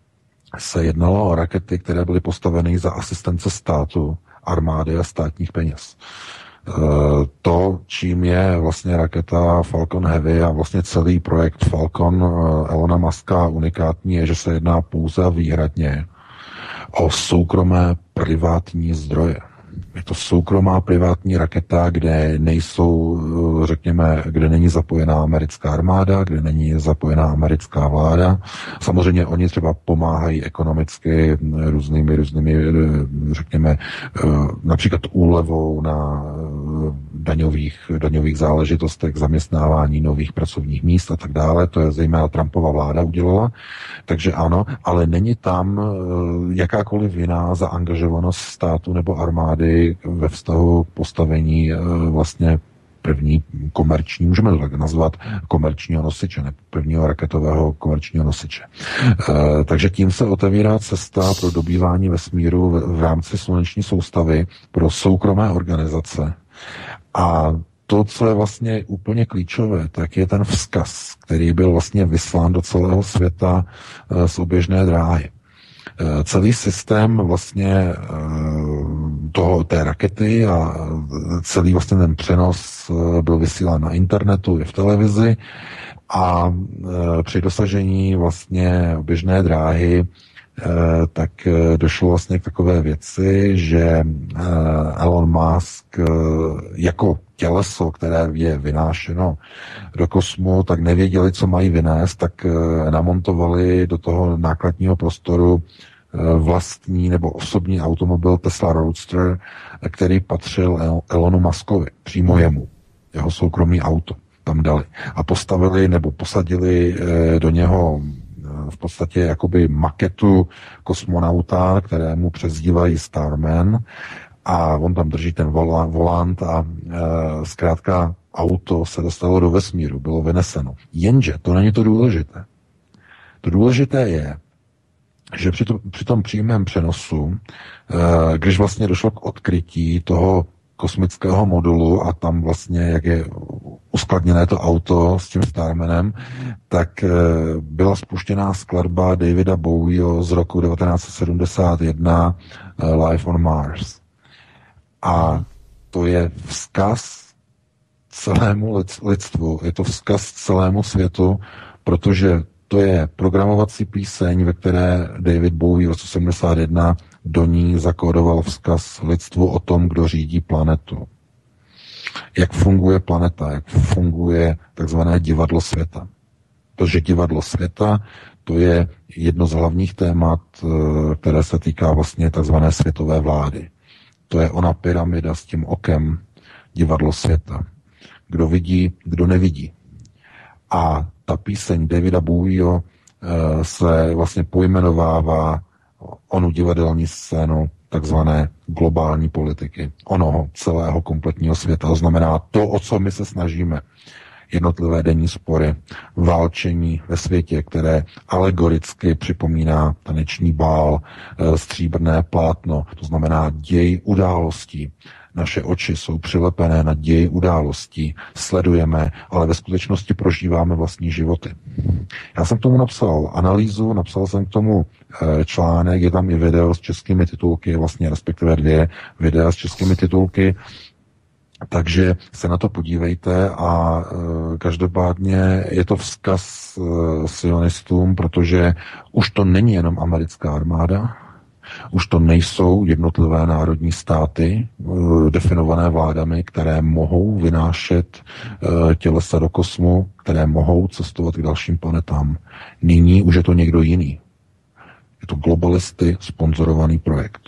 se jednalo o rakety, které byly postaveny za asistence státu, armády a státních peněz. To, čím je vlastně raketa Falcon Heavy a vlastně celý projekt Falcon Elona Muska unikátní, je, že se jedná pouze a výhradně o soukromé privátní zdroje. Je to soukromá privátní raketa, kde nejsou, řekněme, kde není zapojená americká armáda, kde není zapojená americká vláda. Samozřejmě oni třeba pomáhají ekonomicky různými, různými, řekněme, například úlevou na daňových, daňových záležitostech, zaměstnávání nových pracovních míst a tak dále. To je zejména Trumpova vláda udělala. Takže ano, ale není tam jakákoliv jiná zaangažovanost státu nebo armády ve vztahu k postavení vlastně první komerční, můžeme to tak nazvat, komerčního nosiče, ne prvního raketového komerčního nosiče. E, takže tím se otevírá cesta pro dobývání vesmíru v, v rámci sluneční soustavy pro soukromé organizace. A to, co je vlastně úplně klíčové, tak je ten vzkaz, který byl vlastně vyslán do celého světa e, z oběžné dráhy. Celý systém vlastně toho, té rakety a celý vlastně ten přenos byl vysílán na internetu i v televizi a při dosažení vlastně běžné dráhy tak došlo vlastně k takové věci, že Elon Musk jako těleso, které je vynášeno do kosmu, tak nevěděli, co mají vynést, tak namontovali do toho nákladního prostoru vlastní nebo osobní automobil Tesla Roadster, který patřil Elonu Muskovi, přímo jemu, jeho soukromý auto tam dali. A postavili nebo posadili do něho v podstatě jakoby maketu kosmonauta, kterému přezdívají Starman, a on tam drží ten volant a e, zkrátka auto se dostalo do vesmíru, bylo vyneseno. Jenže to není to důležité. To důležité je, že při, to, při tom přímém přenosu, e, když vlastně došlo k odkrytí toho kosmického modulu a tam vlastně, jak je uskladněné to auto s tím Starmanem, tak byla spuštěná skladba Davida Bowieho z roku devatenáct set sedmdesát jedna Life on Mars. A to je vzkaz celému lidstvu, je to vzkaz celému světu, protože to je programovací píseň, ve které David Bowie v roce sedmdesát jedna do ní zakódoval vzkaz lidstvu o tom, kdo řídí planetu. Jak funguje planeta, jak funguje takzvané divadlo světa. Protože divadlo světa, to je jedno z hlavních témat, které se týká vlastně takzvané světové vlády. To je ona pyramida s tím okem, divadlo světa. Kdo vidí, kdo nevidí. A ta píseň Davida Bowieho se vlastně pojmenovává onu divadelní scénu takzvané globální politiky, onoho celého kompletního světa. To znamená to, o co my se snažíme. Jednotlivé denní spory, válčení ve světě, které alegoricky připomíná taneční bál, stříbrné plátno, to znamená děj událostí. Naše oči jsou přilepené na děj událostí, sledujeme, ale ve skutečnosti prožíváme vlastní životy. Já jsem k tomu napsal analýzu, napsal jsem k tomu článek, je tam i video s českými titulky, vlastně respektive dvě videa s českými titulky, takže se na to podívejte a e, každopádně je to vzkaz e, sionistům, protože už to není jenom americká armáda, už to nejsou jednotlivé národní státy e, definované vládami, které mohou vynášet e, tělesa do kosmu, které mohou cestovat k dalším planetám. Nyní už je to někdo jiný. Je to globalisty sponzorovaný projekt.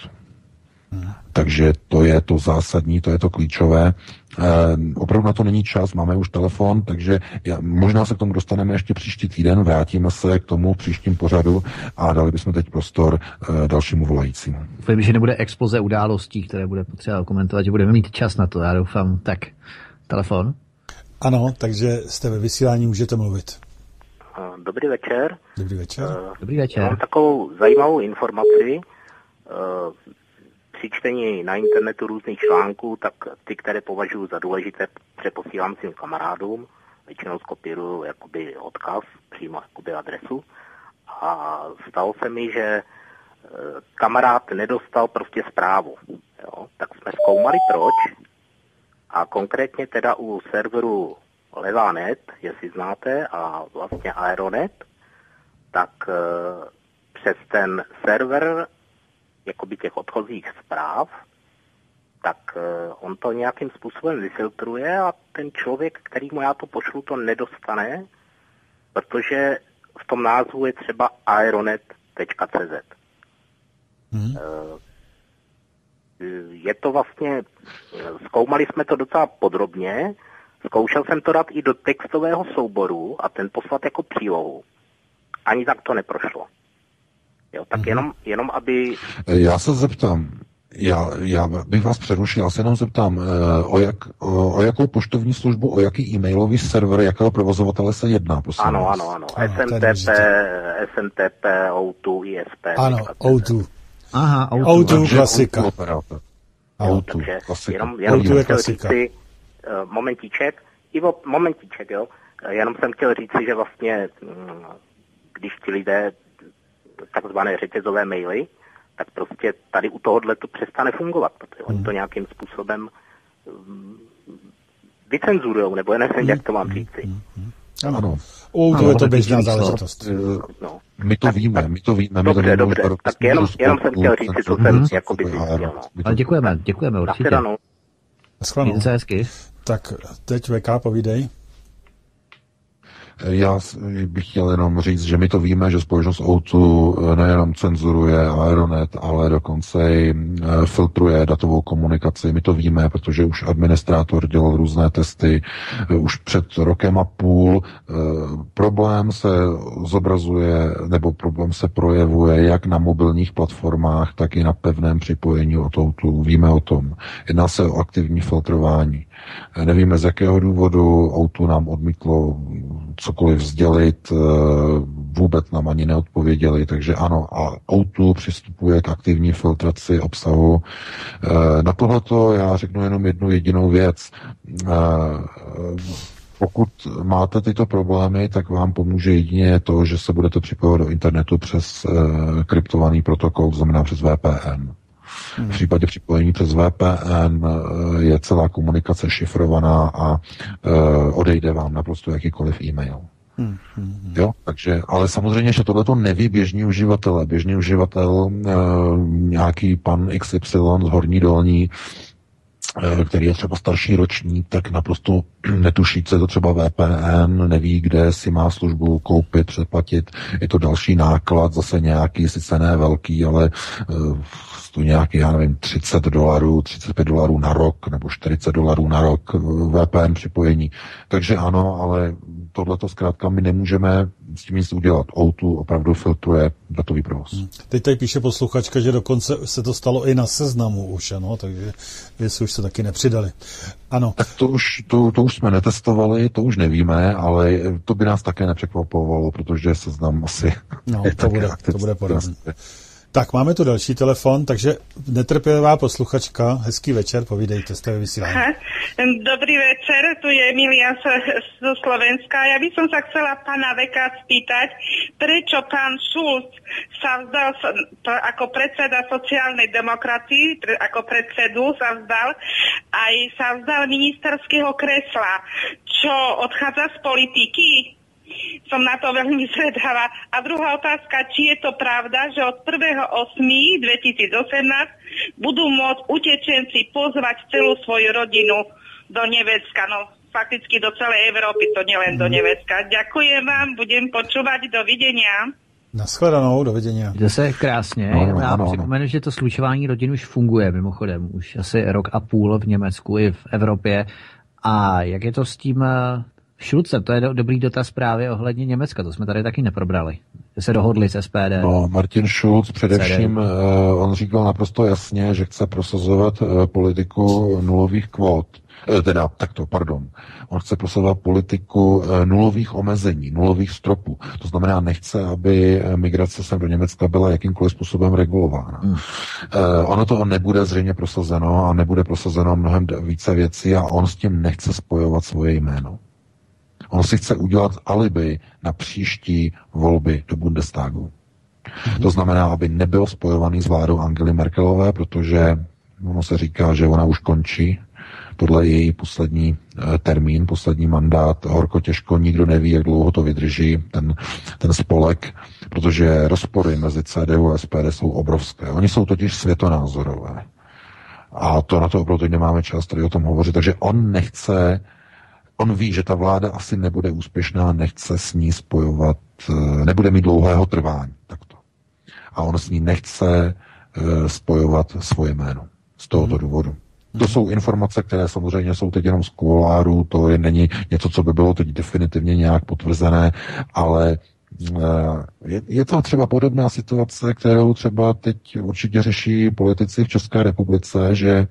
Takže to je to zásadní, to je to klíčové. E, opravdu na to není čas, máme už telefon, takže já, možná se k tomu dostaneme ještě příští týden, vrátíme se k tomu v příštím pořadu a dali bychom teď prostor e, dalšímu volajícímu. Doufám, že nebude exploze událostí, které bude potřeba komentovat, že budeme mít čas na to, já doufám. Tak, telefon? Ano, takže jste ve vysílání, můžete mluvit. Dobrý večer. Dobrý večer. Uh, Dobrý večer. Mám takovou zajímavou informaci. Uh, při čtení na internetu různých článků, tak ty, které považuji za důležité, přeposílám svým kamarádům, většinou skopíruju jakoby odkaz, přímo jakoby adresu. A stalo se mi, že kamarád nedostal prostě zprávu. Jo? Tak jsme zkoumali proč. A konkrétně teda u serveru Levanet, jestli znáte, a vlastně Aeronet, tak přes ten server jakoby těch odchozích zpráv, tak uh, on to nějakým způsobem vyfiltruje a ten člověk, který mu já to pošlu, to nedostane, protože v tom názvu je třeba aeronet tečka cé zet. Hmm. Uh, je to vlastně, zkoumali jsme to docela podrobně, zkoušel jsem to dát i do textového souboru a ten poslat jako přílohu. Ani tak to neprošlo. Jo, tak jenom, jenom aby... Já se zeptám, já, já bych vás přerušil, já se jenom zeptám, o, jak, o, o jakou poštovní službu, o jaký e-mailový server, jakého provozovatele se jedná, prosím. Ano, ano, ano, S M T P, S M T P, O dva, I S P. Ano, O dva. Aha, O dva. O dva klasika. O dva, takže klasika. Jenom, jenom jsem chtěl říct si, uh, momentíček, Ivo, momentíček, jo, jenom jsem chtěl říct si, že vlastně, když ti lidé takzvané řetězové maily, tak prostě tady u tohohle to přestane fungovat, protože oni to nějakým způsobem vycenzurujou, nebo já nevím, jak to mám říci. Ano, ano. U toho je to běžná záležitost. No. My to víme, my to víme. Dobře, my to dobře, víme, tak jenom, jenom jsem chtěl říct, co jsem jakoby zjistil. Ale děkujeme, děkujeme určitě. Naschledanou. Tak teď V K, povídej. Já bych chtěl jenom říct, že my to víme, že společnost O dva nejenom cenzuruje Aeronet, ale dokonce i filtruje datovou komunikaci. My to víme, protože už administrátor dělal různé testy už před rokem a půl. Problém se zobrazuje, nebo problém se projevuje jak na mobilních platformách, tak i na pevném připojení od O dva. Víme o tom. Jedná se o aktivní filtrování. Nevíme, z jakého důvodu O dva nám odmítlo cokoliv sdělit, vůbec nám ani neodpověděli, takže ano, a O dva přistupuje k aktivní filtraci obsahu. Na tohleto já řeknu jenom jednu jedinou věc. Pokud máte tyto problémy, tak vám pomůže jedině to, že se budete připojovat do internetu přes kryptovaný protokol, to znamená přes V P N. V případě připojení přes V P N je celá komunikace šifrovaná a odejde vám naprosto jakýkoliv e-mail. Hmm, hmm. Jo, takže, ale samozřejmě, že tohleto neví běžní uživatelé. Běžný uživatel, e, nějaký pan X Y z Horní Dolní, e, který je třeba starší ročník, tak naprosto netuší, co je to třeba V P N, neví, kde si má službu koupit, předplatit. Je to další náklad, zase nějaký, sice ne velký, ale e, to nějaký, já nevím, třicet dolarů, třicet pět dolarů na rok, nebo čtyřicet dolarů na rok V P N připojení. Takže ano, ale tohleto zkrátka my nemůžeme s tím nic udělat. O dva opravdu filtruje datový provoz. Hmm. Teď tady píše posluchačka, že dokonce se to stalo i na Seznamu už, ano, takže jestli už se taky nepřidali. Ano. Tak to už, to, to už jsme netestovali, to už nevíme, ale to by nás také nepřekvapovalo, protože Seznam asi no, to bude, to bude podobné. Tak, máme tu další telefon, takže netrpělivá posluchačka, hezký večer, povídejte, jste ve vysílání. Dobrý večer, tu je Emilia zo Slovenska. Ja by som sa chcela pána Veka spýtať, prečo pán Schulz sa vzdal ako predseda sociálnej demokracie, ako predsedu sa vzdal, aj sa vzdal ministerského kresla, čo odchádza z politiky? Som na to veľmi zvedavá. A druhá otázka, či je to pravda, že od prvého ôsmeho dvetisícosemnásť budú môcť utečenci pozvať celú svoju rodinu do Nemecka, no fakticky do celej Európy, to nielen do Nemecka. Ďakujem vám, budem počúvať, dovidenia. Naschledanou, dovidenia. Jde se krásně. No, Já ano, připomenu, že to slučování rodin už funguje, mimochodem. Už asi rok a půl v Německu i v Evropě. A jak je to s tím Schulzem? To je do, dobrý dotaz právě ohledně Německa. To jsme tady taky neprobrali. Že se dohodli s S P D. No, Martin Schulz především, uh, on říkal naprosto jasně, že chce prosazovat uh, politiku nulových kvót. Teda, takto, pardon. On chce prosazovat politiku nulových omezení, nulových stropů. To znamená, nechce, aby migrace sem do Německa byla jakýmkoliv způsobem regulována. Mm. Ono to nebude zřejmě prosazeno a nebude prosazeno mnohem více věcí a on s tím nechce spojovat svoje jméno. On si chce udělat alibi na příští volby do Bundestagu. Mm. To znamená, aby nebyl spojovaný s vládou Angely Merkelové, protože ono se říká, že ona už končí. Podle její poslední e, termín, poslední mandát, horko těžko, nikdo neví, jak dlouho to vydrží ten, ten spolek, protože rozpory mezi C D U a S P D jsou obrovské. Oni jsou totiž světonázorové. A to na to opravdu nemáme čas tady o tom hovořit. Takže on nechce, on ví, že ta vláda asi nebude úspěšná, nechce s ní spojovat, e, nebude mít dlouhého trvání. Takto. A on s ní nechce e, spojovat svoje jméno. Z tohoto důvodu. To jsou informace, které samozřejmě jsou teď jenom z kuloárů, to je, není něco, co by bylo teď definitivně nějak potvrzené, ale je, je to třeba podobná situace, kterou třeba teď určitě řeší politici v České republice, že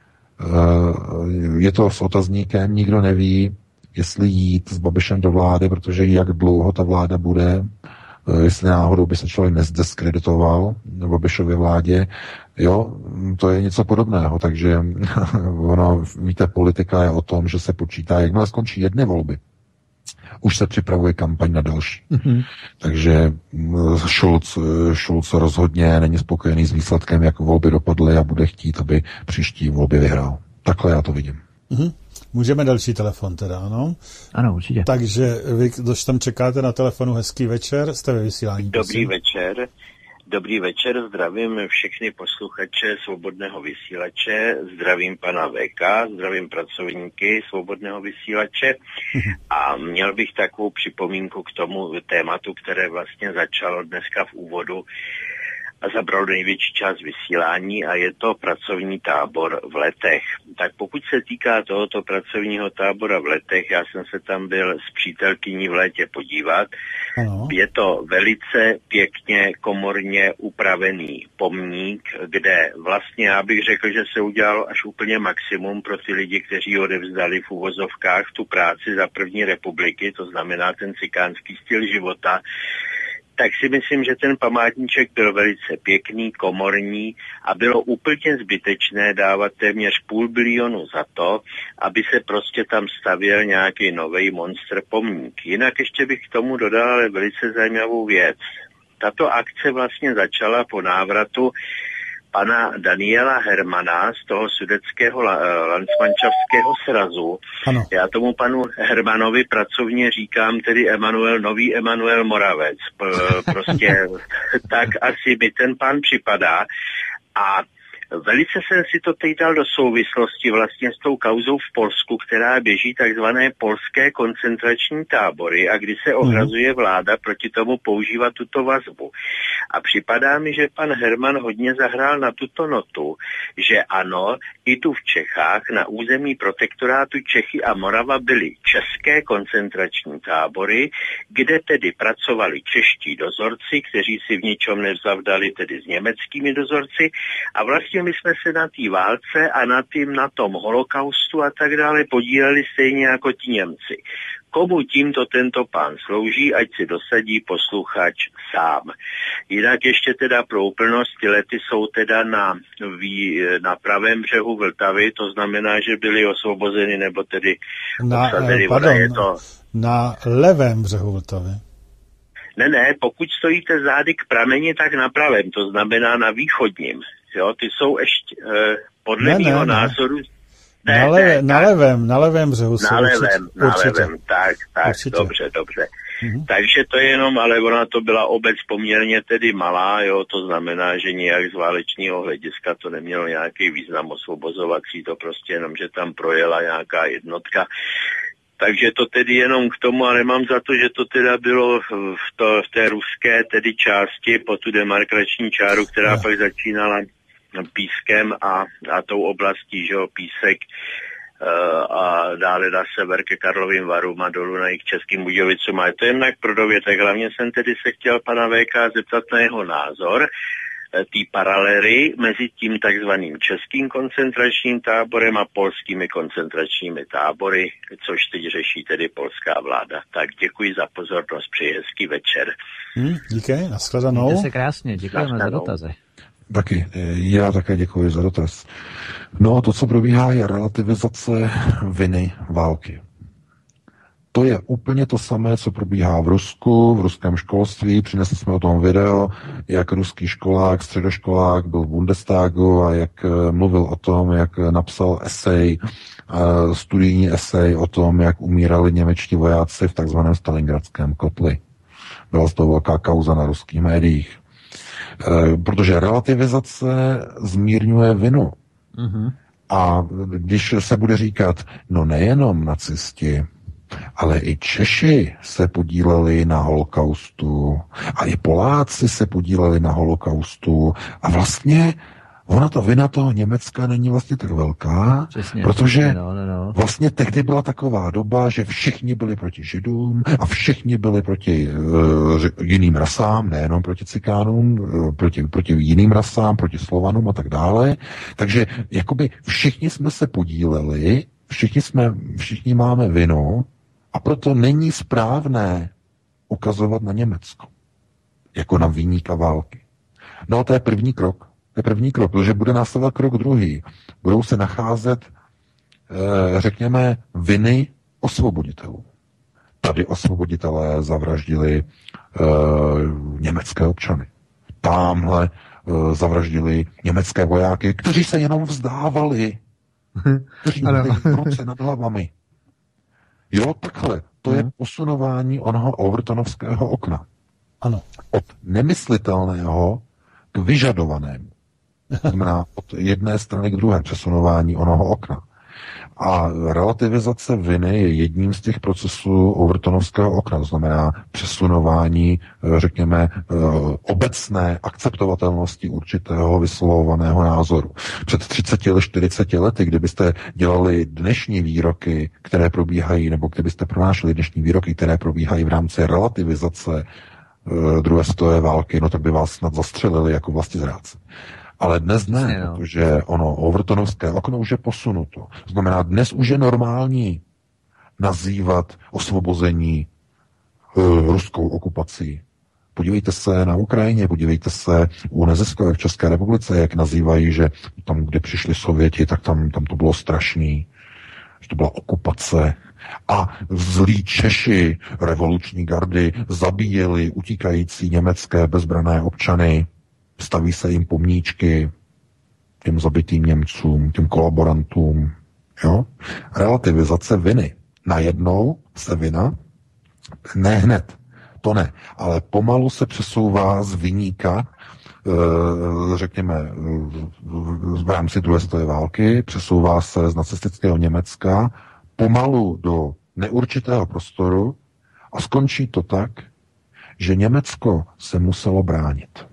je to s otazníkem, nikdo neví, jestli jít s Babišem do vlády, protože jak dlouho ta vláda bude, jestli náhodou by se člověk nezdeskreditoval v Babišově vládě, jo, to je něco podobného, takže ono, víte, politika je o tom, že se počítá, jakmile skončí jedné volby, už se připravuje kampaň na další. Mm-hmm. Takže Schulz, Schulz rozhodně není spokojený s výsledkem, jak volby dopadly a bude chtít, aby příští volby vyhrál. Takhle já to vidím. Mm-hmm. Můžeme další telefon teda, ano? Ano, určitě. Takže vy, kdož tam čekáte na telefonu, hezký večer, jste ve vysílání. Dobrý prosím. večer. Dobrý večer, zdravím všechny posluchače Svobodného vysílače, zdravím pana V K, zdravím pracovníky Svobodného vysílače a měl bych takovou připomínku k tomu tématu, které vlastně začalo dneska v úvodu a zabral největší část vysílání a je to pracovní tábor v Letech. Tak pokud se týká tohoto pracovního tábora v Letech, já jsem se tam byl s přítelkyní v létě podívat. Ano. Je to velice pěkně komorně upravený pomník, kde vlastně já bych řekl, že se udělalo až úplně maximum pro ty lidi, kteří odevzdali v uvozovkách tu práci za první republiky, to znamená ten cikánský styl života. tak si myslím, že ten památníček byl velice pěkný, komorní a bylo úplně zbytečné dávat téměř půl bilionu za to, aby se prostě tam stavěl nějaký nový monster pomník. Jinak ještě bych k tomu dodal ale velice zajímavou věc. Tato akce vlastně začala po návratu pana Daniela Hermana z toho sudeckého landsmanšafského srazu. Ano. Já tomu panu Hermanovi pracovně říkám tedy Emanuel, nový Emanuel Moravec. Prostě tak asi mi ten pán připadá. A velice jsem si to teď dal do souvislosti vlastně s tou kauzou v Polsku, která běží takzvané polské koncentrační tábory a kdy se ohrazuje vláda proti tomu používat tuto vazbu. A připadá mi, že pan Herman hodně zahrál na tuto notu, že ano, i tu v Čechách na území protektorátu Čechy a Morava byly české koncentrační tábory, kde tedy pracovali čeští dozorci, kteří si v ničem nevzavdali tedy s německými dozorci a vlastně my jsme se na té válce a na, tým, na tom holokaustu a tak dále podíleli stejně jako ti Němci. Komu tímto tento pán slouží, ať si dosadí posluchač sám. Jinak ještě teda pro úplnost, ty lety jsou teda na, na pravém břehu Vltavy, to znamená, že byly osvobozeny nebo tedy na, obsazeny. Pardon, je to... na levém břehu Vltavy. Ne, ne, pokud stojíte zády k prameni, tak na pravém, to znamená na východním. Jo, ty jsou ještě eh, podle ne, mého ne, názoru... Ne, na, le, ne, na levém, na levém břehu na jsou levém, určitě. Na levém, tak, tak, určitě. dobře, dobře. Mhm. Takže to je jenom, ale ona to byla obec poměrně tedy malá, jo, to znamená, že nějak z válečního hlediska to nemělo nějaký význam osvobozovací, to prostě jenom, že tam projela nějaká jednotka. Takže to tedy jenom k tomu, ale mám za to, že to teda bylo v, to, v té ruské tedy části po tu demarkační čáru, která no. pak začínala Pískem a, a tou oblastí, že jo, Písek uh, a dále na sever ke Karlovým Varům a dolů na jejich Českým Budějovicům. A to je jednak pro dovětek. Hlavně jsem tedy se chtěl pana V K zeptat na jeho názor, ty paralely mezi tím takzvaným českým koncentračním táborem a polskými koncentračními tábory, což teď řeší tedy polská vláda. Tak děkuji za pozornost, přeji hezký večer. Hmm, díky, nashledanou. Mějte se krásně, děkujeme za dotazy. Taky, já také děkuji za dotaz. No, to, co probíhá, je relativizace viny války. To je úplně to samé, co probíhá v Rusku, v ruském školství. Přinesli jsme o tom video, jak ruský školák, středoškolák byl v Bundestagu a jak mluvil o tom, jak napsal esej, studijní esej o tom, jak umírali němečtí vojáci v takzvaném Stalingradském kotli. Byla to velká kauza na ruských médiích. Protože relativizace zmírňuje vinu. Mm-hmm. A když se bude říkat, no nejenom nacisti, ale i Češi se podíleli na holokaustu a i Poláci se podíleli na holokaustu a vlastně ona ta vina toho Německa není vlastně tak velká, přesně, protože no, no, no. vlastně tehdy byla taková doba, že všichni byli proti Židům a všichni byli proti uh, jiným rasám, nejenom proti Cikánům, uh, proti, proti jiným rasám, proti Slovanům a tak dále. Takže jakoby všichni jsme se podíleli, všichni, jsme, všichni máme vinu a proto není správné ukazovat na Německo jako na viníka války. No to je první krok. To je první krok, protože bude následovat krok druhý. Budou se nacházet, eh, řekněme, viny osvoboditelů. Tady osvoboditelé zavraždili eh, německé občany. Támhle eh, zavraždili německé vojáky, kteří se jenom vzdávali. Kteří byli v ruce nad hlavami. Jo, takhle. To je posunování onoho overtonovského okna. Ano. Od nemyslitelného k vyžadovanému. Znamená od jedné strany k druhé přesunování onoho okna. A relativizace viny je jedním z těch procesů overtonovského okna. To znamená přesunování, řekněme, obecné akceptovatelnosti určitého vyslovovaného názoru. Před třiceti nebo čtyřiceti lety, kdybyste dělali dnešní výroky, které probíhají, nebo kdybyste pronášeli dnešní výroky, které probíhají v rámci relativizace druhé světové války, no tak by vás snad zastřelili jako vlastizrádce. Ale dnes ne, no. Protože ono overtonovské okno už je posunuto. To znamená, dnes už je normální nazývat osvobození uh, ruskou okupací. Podívejte se na Ukrajině, podívejte se u neziskovek v České republice, jak nazývají, že tam, kde přišli Sověti, tak tam, tam to bylo strašný, že to byla okupace. A zlí Češi, revoluční gardy, zabíjeli utíkající německé bezbrané občany, staví se jim pomníčky, těm zabitým Němcům, těm kolaborantům. Jo? Relativizace viny. Najednou se vina, ne hned, to ne, ale pomalu se přesouvá z viníka, řekněme, v rámci druhé světové války, přesouvá se z nacistického Německa pomalu do neurčitého prostoru a skončí to tak, že Německo se muselo bránit.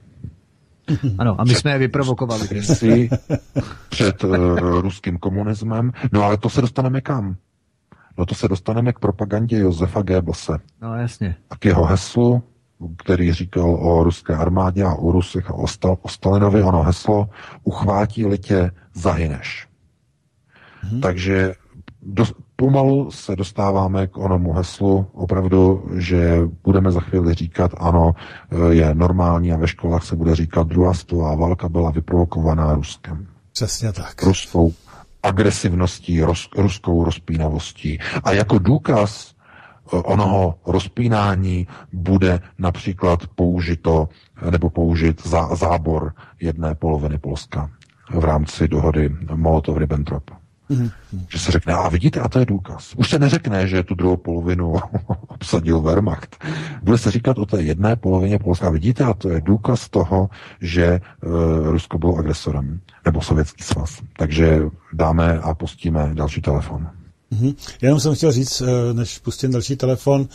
Ano, a my před, jsme je vyprovokovali. Si, před uh, ruským komunismem. No ale to se dostaneme kam? No to se dostaneme k propagandě Josefa Goebbelse. No jasně. A k jeho heslu, který říkal o ruské armádě a o Rusech a o, Stal- o Stalinovi, ono heslo, uchvátí-li tě, zahyneš. Hmm. Takže do, pomalu se dostáváme k onomu heslu, opravdu, že budeme za chvíli říkat, ano, je normální a ve školách se bude říkat, druhá světová válka byla vyprovokovaná Ruskem. Přesně tak. Ruskou agresivností, roz, ruskou rozpínavostí. A jako důkaz onoho rozpínání bude například použito, nebo použit zá, zábor jedné poloviny Polska v rámci dohody Molotov-Ribbentrop. Mm-hmm. Že se řekne, a vidíte, a to je důkaz. Už se neřekne, že tu druhou polovinu obsadil Wehrmacht. Bude se říkat o té jedné polovině Polska. Vidíte, a to je důkaz toho, že uh, Rusko bylo agresorem, nebo Sovětský svaz. Takže dáme a pustíme další telefon. Mm-hmm. Jenom jsem chtěl říct, než pustím další telefon,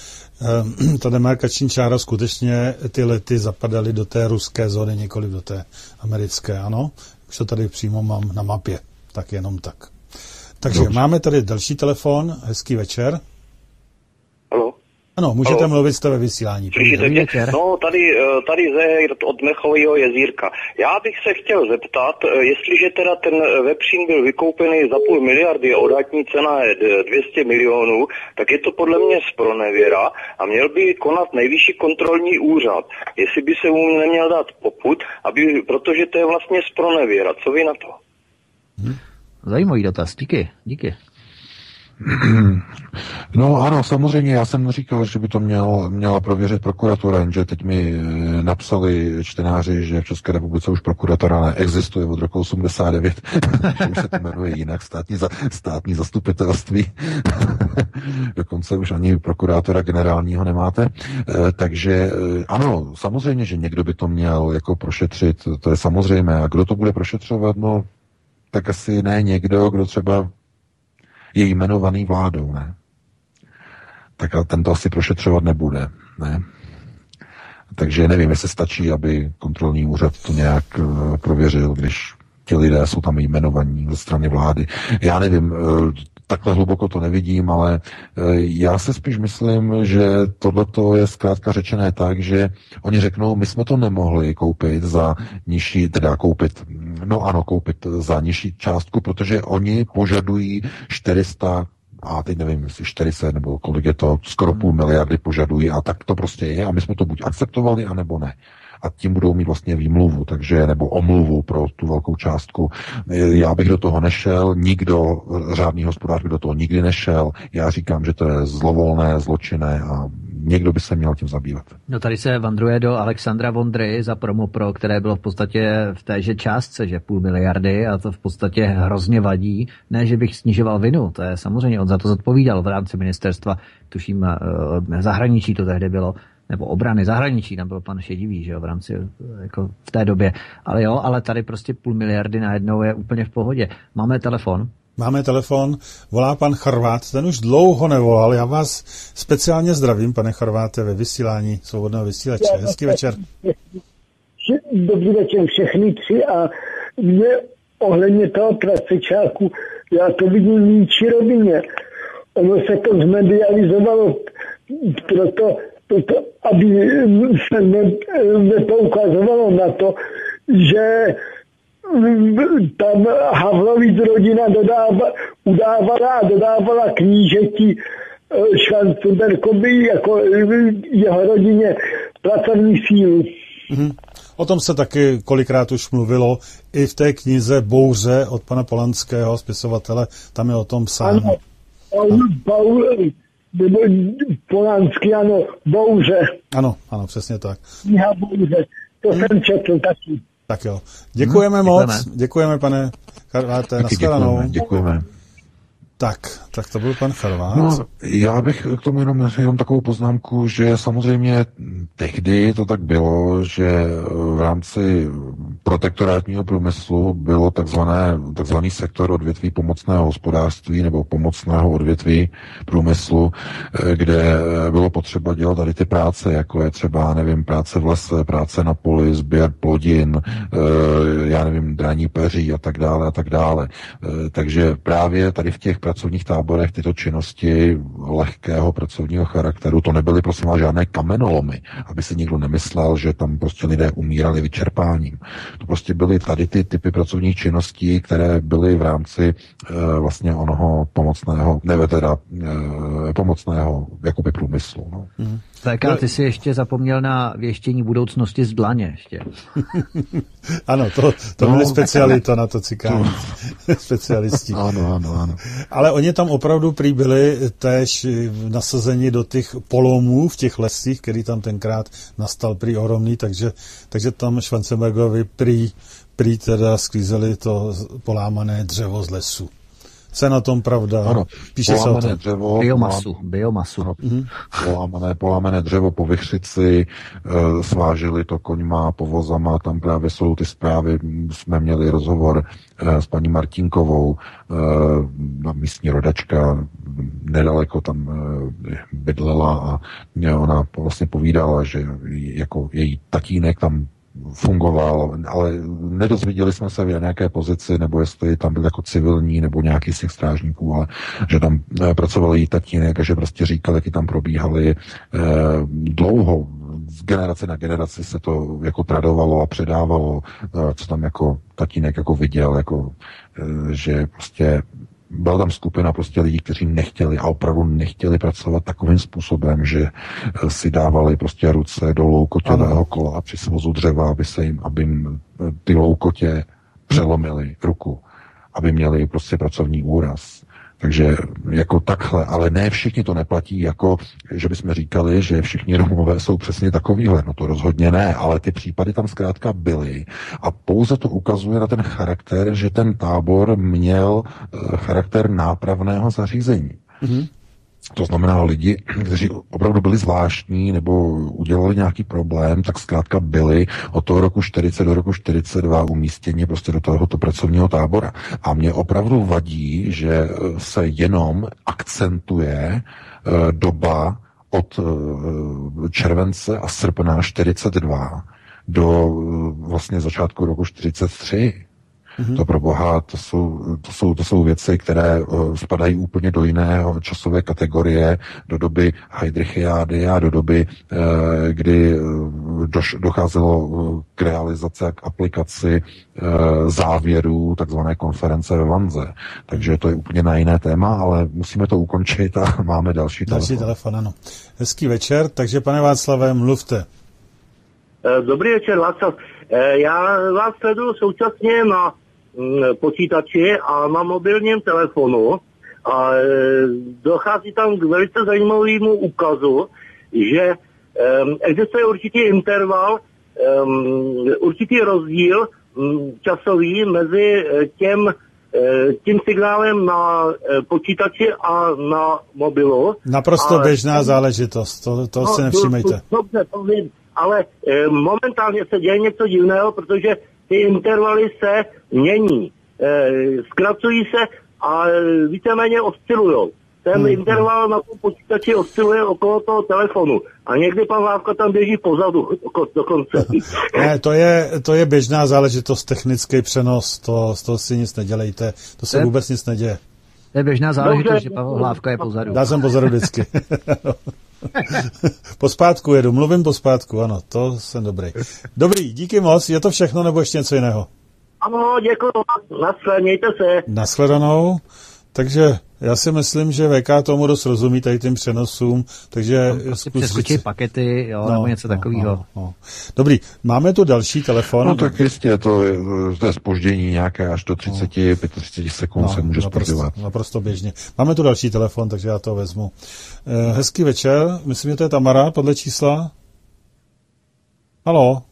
ta demarkační čára skutečně ty lety zapadaly do té ruské zóny, nikoli do té americké, ano. Už to tady přímo mám na mapě, tak jenom tak. Takže Dobře. Máme tady další telefon, hezký večer. Haló? Ano, můžete Haló. Mluvit, jste ve vysílání. Slyšíte mě? No, tady, tady Zér od Mechového jezírka. Já bych se chtěl zeptat, jestliže teda ten vepřín byl vykoupený za půl miliardy a odhadní cena je dvě stě milionů, tak je to podle mě spronevěra a měl by konat nejvyšší kontrolní úřad. Jestli by se mu neměl dát popud, aby, protože to je vlastně spronevěra. Co vy na to? Hmm. Zajímavý dotaz, díky, díky. No ano, samozřejmě, já jsem říkal, že by to měl, měla prověřit prokuratura, jenže teď mi napsali čtenáři, že v České republice už prokuratura neexistuje od roku osmdesát devět, že už se to jmenuje jinak, státní, za, státní zastupitelství, dokonce už ani prokurátora generálního nemáte, takže ano, samozřejmě, že někdo by to měl jako prošetřit, to je samozřejmé, a kdo to bude prošetřovat, no tak asi ne někdo, kdo třeba je jmenovaný vládou, ne? Tak ten to asi prošetřovat nebude, ne? Takže nevím, jestli stačí, aby kontrolní úřad to nějak uh, prověřil, když ti lidé jsou tam jmenovaní ze strany vlády. Já nevím, uh, takhle hluboko to nevidím, ale uh, já se spíš myslím, že tohleto je zkrátka řečené tak, že oni řeknou, my jsme to nemohli koupit za nižší, teda koupit, no ano, koupit za nižší částku, protože oni požadují čtyři sta, a teď nevím, jestli čtyři sta nebo kolik je to, skoro půl miliardy požadují a tak to prostě je a my jsme to buď akceptovali, anebo ne. A tím budou mít vlastně výmluvu, takže, nebo omluvu pro tu velkou částku. Já bych do toho nešel, nikdo, řádný hospodář by do toho nikdy nešel. Já říkám, že to je zlovolné, zločinné a někdo by se měl tím zabývat. No tady se vandruje do Alexandra Vondry za promo pro, které bylo v podstatě v téže částce, že půl miliardy a to v podstatě hrozně vadí. Ne, že bych snižoval vinu, to je samozřejmě, on za to zodpovídal v rámci ministerstva, tuším zahraničí to tehdy bylo, nebo obrany zahraničí, tam byl pan Šedivý, že jo, v rámci, jako v té době. Ale jo, ale tady prostě půl miliardy najednou je úplně v pohodě. Máme telefon? Máme telefon, volá pan Chorvát, ten už dlouho nevolal, já vás speciálně zdravím, pane Chorváte, ve vysílání Svobodného vysílače. Hezký večer. Dobrý večer všechny tři a mě ohledně toho prasečáku, já to vidím v ničí rovině. Ono se to zmedializovalo proto, proto aby se ne, nepoukazovalo na to, že tam Havlovic rodina dodáva, udávala a dodávala knížeti Schwarzenbergovi jako jeho rodině pracovní sílu. Mm-hmm. O tom se taky kolikrát už mluvilo. I v té knize Bouře od pana Polanského, spisovatele, tam je o tom psáno. Ano, ano. Bou, nebo Polanský, ano, Bouře. Ano, ano, přesně tak. Kniha Bouře, to hmm. jsem četl taky. Tak jo. Děkujeme hmm, moc. Děkujeme, děkujeme pane Charváte. Naschledanou. Děkujeme, děkujeme. Tak, tak to byl pan Charvát. No, já bych k tomu jenom, jenom takovou poznámku, že samozřejmě tehdy to tak bylo, že v rámci protektorátního průmyslu bylo takzvané, takzvaný sektor odvětví pomocného hospodářství nebo pomocného odvětví průmyslu, kde bylo potřeba dělat tady ty práce, jako je třeba, nevím, práce v lese, práce na poli, sběr plodin, já nevím, draní peří a tak dále a tak dále. Takže právě tady v těch pracovních táborech tyto činnosti lehkého pracovního charakteru, to nebyly prosím vás žádné kamenolomy, aby si nikdo nemyslel, že tam prostě lidé umírali vyčerpáním. To prostě byly tady ty typy pracovních činností, které byly v rámci e, vlastně onoho pomocného, ne teda e, pomocného jakoby průmyslu. No. Hmm. Tak a ty si ještě zapomněl na věštění budoucnosti z dlaně ještě. Ano, to, to no, byly specialita na to cikání. Specialisti. Ano, ano, ano. Ale oni tam opravdu prý byli též nasazeni do těch polomů v těch lesích, který tam tenkrát nastal prý ohromný, takže, takže tam Schwarzenbergovi prý, prý teda sklízeli to polámané dřevo z lesu. Co je na tom pravda? Ano, píše se o tom. Dřevo, biomasu, biomasu. Ano, mm-hmm. polámané, polámané dřevo po Vychřici, e, svážili to koňma, povozama, tam právě jsou ty zprávy, jsme měli rozhovor e, s paní Martinkovou, e, místní rodačka, nedaleko tam e, bydlela a e, ona vlastně povídala, že jako její tatínek tam fungoval, ale nedozvěděli jsme se v nějaké pozici, nebo jestli tam byl jako civilní, nebo nějaký z těch strážníků, ale že tam e, pracoval její tatínek a že prostě říkal, jaký tam probíhaly e, dlouho, z generace na generaci se to jako tradovalo a předávalo, e, co tam jako tatínek jako viděl, jako, e, že prostě byla tam skupina prostě lidí, kteří nechtěli a opravdu nechtěli pracovat takovým způsobem, že si dávali prostě ruce do loukotěvého kola při svozu dřeva, aby se jim, aby jim ty loukotě přelomily ruku, aby měli prostě pracovní úraz. Takže jako takhle, ale ne všichni to neplatí, jako že bychom říkali, že všichni Romové jsou přesně takovýhle. No to rozhodně ne, ale ty případy tam zkrátka byly a pouze to ukazuje na ten charakter, že ten tábor měl charakter nápravného zařízení. Mm-hmm. To znamená lidi, kteří opravdu byli zvláštní nebo udělali nějaký problém, tak zkrátka byli od toho roku čtyřicet do roku čtyřicet dva umístěni prostě do tohoto pracovního tábora. A mě opravdu vadí, že se jenom akcentuje doba od července a srpna čtyřicet dva do vlastně začátku roku čtyřicet tři. Mm-hmm. To pro boha, to jsou, to, jsou, to jsou věci, které uh, spadají úplně do jiného časové kategorie, do doby Heidrichiády a do doby, uh, kdy uh, doš, docházelo uh, k realizaci a k aplikaci uh, závěrů takzvané konference ve Vanze. Takže to je úplně na jiné téma, ale musíme to ukončit a máme další telefon. Další telefon, ano. Hezký večer, takže pane Václave, mluvte. Dobrý večer, Václav. Já vás sleduju současně na počítači a na mobilním telefonu a dochází tam k velice zajímavému úkazu, že existuje určitý interval, určitý rozdíl časový mezi tím, tím signálem na počítači a na mobilu. Naprosto ale, běžná záležitost, to, to no, si nevšímejte. Dobře, to vím, ale momentálně se děje něco divného, protože ty intervaly se mění, zkracují se a víceméně oscilujou. Ten hmm. interval na tom počítači osciluje okolo toho telefonu a někdy pan Lávka tam běží pozadu dokonce. Ne, to je, to je běžná záležitost, technický přenos, to, z toho si nic nedělejte, to se vůbec nic neděje. To je běžná záležitost, Dobře. Že Pavel Hlávka je pozadu. Já jsem pozadu vždycky. Pospátku jedu, mluvím pospátku, ano, to jsem dobrý. Dobrý, díky moc, je to všechno nebo ještě něco jiného? Ano, děkuji, naschle, mějte se. Naschledanou. takže já si myslím, že V K tomu dost rozumí tady tím přenosům, takže no, přeskočí pakety, jo, no, nebo něco no, takového. No, no. Dobrý, máme tu další telefon. No tak jistě, to je, to je zpoždění nějaké až do třicet, no. třicet pět sekund no, se může zpožďovat. Naprosto běžně. Máme tu další telefon, takže já to vezmu. Eh, hezký večer, myslím, že to je Tamara podle čísla. Haló.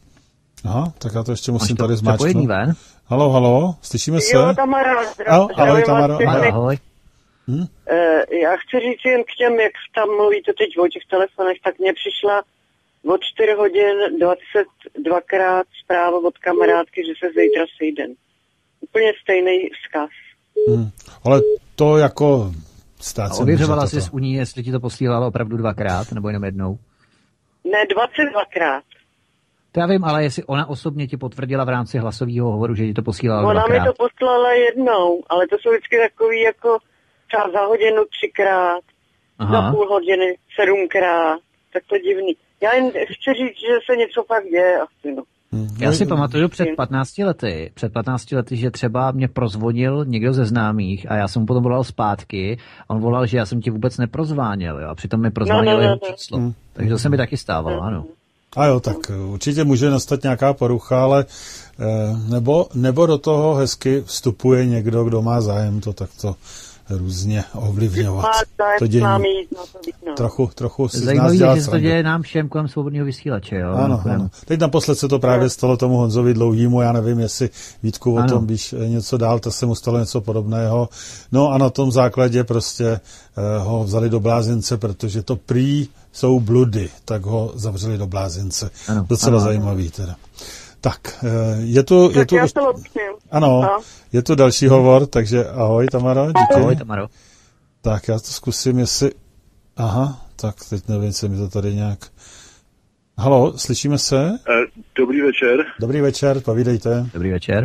Aha, tak já to ještě musím tady zmáčknout. Halo, halo, slyšíme se? Jo, Tamara, zdravím. Ahoj, Tamara. Ahoj. Hm? Uh, já chci říct jen k těm, jak tam mluvíte teď o těch telefonech, tak mně přišla o čtyři hodin dvacet dvakrát zpráva od kamarádky, že se zítra sejdem. Úplně stejný vzkaz. Hm. Ale to jako... A ověřovala jsi u ní, jestli ti to posílalo opravdu dvakrát, nebo jenom jednou? Ne, dvacet dvakrát. To já vím, ale jestli ona osobně ti potvrdila v rámci hlasového hovoru, že ti to posílala ona dvakrát. Ona mi to poslala jednou, ale to jsou vždycky takový jako třeba za hodinu třikrát, Aha. za půl hodiny sedmkrát, tak to divný. Já jen chci říct, že se něco pak děje asi, no. Já si pamatuju před patnácti lety, před patnácti lety, že třeba mě prozvonil někdo ze známých a já jsem mu potom volal zpátky a on volal, že já jsem ti vůbec neprozváněl, jo, a přitom mi prozvonil no, no, no, jeho číslo. Hmm. Takže to se mi taky stávalo, hmm. ano. A jo, tak určitě může nastat nějaká porucha, ale nebo, nebo do toho hezky vstupuje někdo, kdo má zájem to takto různě ovlivňovat. To dění. Trochu, trochu si zajímavý je, že se to děje nám všem kolem svobodného vysílače. Jo? Ano, ano. Teď naposled se to právě stalo tomu Honzovi Dlouhýmu, já nevím, jestli Vítku o ano. tom víš něco dál, to se mu stalo něco podobného. No a na tom základě prostě uh, ho vzali do blázince, protože to prý jsou bludy, tak ho zavřeli do blázince. Ano, Docela ano, zajímavý teda. Tak, je tu... Tak je tu já už... to Ano, no. Je tu další hovor, takže ahoj Tamaro, díky. Ahoj Tamaro. Tak já to zkusím, jestli... Aha, tak teď nevím, se mi to tady nějak... Haló, slyšíme se? Dobrý večer. Dobrý večer, povídejte. Dobrý večer.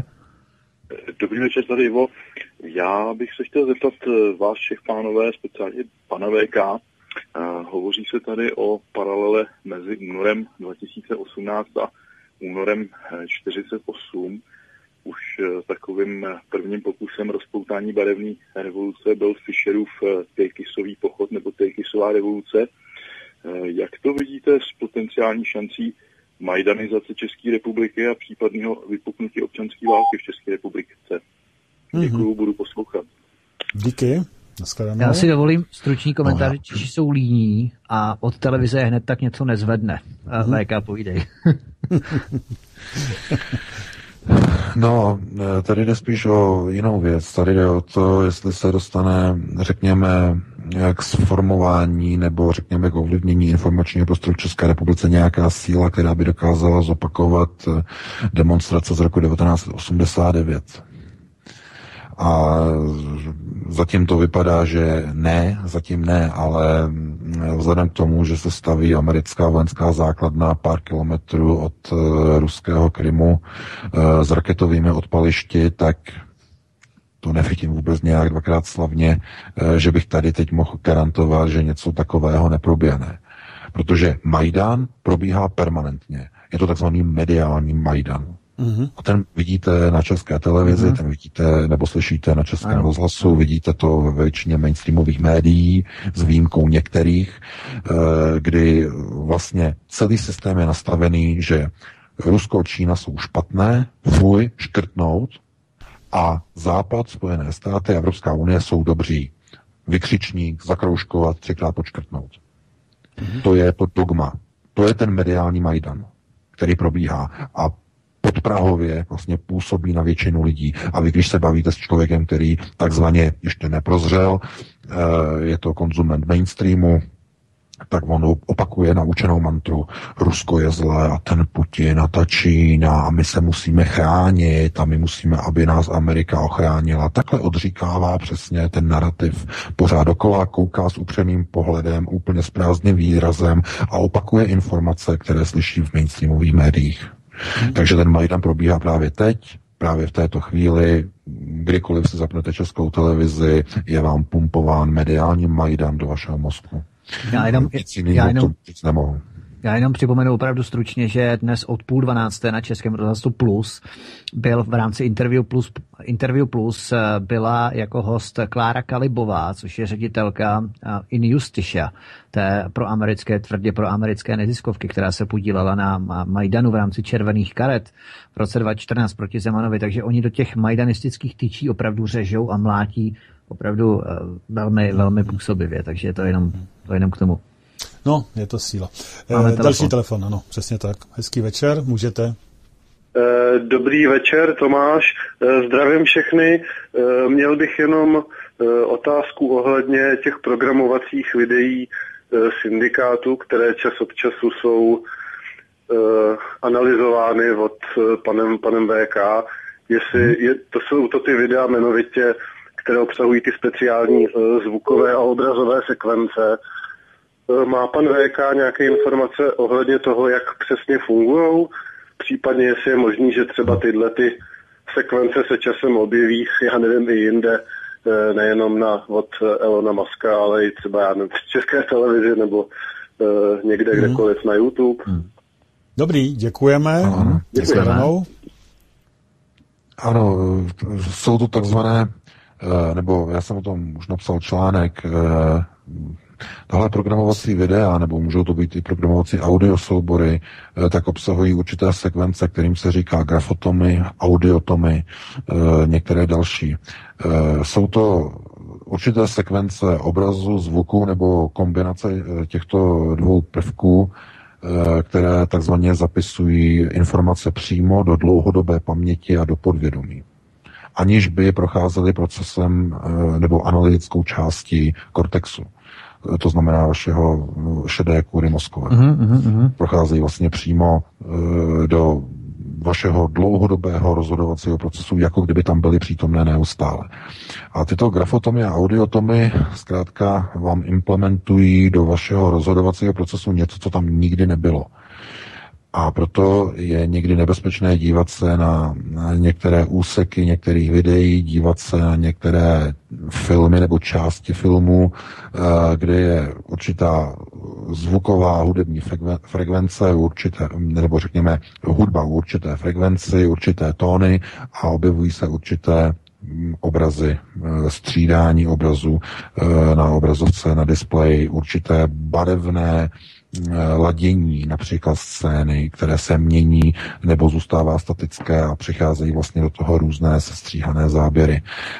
Dobrý večer, tady Ivo. Já bych se chtěl zeptat vás všech pánové, speciálně pana V K. Uh, hovoří se tady o paralele mezi únorem dva tisíce osmnáct a únorem čtyřicet osm. Už uh, takovým prvním pokusem rozpoutání barevné revoluce byl Fischerův uh, Tejkisový pochod nebo Tejkisová revoluce. Uh, jak to vidíte s potenciální šancí majdanizace České republiky a případného vypuknutí občanské války v České republice? Děkuju, mm-hmm. budu poslouchat. Díky. Já si dovolím stručný komentář, že Češi jsou líní a od televize hned tak něco nezvedne. Mm-hmm. V K, povídej. No, tady jde spíš o jinou věc. Tady jde o to, jestli se dostane, řekněme, k sformování nebo řekněme k ovlivnění informačního prostoru v České republice nějaká síla, která by dokázala zopakovat demonstrace z roku devatenáct osmdesát devět. A zatím to vypadá, že ne, zatím ne, ale vzhledem k tomu, že se staví americká vojenská základna pár kilometrů od ruského Krymu s raketovými odpališti, tak to nechytím vůbec nějak dvakrát slavně, že bych tady teď mohl garantovat, že něco takového neproběhne. Protože Majdan probíhá permanentně. Je to takzvaný mediální Majdan. Mm-hmm. A ten vidíte na české televizi, mm-hmm. ten vidíte nebo slyšíte na českém rozhlasu, vidíte to ve většině mainstreamových médií, s výjimkou některých, kdy vlastně celý systém je nastavený, že Rusko a Čína jsou špatné, fuj, škrtnout, a Západ, Spojené státy a Evropská unie jsou dobří. Vykřičník, zakroužkovat, třikrát počkrtnout. Mm-hmm. To je to dogma. To je ten mediální Majdan, který probíhá. A podprahově vlastně působí na většinu lidí. A vy, když se bavíte s člověkem, který takzvaně ještě neprozřel, je to konzument mainstreamu, tak on opakuje naučenou mantru: Rusko je zlé a ten Putin a ta Čína a my se musíme chránit a my musíme, aby nás Amerika ochránila. Takhle odříkává přesně ten narrativ. Pořád dokola kouká s upřeným pohledem, úplně s prázdným výrazem a opakuje informace, které slyší v mainstreamových médiích. Hmm. Takže ten Majdan probíhá právě teď, právě v této chvíli. Kdykoliv si zapnete českou televizi, je vám pumpován mediální Majdan do vašeho mozku. Já jenom, Nic jiného to říct nemohu. Já jenom připomenu opravdu stručně, že dnes od půl dvanácté na Českém rozhlasu Plus byl v rámci Interview Plus, Interview Plus byla jako host Klára Kalibová, což je ředitelka Injusticia, té proamerické, tvrdě proamerické neziskovky, která se podílela na Majdanu v rámci červených karet v roce dva tisíce čtrnáct proti Zemanovi, takže oni do těch majdanistických tyčí opravdu řežou a mlátí opravdu velmi, velmi působivě, takže to jenom, to jenom k tomu. No, je to síla. Máme e, telefon. Další telefon, ano, přesně tak. Hezký večer, můžete. Dobrý večer, Tomáš. Zdravím všechny. Měl bych jenom otázku ohledně těch programovacích videí syndikátu, které čas od času jsou analyzovány od panem, panem V K. Jestli je, to jsou to ty videa jmenovitě, které obsahují ty speciální zvukové a obrazové sekvence. Má pan V K nějaké informace ohledně toho, jak přesně fungují? Případně, jestli je možný, že třeba tyhle ty sekvence se časem objeví, já nevím, i jinde, nejenom na, od Elona Muska, ale i třeba já nevím, v České televizi nebo uh, někde hmm. kdekoliv na YouTube. Hmm. Dobrý, děkujeme. Ano, děkujeme. Ano, jsou to takzvané, nebo já jsem o tom už napsal článek, tahle programovací videa, nebo můžou to být i programovací audiosoubory, tak obsahují určité sekvence, kterým se říká grafotomy, audiotomy, některé další. Jsou to určité sekvence obrazu, zvuku nebo kombinace těchto dvou prvků, které takzvaně zapisují informace přímo do dlouhodobé paměti a do podvědomí, aniž by procházely procesem nebo analytickou částí kortexu. To znamená vašeho šedé kůry mozkové. Uh-huh, uh-huh. Procházejí vlastně přímo uh, do vašeho dlouhodobého rozhodovacího procesu, jako kdyby tam byly přítomné neustále. A tyto grafotomy a audiotomy zkrátka vám implementují do vašeho rozhodovacího procesu něco, co tam nikdy nebylo. A proto je někdy nebezpečné dívat se na, na některé úseky některých videí, dívat se na některé filmy nebo části filmů, kde je určitá zvuková hudební frekvence, určité, nebo řekněme hudba u určité frekvenci, určité tóny a objevují se určité obrazy, střídání obrazů na obrazovce, na displeji, určité barevné ladění, například scény, které se mění nebo zůstává statické a přicházejí vlastně do toho různé sestříhané záběry.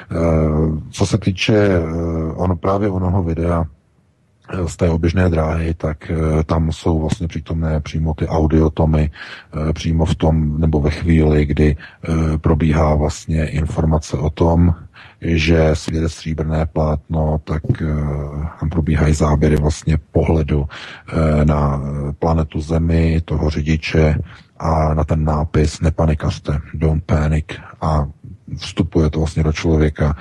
Co se týče ono, právě onoho videa z té oběžné dráhy, tak tam jsou vlastně přítomné přímo ty audiotomy, přímo v tom, nebo ve chvíli, kdy probíhá vlastně informace o tom, že svět stříbrné plátno, tak tam probíhají záběry vlastně pohledu na planetu Zemi, toho řidiče a na ten nápis nepanikařte, don't panic, a vstupuje to vlastně do člověka,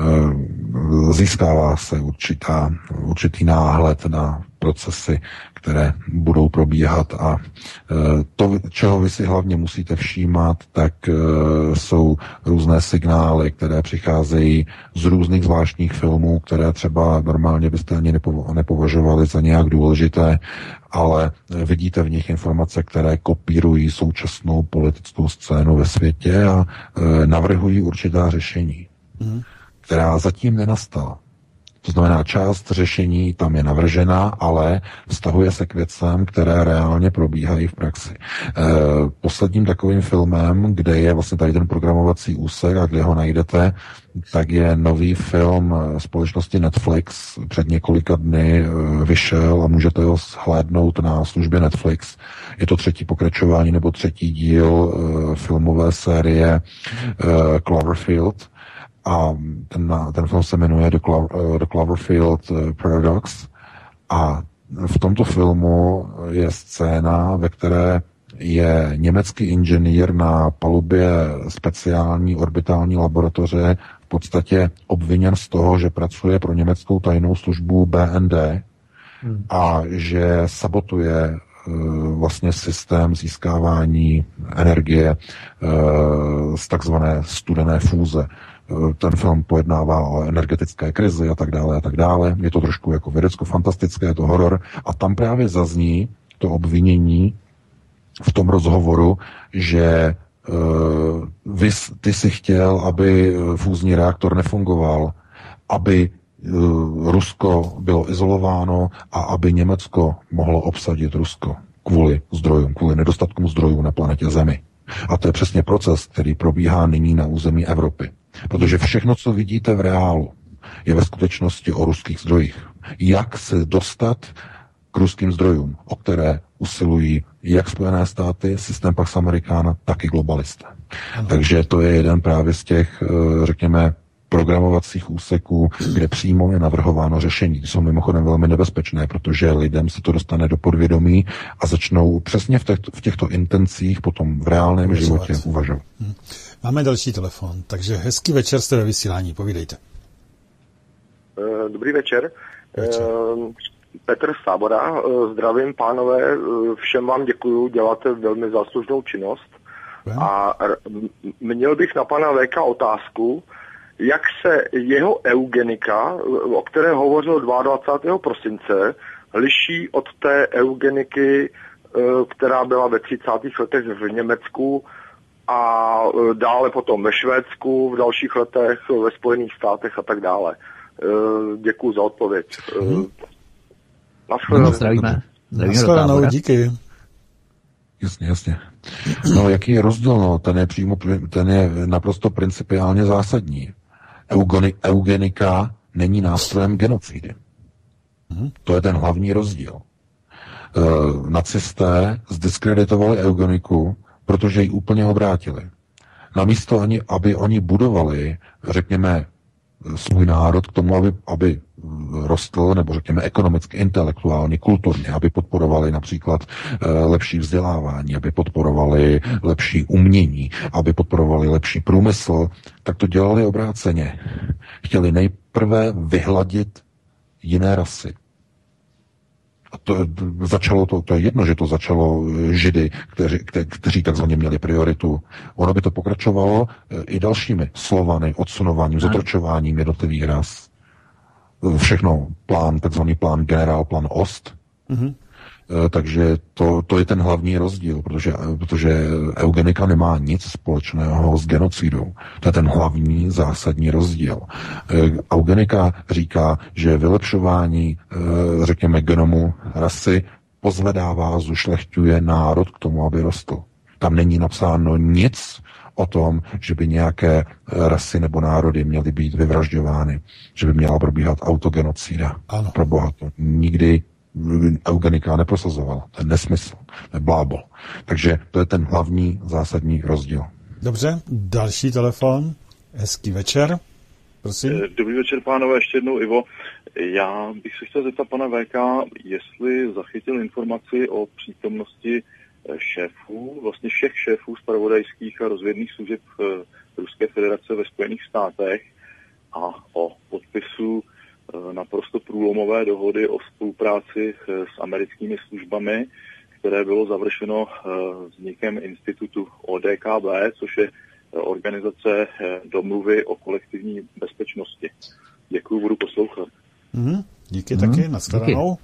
získává se určitá, určitý náhled na procesy, které budou probíhat, a to, čeho vy si hlavně musíte všímat, tak jsou různé signály, které přicházejí z různých zvláštních filmů, které třeba normálně byste ani nepovažovali za nějak důležité, ale vidíte v nich informace, které kopírují současnou politickou scénu ve světě a navrhují určitá řešení, mm. která zatím nenastala. To znamená, část řešení tam je navržena, ale vztahuje se k věcem, které reálně probíhají v praxi. E, posledním takovým filmem, kde je vlastně tady ten programovací úsek a kde ho najdete, tak je nový film společnosti Netflix. Před několika dny vyšel a můžete ho shlédnout na službě Netflix. Je to třetí pokračování nebo třetí díl e, filmové série e, Cloverfield. A ten, ten film se jmenuje The, Clo- The Cloverfield Paradox. A v tomto filmu je scéna, ve které je německý inženýr na palubě speciální orbitální laboratoře v podstatě obviněn z toho, že pracuje pro německou tajnou službu B N D hmm. a že sabotuje vlastně systém získávání energie z takzvané studené fúze. Ten film pojednává o energetické krizi a tak dále a tak dále. Je to trošku jako vědecko-fantastické, je to horor. A tam právě zazní to obvinění v tom rozhovoru, že uh, vy, ty si chtěl, aby fúzní reaktor nefungoval, aby uh, Rusko bylo izolováno a aby Německo mohlo obsadit Rusko kvůli zdrojům, kvůli nedostatkům zdrojů na planetě Zemi. A to je přesně proces, který probíhá nyní na území Evropy. Protože všechno, co vidíte v reálu, je ve skutečnosti o ruských zdrojích. Jak se dostat k ruským zdrojům, o které usilují jak Spojené státy, systém Pax Americana, tak i globalisté. Ano. Takže to je jeden právě z těch, řekněme, programovacích úseků, kde přímo je navrhováno řešení. Ty jsou mimochodem velmi nebezpečné, protože lidem se to dostane do podvědomí a začnou přesně v, těchto, v těchto intencích potom v reálném uvažovat. životě uvažovat. Hmm. Máme další telefon, takže hezký večer, jste ve vysílání, povídejte. Dobrý večer. večer. Petr Sábora, zdravím pánové, všem vám děkuju, děláte velmi záslužnou činnost. A měl bych na pana V K otázku, jak se jeho eugenika, o které hovořil dvacátého druhého prosince, liší od té eugeniky, která byla ve třicátých letech v Německu a dále potom ve Švédsku, v dalších letech ve Spojených státech a tak dále. Děkuju za odpověď. Hmm. Naschledanou. Zdravíme. Naschledanou, díky. Jasně, jasně. No, jaký je rozdíl? No, ten je přímo, ten je naprosto principiálně zásadní. Eugeni, eugenika není nástrojem genocidy. Hmm. To je ten hlavní rozdíl. E, nacisté zdiskreditovali eugeniku, protože ji úplně obrátili. Namísto ani, aby oni budovali, řekněme, svůj národ k tomu, aby, aby rostl, nebo řekněme ekonomicky, intelektuálně, kulturně, aby podporovali například e, lepší vzdělávání, aby podporovali lepší umění, aby podporovali lepší průmysl, tak to dělali obráceně. Chtěli nejprve vyhladit jiné rasy. A to začalo to, to je jedno, že to začalo Židy, kteři, kte, kteří takzvaně měli prioritu. Ono by to pokračovalo i dalšími Slovany, odsunováním, zotročováním jednotlivých ras. Všechno plán, takzvaný plán generál, plán Ost. Mm-hmm. Takže to, to je ten hlavní rozdíl, protože, protože eugenika nemá nic společného s genocidou. To je ten hlavní zásadní rozdíl. Eugenika říká, že vylepšování, řekněme, genomu rasy pozvedává, zušlechťuje národ k tomu, aby rostl. Tam není napsáno nic o tom, že by nějaké rasy nebo národy měly být vyvražďovány, že by měla probíhat autogenocida. Ano. Pro boha to nikdy eugenika neprosazovala. To je nesmysl, to je blábol. Takže to je ten hlavní zásadní rozdíl. Dobře, další telefon. Hezký večer. Prosím. Dobrý večer, pánové, ještě jednou Ivo. Já bych se chtěl zeptat pana V K, jestli zachytil informaci o přítomnosti šéfů, vlastně všech šéfů zpravodajských a rozvědných služeb Ruské federace ve Spojených státech a o podpisu naprosto průlomové dohody o spolupráci s americkými službami, které bylo završeno vznikem institutu O D K B, což je organizace domluvy o kolektivní bezpečnosti. Děkuji, budu poslouchat. Mm, díky mm, taky, nashledanou.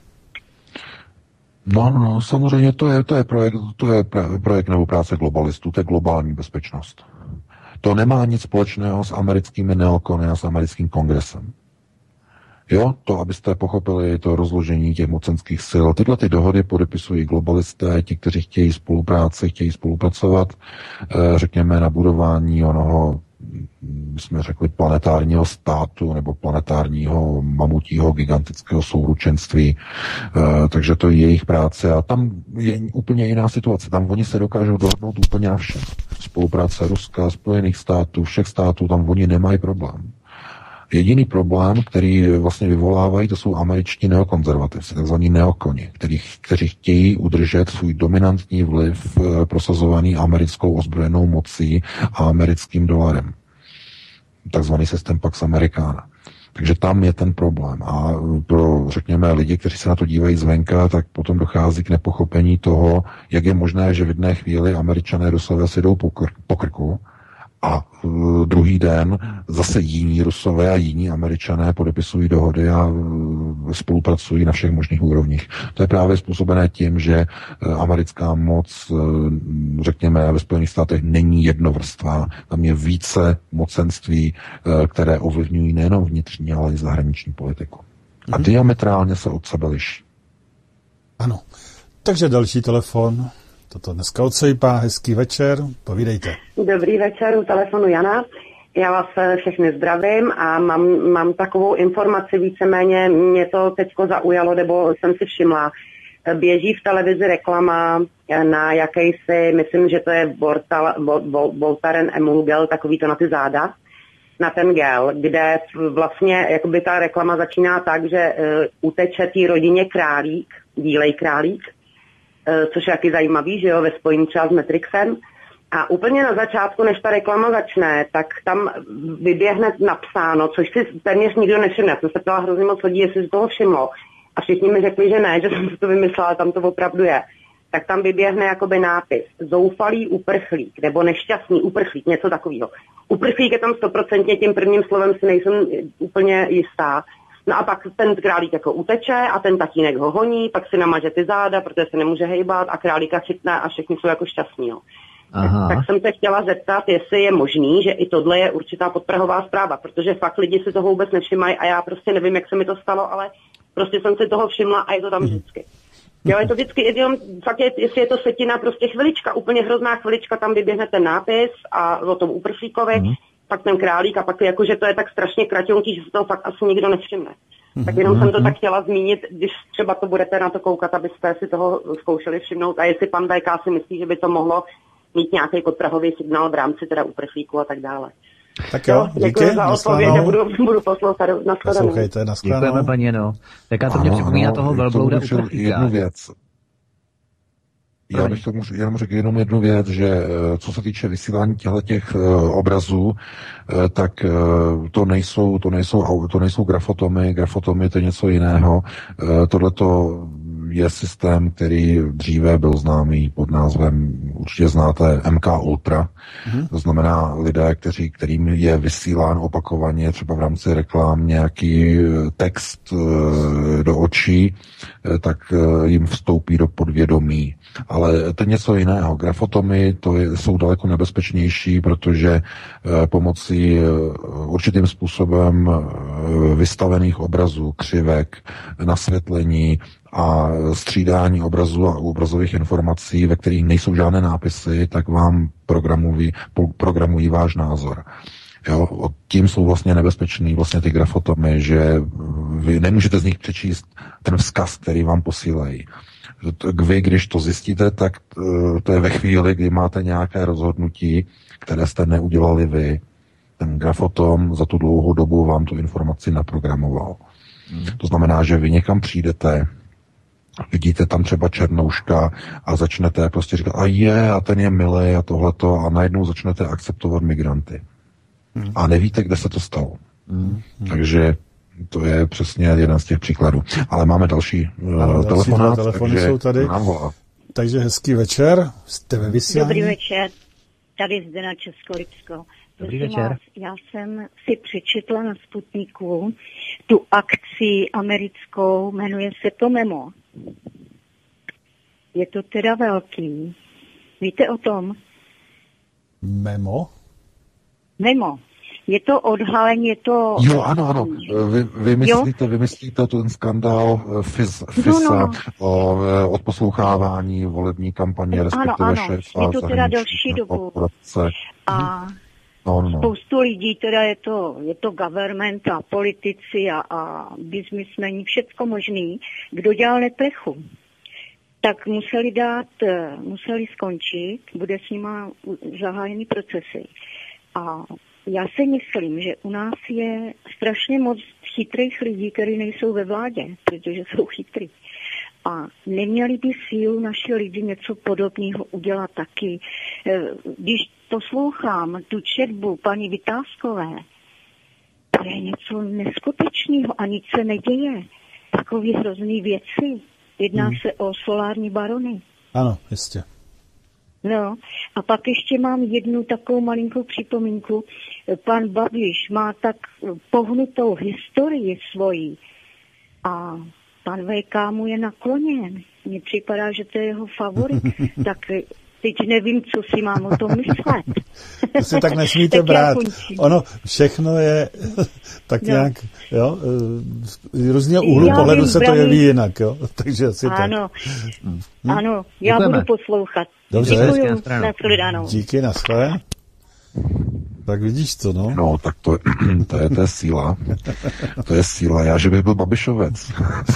No, no, samozřejmě to je, to je projekt, to je projekt nebo práce globalistů, to je globální bezpečnost. To nemá nic společného s americkými neokony a s americkým kongresem. Jo, to, abyste pochopili to rozložení těch mocenských sil. Tyhle ty dohody podepisují globalisté, ti, kteří chtějí spolupráci, chtějí spolupracovat, řekněme, na budování onoho, jsme řekli, planetárního státu nebo planetárního mamutího gigantického souručenství. Takže to je jejich práce a tam je úplně jiná situace. Tam oni se dokážou dohodnout úplně na všem. Spolupráce Ruska, Spojených států, všech států, tam oni nemají problém. Jediný problém, který vlastně vyvolávají, to jsou američtí neokonzervativci, takzvaní neokoni, který, kteří chtějí udržet svůj dominantní vliv prosazovaný americkou ozbrojenou mocí a americkým dolarem. Takzvaný systém Pax Americana. Takže tam je ten problém. A pro, řekněme, lidi, kteří se na to dívají zvenka, tak potom dochází k nepochopení toho, jak je možné, že v jedné chvíli Američané, Rusové si jdou po, kr- po krku A uh, druhý den zase jiní Rusové a jiní Američané podepisují dohody a uh, spolupracují na všech možných úrovních. To je právě způsobené tím, že uh, americká moc, uh, řekněme, ve Spojených státech není jednovrstvá. Tam je více mocenství, uh, které ovlivňují nejenom vnitřní, ale i zahraniční politiku. A Mhm. diametrálně se od sebe liší. Ano. Takže další telefon. Toto dneska odsejpá. Hezký večer. Povídejte. Dobrý večer, u telefonu Jana. Já vás všechny zdravím a mám, mám takovou informaci, víceméně mě to teďko zaujalo, nebo jsem si všimla. Běží v televizi reklama na jakýsi, myslím, že to je Voltaren Emulgel, takový to na ty záda, na ten gel, kde vlastně jakoby ta reklama začíná tak, že uh, uteče té rodině králík, bílej králík, uh, což je taky zajímavý, že jo, ve spojení třeba s Matrixem. A úplně na začátku, než ta reklama začne, tak tam vyběhne napsáno, což si téměř nikdo nevšimne. Jsem se ptala hrozně moc lidí, jestli si toho všimlo. A všichni mi řekli, že ne, že jsem si to vymyslela, tam to opravdu je. Tak tam vyběhne jakoby nápis zoufalý uprchlík, nebo nešťastný uprchlík, něco takového. Uprchlík je tam stoprocentně, tím prvním slovem si nejsem úplně jistá. No a pak ten králík jako uteče a ten tatínek ho honí, pak si namaže ty záda, protože se nemůže hejbat a králíka chytne a všichni jsou jako šťastní. Jo. Aha. Tak jsem se chtěla zeptat, jestli je možný, že i tohle je určitá podprahová zpráva, protože fakt lidi si toho vůbec nevšimají a já prostě nevím, jak se mi to stalo, ale prostě jsem si toho všimla a je to tam vždycky. Jo, je to vždycky, jenom, fakt je, jestli je to setina, prostě chvilička, úplně hrozná chvilička, tam vyběhne ten nápis a o tom uprchlíkovi, mm. pak ten králík a pak jako, že to je tak strašně kratonký, že se toho fakt asi nikdo nevšimne. Mm. Tak jenom mm. jsem to tak chtěla zmínit, když třeba to budete na to koukat, abyste si toho zkoušeli všimnout a jestli pan V K si myslí, že by to mohlo mít nějaký podprahový signál v rámci teda uprchlíků a tak dále. Tak jo, díky. Děkuji za odpověď a budu, budu poslouchat. Naschledanou. Poslouchejte, naschledanou. Děkujeme, paní Jeno. Tak já to mě připomíná toho velblouda uprchlíka. Jednu věc. Já bych tomu jenom řekl jenom jednu věc, že co se týče vysílání těch obrazů, tak to nejsou, to nejsou, to nejsou grafotomy, grafotomy to je něco jiného. Tohleto je systém, který dříve byl známý pod názvem, určitě znáte, M K Ultra. Mm-hmm. To znamená lidé, kteří, kterým je vysílán opakovaně třeba v rámci reklám nějaký text do očí, tak jim vstoupí do podvědomí. Ale to je něco jiného. Grafotomy to je, jsou daleko nebezpečnější, protože pomocí určitým způsobem vystavených obrazů, křivek, nasvětlení a střídání obrazů a obrazových informací, ve kterých nejsou žádné nápisy, tak vám programují, programují váš názor. Jo, tím jsou vlastně nebezpečný vlastně ty grafotomy, že vy nemůžete z nich přečíst ten vzkaz, který vám posílají. Vy, když to zjistíte, tak to je ve chvíli, kdy máte nějaké rozhodnutí, které jste neudělali vy. Ten grafotom za tu dlouhou dobu vám tu informaci naprogramoval. Hmm. To znamená, že vy někam přijdete, vidíte tam třeba černouška a začnete prostě říkat, a je, a ten je milý a tohleto, a najednou začnete akceptovat migranty. Hmm. A nevíte, kde se to stalo. Hmm. Takže to je přesně jeden z těch příkladů. Ale máme další uh, telefonát. Telefony jsou tady. Takže hezký večer. Jste ve vysílání. Dobrý večer. Tady Zdena Českolipsko. Dobrý večer. Vás, já jsem si přečetla na Sputniku tu akci americkou, jmenuje se to Memo. Je to teda velký. Víte o tom? Memo? Memo. Je to odhalení, je to... Jo, ano, ano. Vy, vy, myslíte, vy myslíte ten skandál FIS, FISA no, no, no. o odposlouchávání volební kampaně, respektive ano, ano. šéfa je to teda delší dobu. A no, no. spoustu lidí, teda je to, je to government a politici a, a biznismeni, všecko možný, kdo dělal neplechu. Tak museli dát, museli skončit, bude s nima zahájený procesy. A já si myslím, že u nás je strašně moc chytrých lidí, kteří nejsou ve vládě, protože jsou chytrý. A neměli by sílu naši lidi něco podobného udělat taky. Když poslouchám tu četbu paní Vytázkové, to je něco neskutečného a nic se neděje. Takové hrozný věci. Jedná hmm. se o solární barony. Ano, jistě. No a pak ještě mám jednu takovou malinkou připomínku. Pan Babiš má tak pohnutou historii svojí a pan V K mu je nakloněn. Mně připadá, že to je jeho favorit. Tak teď nevím, co si mám o tom myslet. To si tak nesmíte tak brát. Ono všechno je tak no. nějak, jo, z různého úhlu já pohledu se to jeví jinak, jo. Takže asi ano. tak. Hm. Ano, já Děkujeme. budu poslouchat. Dobře. Děkuju, nashledanou. Díky, naschle. Tak vidíš to, no. No, tak to, to je to je síla. To je síla. Já, že bych byl Babišovec.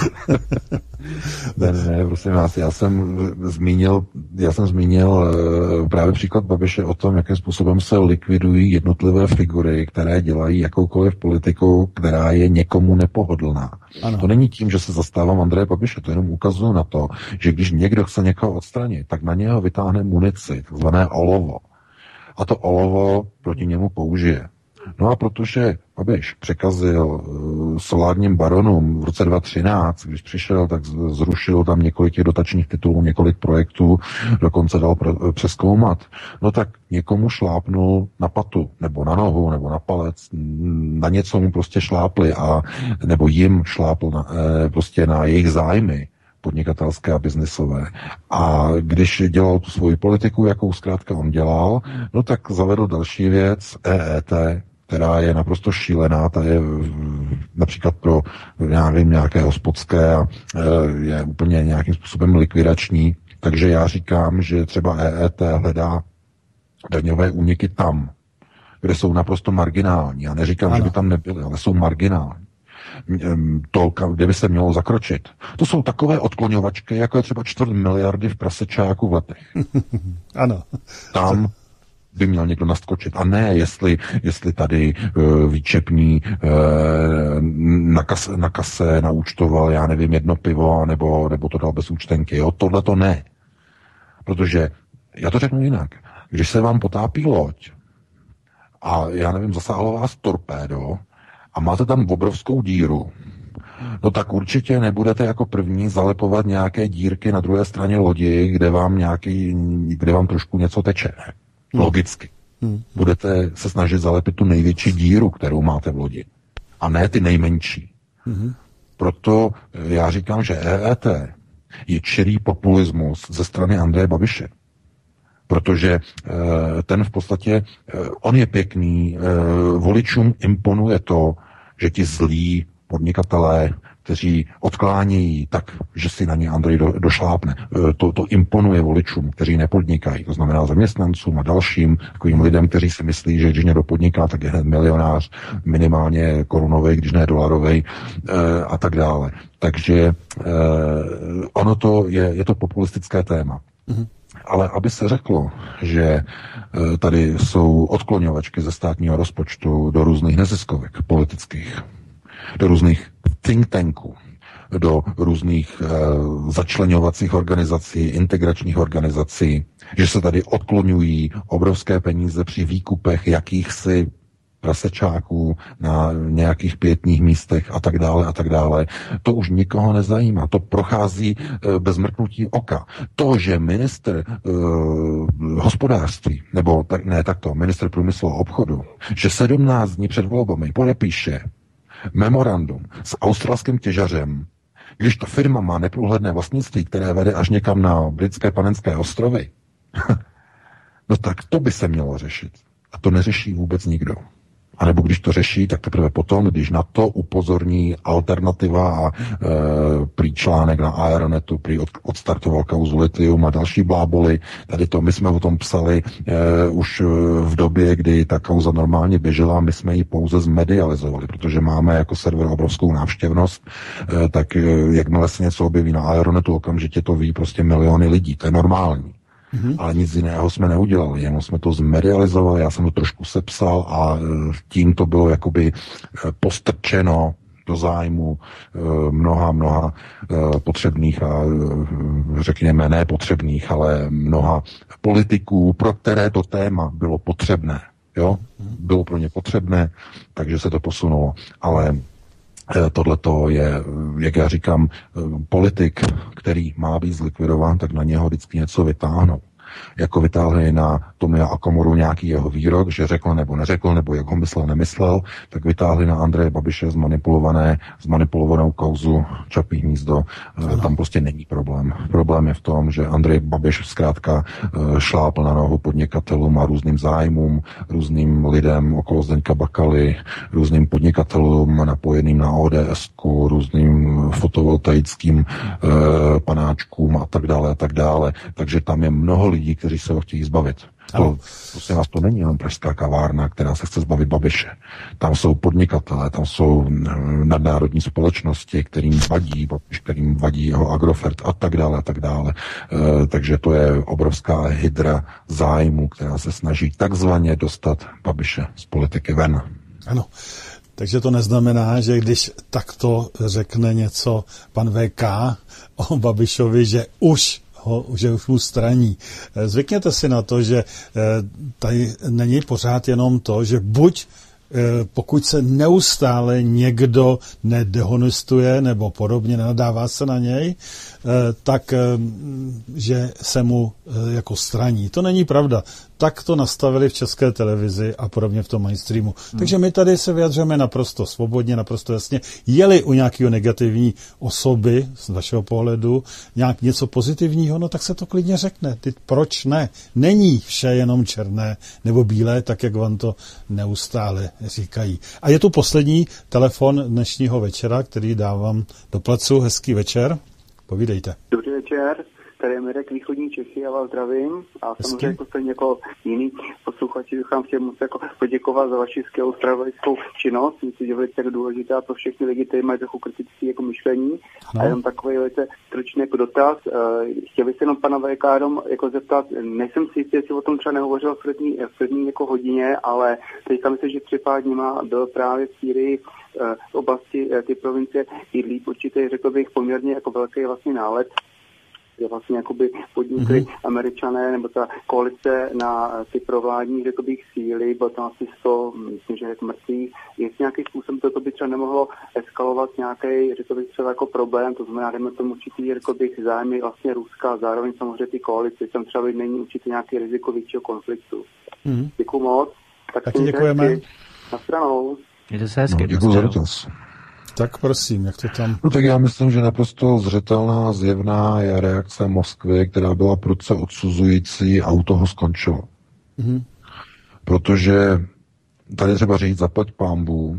ne, ne, prosím vás, já jsem zmínil, já jsem zmínil právě příklad Babiše o tom, jakým způsobem se likvidují jednotlivé figury, které dělají jakoukoliv politiku, která je někomu nepohodlná. Ano. To není tím, že se zastávám Andreje Babiše, to jenom ukazuju na to, že když někdo chce někoho odstranit, tak na něho vytáhne munici, takzvané olovo. A to olovo proti němu použije. No a protože Babiš překazil uh, solárním baronům v roce dva tisíce třináct, když přišel, tak zrušil tam několik těch dotačních titulů, několik projektů, dokonce dal pr- přezkoumat. No tak někomu šlápnul na patu, nebo na nohu, nebo na palec, na něco mu prostě šlápli, a, nebo jim šlápl na, eh, prostě na jejich zájmy podnikatelské a biznisové. A když dělal tu svoji politiku, jakou zkrátka on dělal, no tak zavedl další věc, E E T, která je naprosto šílená, ta je například pro já nevím, nějaké hospodské a je úplně nějakým způsobem likvidační. Takže já říkám, že třeba E E T hledá daňové úniky tam, kde jsou naprosto marginální. Já neříkám, ano. že by tam nebyly, ale jsou marginální. To, kde by se mělo zakročit. To jsou takové odkloňovačky, jako je třeba čtvrt miliardy v prasečáku v letech. Ano. Tam by měl někdo naskočit. A ne, jestli, jestli tady uh, výčepní uh, na, kas, na kase naúčtoval, já nevím, jedno pivo, nebo, nebo to dal bez účtenky. Jo? Tohle to ne. Protože, já to řeknu jinak, když se vám potápí loď a já nevím, zasáhlo vás torpédo, a máte tam obrovskou díru, no tak určitě nebudete jako první zalepovat nějaké dírky na druhé straně lodi, kde vám nějaký, kde vám trošku něco teče. Hmm. Logicky. Hmm. Budete se snažit zalepit tu největší díru, kterou máte v lodi. A ne ty nejmenší. Hmm. Proto já říkám, že E E T je čirý populismus ze strany Andreje Babiše. Protože ten v podstatě, on je pěkný, voličům imponuje to, že ti zlí podnikatelé, kteří odklánějí tak, že si na ně Andrej do, došlápne. To, to imponuje voličům, kteří nepodnikají, to znamená zaměstnancům a dalším takovým lidem, kteří si myslí, že když někdo podniká, tak je hned milionář, minimálně korunovej, když ne dolarovej a tak dále. Takže ono to je, je to populistické téma. Mm-hmm. Ale aby se řeklo, že tady jsou odkloňovačky ze státního rozpočtu do různých neziskovek politických, do různých think tanků, do různých uh, začleňovacích organizací, integračních organizací, že se tady odkloňují obrovské peníze při výkupech jakýchsi prasečáků na nějakých pětních místech a tak dále a tak dále. To už nikoho nezajímá. To prochází e, bez mrknutí oka. To, že ministr e, hospodářství, nebo tak, ne takto, ministr průmyslu a obchodu, že sedmnáct dní před volbami podepíše memorandum s australským těžařem, když ta firma má neprůhledné vlastnictví, které vede až někam na britské Panenské ostrovy, no tak to by se mělo řešit. A to neřeší vůbec nikdo. A nebo když to řeší, tak teprve potom, když na to upozorní Alternativa a e, prý článek na Aeronetu, prý od, odstartoval kauzu Litium a další bláboli. Tady to, my jsme o tom psali e, už v době, kdy ta kauza normálně běžela, my jsme ji pouze zmedializovali, protože máme jako server obrovskou návštěvnost, e, tak e, jakmile se něco objeví na Aeronetu, okamžitě to ví prostě miliony lidí, to je normální. Mm-hmm. Ale nic jiného jsme neudělali, jenom jsme to zmedializovali, já jsem to trošku sepsal a tím to bylo jakoby postrčeno do zájmu mnoha, mnoha potřebných a řekněme ne potřebných, ale mnoha politiků, pro které to téma bylo potřebné. Jo? Bylo pro ně potřebné, takže se to posunulo. Ale tohleto je, jak já říkám, politik, který má být zlikvidován, tak na něho vždycky něco vytáhnou. Jako vytáhli na Tomia Okamoru nějaký jeho výrok, že řekl nebo neřekl, nebo jak ho myslel, nemyslel, tak vytáhli na Andreje Babiše zmanipulované, zmanipulovanou kauzu Čapí hnízdo. Ano. Tam prostě není problém. Problém je v tom, že Andrej Babiš zkrátka šlápl na nohu podnikatelům a různým zájmům, různým lidem okolo Zdeňka Bakaly, různým podnikatelům napojeným na O D S ku, různým fotovoltaickým e, panáčkům a tak dále a tak dále. Takže tam je mnoho lidí, kteří se ho chtějí zbavit. To, prostě vás to není jenom pražská kavárna, která se chce zbavit Babiše. Tam jsou podnikatelé, tam jsou nadnárodní společnosti, kterým vadí Babiš, kterým vadí jeho Agrofert a tak dále a tak dále. E, takže to je obrovská hydra zájmu, která se snaží takzvaně dostat Babiše z politiky ven. Ano. Takže to neznamená, že když takto řekne něco pan V K o Babišovi, že už ho, že už mu straní. Zvykněte si na to, že tady není pořád jenom to, že buď pokud se neustále někdo nedehonestuje nebo podobně, nadává se na něj, tak že se mu jako straní. To není pravda. Tak to nastavili v České televizi a podobně v tom mainstreamu. Hmm. Takže my tady se vyjadřujeme naprosto svobodně, naprosto jasně. Je-li u nějakého negativní osoby, z vašeho pohledu, nějak něco pozitivního, no tak se to klidně řekne. Ty, proč ne? Není vše jenom černé nebo bílé, tak jak vám to neustále říkají. A je tu poslední telefon dnešního večera, který dávám do placu. Hezký večer. Povídejte. Dobrý večer. Tady je Mirek, východní Čechy, já vás zdravím a samozřejmě jako stejně jako jiný posluchači bych vám chtěl moc jako poděkovat za vaši skvělou zpravodajskou činnost. Myslím, že je velice důležitá pro všechny lidi, kteří mají trochu kritické jako myšlení. No. A jenom takový velice stručný jako dotaz. Chtěl bych se jenom pana V K jenom jako zeptat, nejsem si jistý, jestli o tom třeba nehovořil v první, v první jako hodině, ale teďka myslím, že před pár dníma byl právě v Sýrii v oblasti ty provincie Idlíb určitě, řekl bych, poměrně jako velký vlastně nálet, kde vlastně jakoby podnikli mm-hmm. Američané nebo ta koalice na ty provládní, řekl bych, síly, bylo tam asi sto, myslím, že je mrtvých. Jestli nějaký způsob to by třeba nemohlo eskalovat nějaký, řekl bych, třeba jako problém, to znamená, dejme tomu určitý, řekl bych, zájmy vlastně Ruska a zároveň samozřejmě ty koalice, tam třeba není určitě nějaký riziko většího konfliktu. Mm-hmm. Děkuju moc. Tak Taky děkujeme. Na stranou. Mějte se hezky. No, děkuji za dotaz. Tak prosím, jak to tam... No tak já myslím, že naprosto zřetelná, zjevná je reakce Moskvy, která byla prudce odsuzující a u toho skončila. Mm-hmm. Protože tady třeba říct zaplať pánbů,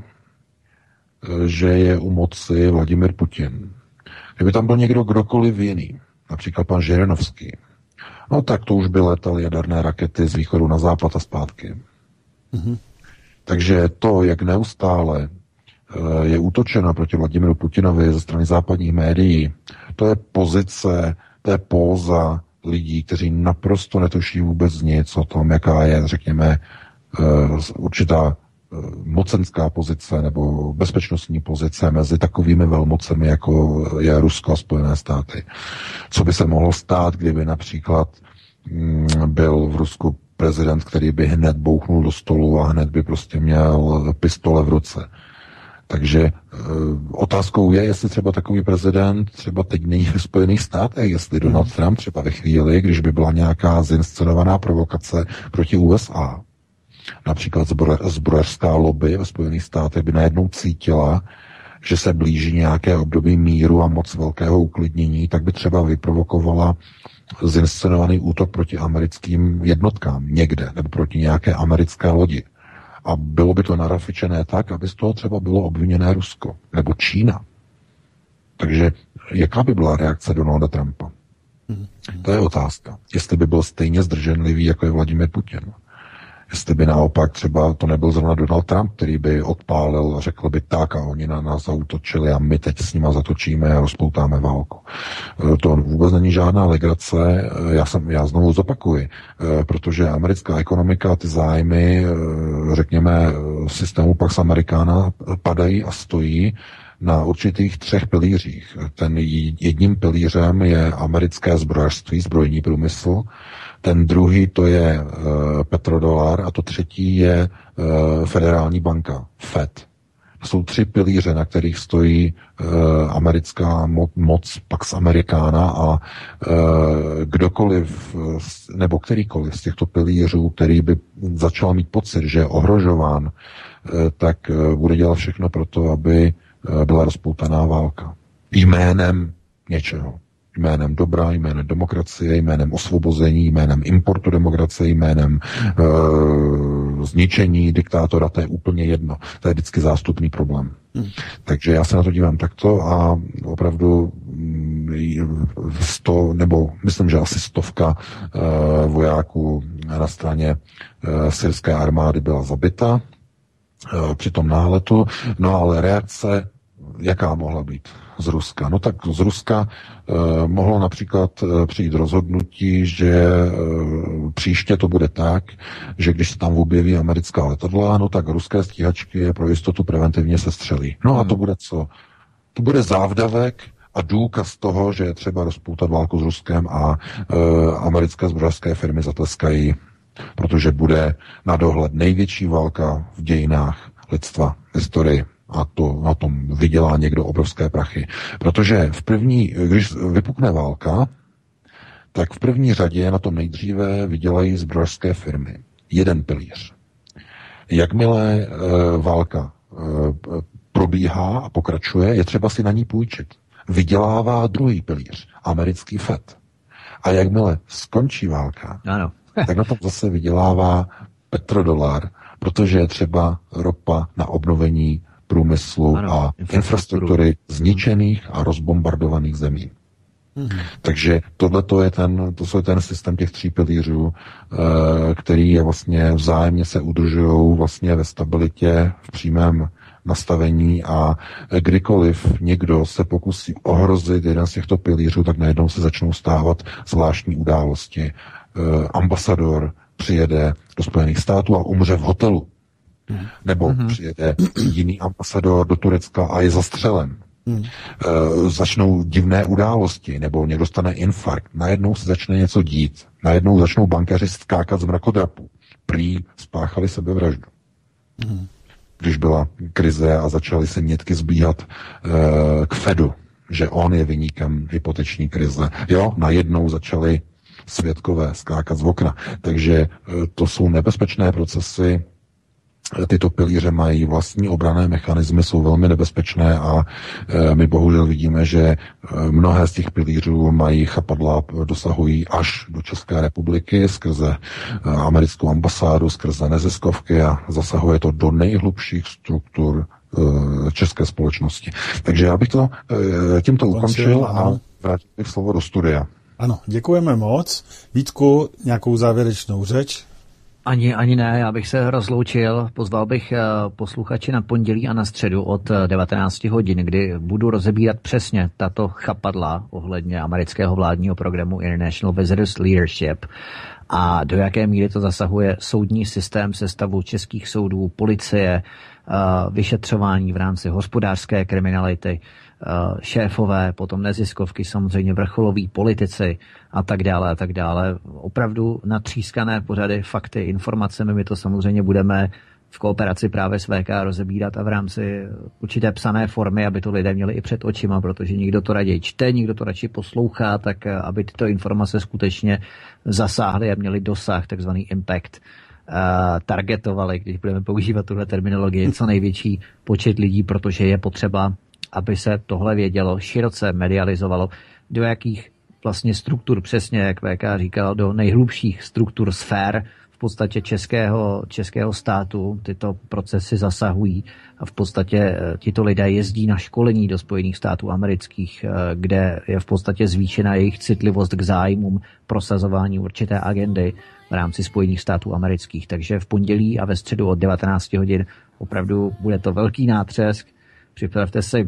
že je u moci Vladimir Putin. Kdyby tam byl někdo kdokoliv jiný, například pan Žirinovský, no tak to už by letaly jaderné rakety z východu na západ a zpátky. Mm-hmm. Takže to, jak neustále je útočeno proti Vladimiru Putinovi ze strany západních médií, to je pozice, to je póza lidí, kteří naprosto netuší vůbec nic o tom, jaká je, řekněme, určitá mocenská pozice nebo bezpečnostní pozice mezi takovými velmocemi, jako je Rusko a Spojené státy. Co by se mohlo stát, kdyby například byl v Rusku prezident, který by hned bouchnul do stolu a hned by prostě měl pistole v ruce. Takže e, otázkou je, jestli třeba takový prezident třeba teď není v Spojených státech, jestli Donald Trump třeba ve chvíli, když by byla nějaká zinscenovaná provokace proti U S A, například zbrojařská lobby ve Spojených státech by najednou cítila, že se blíží nějaké období míru a moc velkého uklidnění, tak by třeba vyprovokovala zinscenovaný útok proti americkým jednotkám někde, nebo proti nějaké americké lodi. A bylo by to narafičené tak, aby z toho třeba bylo obviněné Rusko nebo Čína. Takže jaká by byla reakce Donalda Trumpa? Hmm. To je otázka. Jestli by byl stejně zdrženlivý, jako je Vladimir Putin. Jestli by naopak třeba to nebyl zrovna Donald Trump, který by odpálil a řekl by tak a oni na nás zaútočili a my teď s nima zatočíme a rozpoutáme válku. To vůbec není žádná legrace, já, jsem, já znovu zopakuji, protože americká ekonomika, ty zájmy, řekněme, systému Pax Americana padají a stojí na určitých třech pilířích. Ten jedním pilířem je americké zbrojařství, zbrojní průmysl, ten druhý to je uh, petrodolar a to třetí je uh, federální banka, Fed. To jsou tři pilíře, na kterých stojí uh, americká mo- moc Pax Americana a uh, kdokoliv nebo kterýkoliv z těchto pilířů, který by začal mít pocit, že je ohrožován, tak bude dělat všechno pro to, aby byla rozpoutaná válka. Jménem něčeho. Jménem dobra, jménem demokracie, jménem osvobození, jménem importu demokracie, jménem e, zničení diktátora, to je úplně jedno. To je vždycky zástupný problém. Hmm. Takže já se na to dívám takto a opravdu sto, nebo myslím, že asi stovka e, vojáků na straně e, syrské armády byla zabita e, při tom náletu, no ale reakce jaká mohla být z Ruska? No tak z Ruska eh, mohlo například eh, přijít rozhodnutí, že eh, příště to bude tak, že když se tam objeví americká letadla, no tak ruské stíhačky je pro jistotu preventivně sestřelí. No a to bude co? To bude závdavek a důkaz toho, že je třeba rozpoutat válku s Ruskem a eh, americké zbrojařské firmy zatleskají, protože bude na dohled největší válka v dějinách lidstva, historii. A to na tom vydělá někdo obrovské prachy. Protože v první, když vypukne válka, tak v první řadě na tom nejdříve vydělají zbrojařské firmy. Jeden pilíř. Jakmile e, válka e, probíhá a pokračuje, je třeba si na ní půjčit. Vydělává druhý pilíř, americký Fed. A jakmile skončí válka, ano. tak na tom zase vydělává petrodolar, protože je třeba ropa na obnovení průmyslu ano, a infrastruktury zničených a rozbombardovaných zemí. Mm-hmm. Takže tohle je ten, to je ten systém těch tří pilířů, který je vlastně vzájemně se udržují vlastně ve stabilitě, v přímém nastavení a kdykoliv někdo se pokusí ohrozit jeden z těchto pilířů, tak najednou se začnou stávat zvláštní události. Ambasador přijede do Spojených států a umře v hotelu. Nebo mm-hmm. přijede jiný ambasador do Turecka a je zastřelen. Mm. E, začnou divné události, nebo někdo dostane infarkt. Najednou se začne něco dít. Najednou začnou bankéři skákat z mrakodrapu. Prý spáchali sebevraždu. Mm. Když byla krize a začaly se nětky zbíhat e, k Fedu, že on je viníkem hypoteční krize. Jo, najednou začaly svědkové skákat z okna. Takže e, to jsou nebezpečné procesy. Tyto pilíře mají vlastní obranné mechanismy, jsou velmi nebezpečné a e, my bohužel vidíme, že e, mnohé z těch pilířů mají chapadla, dosahují až do České republiky skrze e, americkou ambasádu, skrze neziskovky a zasahuje to do nejhlubších struktur e, české společnosti. Takže já bych to e, tímto ukončil a vrátil bych slovo do studia. Ano, děkujeme moc. Vítku, nějakou závěrečnou řeč? Ani, ani ne, já bych se rozloučil, pozval bych posluchače na pondělí a na středu od devatenáct hodin, kdy budu rozebírat přesně tato chapadla ohledně amerického vládního programu International Visitors Leadership a do jaké míry to zasahuje soudní systém, sestavu českých soudů, policie, vyšetřování v rámci hospodářské kriminality, šéfové, potom neziskovky, samozřejmě vrcholoví politici a tak dále a tak dále. Opravdu natřískané pořady, fakty, informacemi, my to samozřejmě budeme v kooperaci právě s V K rozebírat a v rámci určité psané formy, aby to lidé měli i před očima, protože někdo to raději čte, někdo to radši poslouchá, tak aby tyto informace skutečně zasáhly a měly dosah, takzvaný impact. Targetovali, když budeme používat tuhle terminologii, co největší počet lidí, protože je potřeba, aby se tohle vědělo, široce medializovalo, do jakých vlastně struktur, přesně jak V K říkal, do nejhlubších struktur sfér v podstatě českého, českého státu tyto procesy zasahují a v podstatě tito lidé jezdí na školení do Spojených států amerických, kde je v podstatě zvýšena jejich citlivost k zájmům prosazování určité agendy v rámci Spojených států amerických. Takže v pondělí a ve středu od devatenáct hodin opravdu bude to velký nátřesk. Připravte si,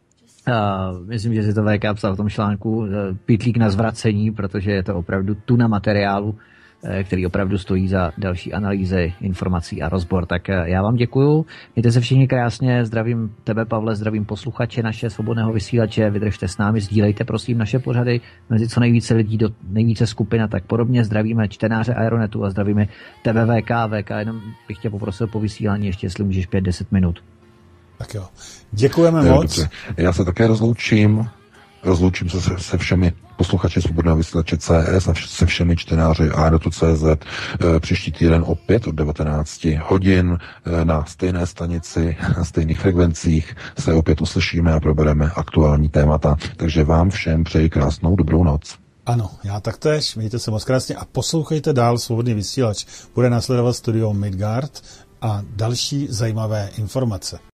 uh, myslím, že si to V K psal v tom článku, uh, pytlík na zvracení, protože je to opravdu tuna materiálu, uh, který opravdu stojí za další analýzy, informací a rozbor. Tak uh, já vám děkuju, mějte se všichni krásně, zdravím tebe, Pavle, zdravím posluchače naše svobodného vysílače, vydržte s námi, sdílejte prosím naše pořady mezi co nejvíce lidí do nejvíce skupin a tak podobně. Zdravíme čtenáře Aeronetu a zdravíme tebe, V K. V K, jenom bych tě poprosil po vysílání ještě, jestli můžeš pět deset minut. Tak jo. Děkujeme moc. Dobře. Já se také rozloučím. Rozloučím se se, se všemi posluchači Svobodného vysílače C S a se všemi čtenáři aerotu tečka cé zet. Příští týden opět od devatenáct hodin na stejné stanici, na stejných frekvencích se opět uslyšíme a probereme aktuální témata. Takže vám všem přeji krásnou dobrou noc. Ano, já taktéž, mějte se moc krásně a poslouchejte dál Svobodný vysílač. Bude následovat studio Midgard a další zajímavé informace.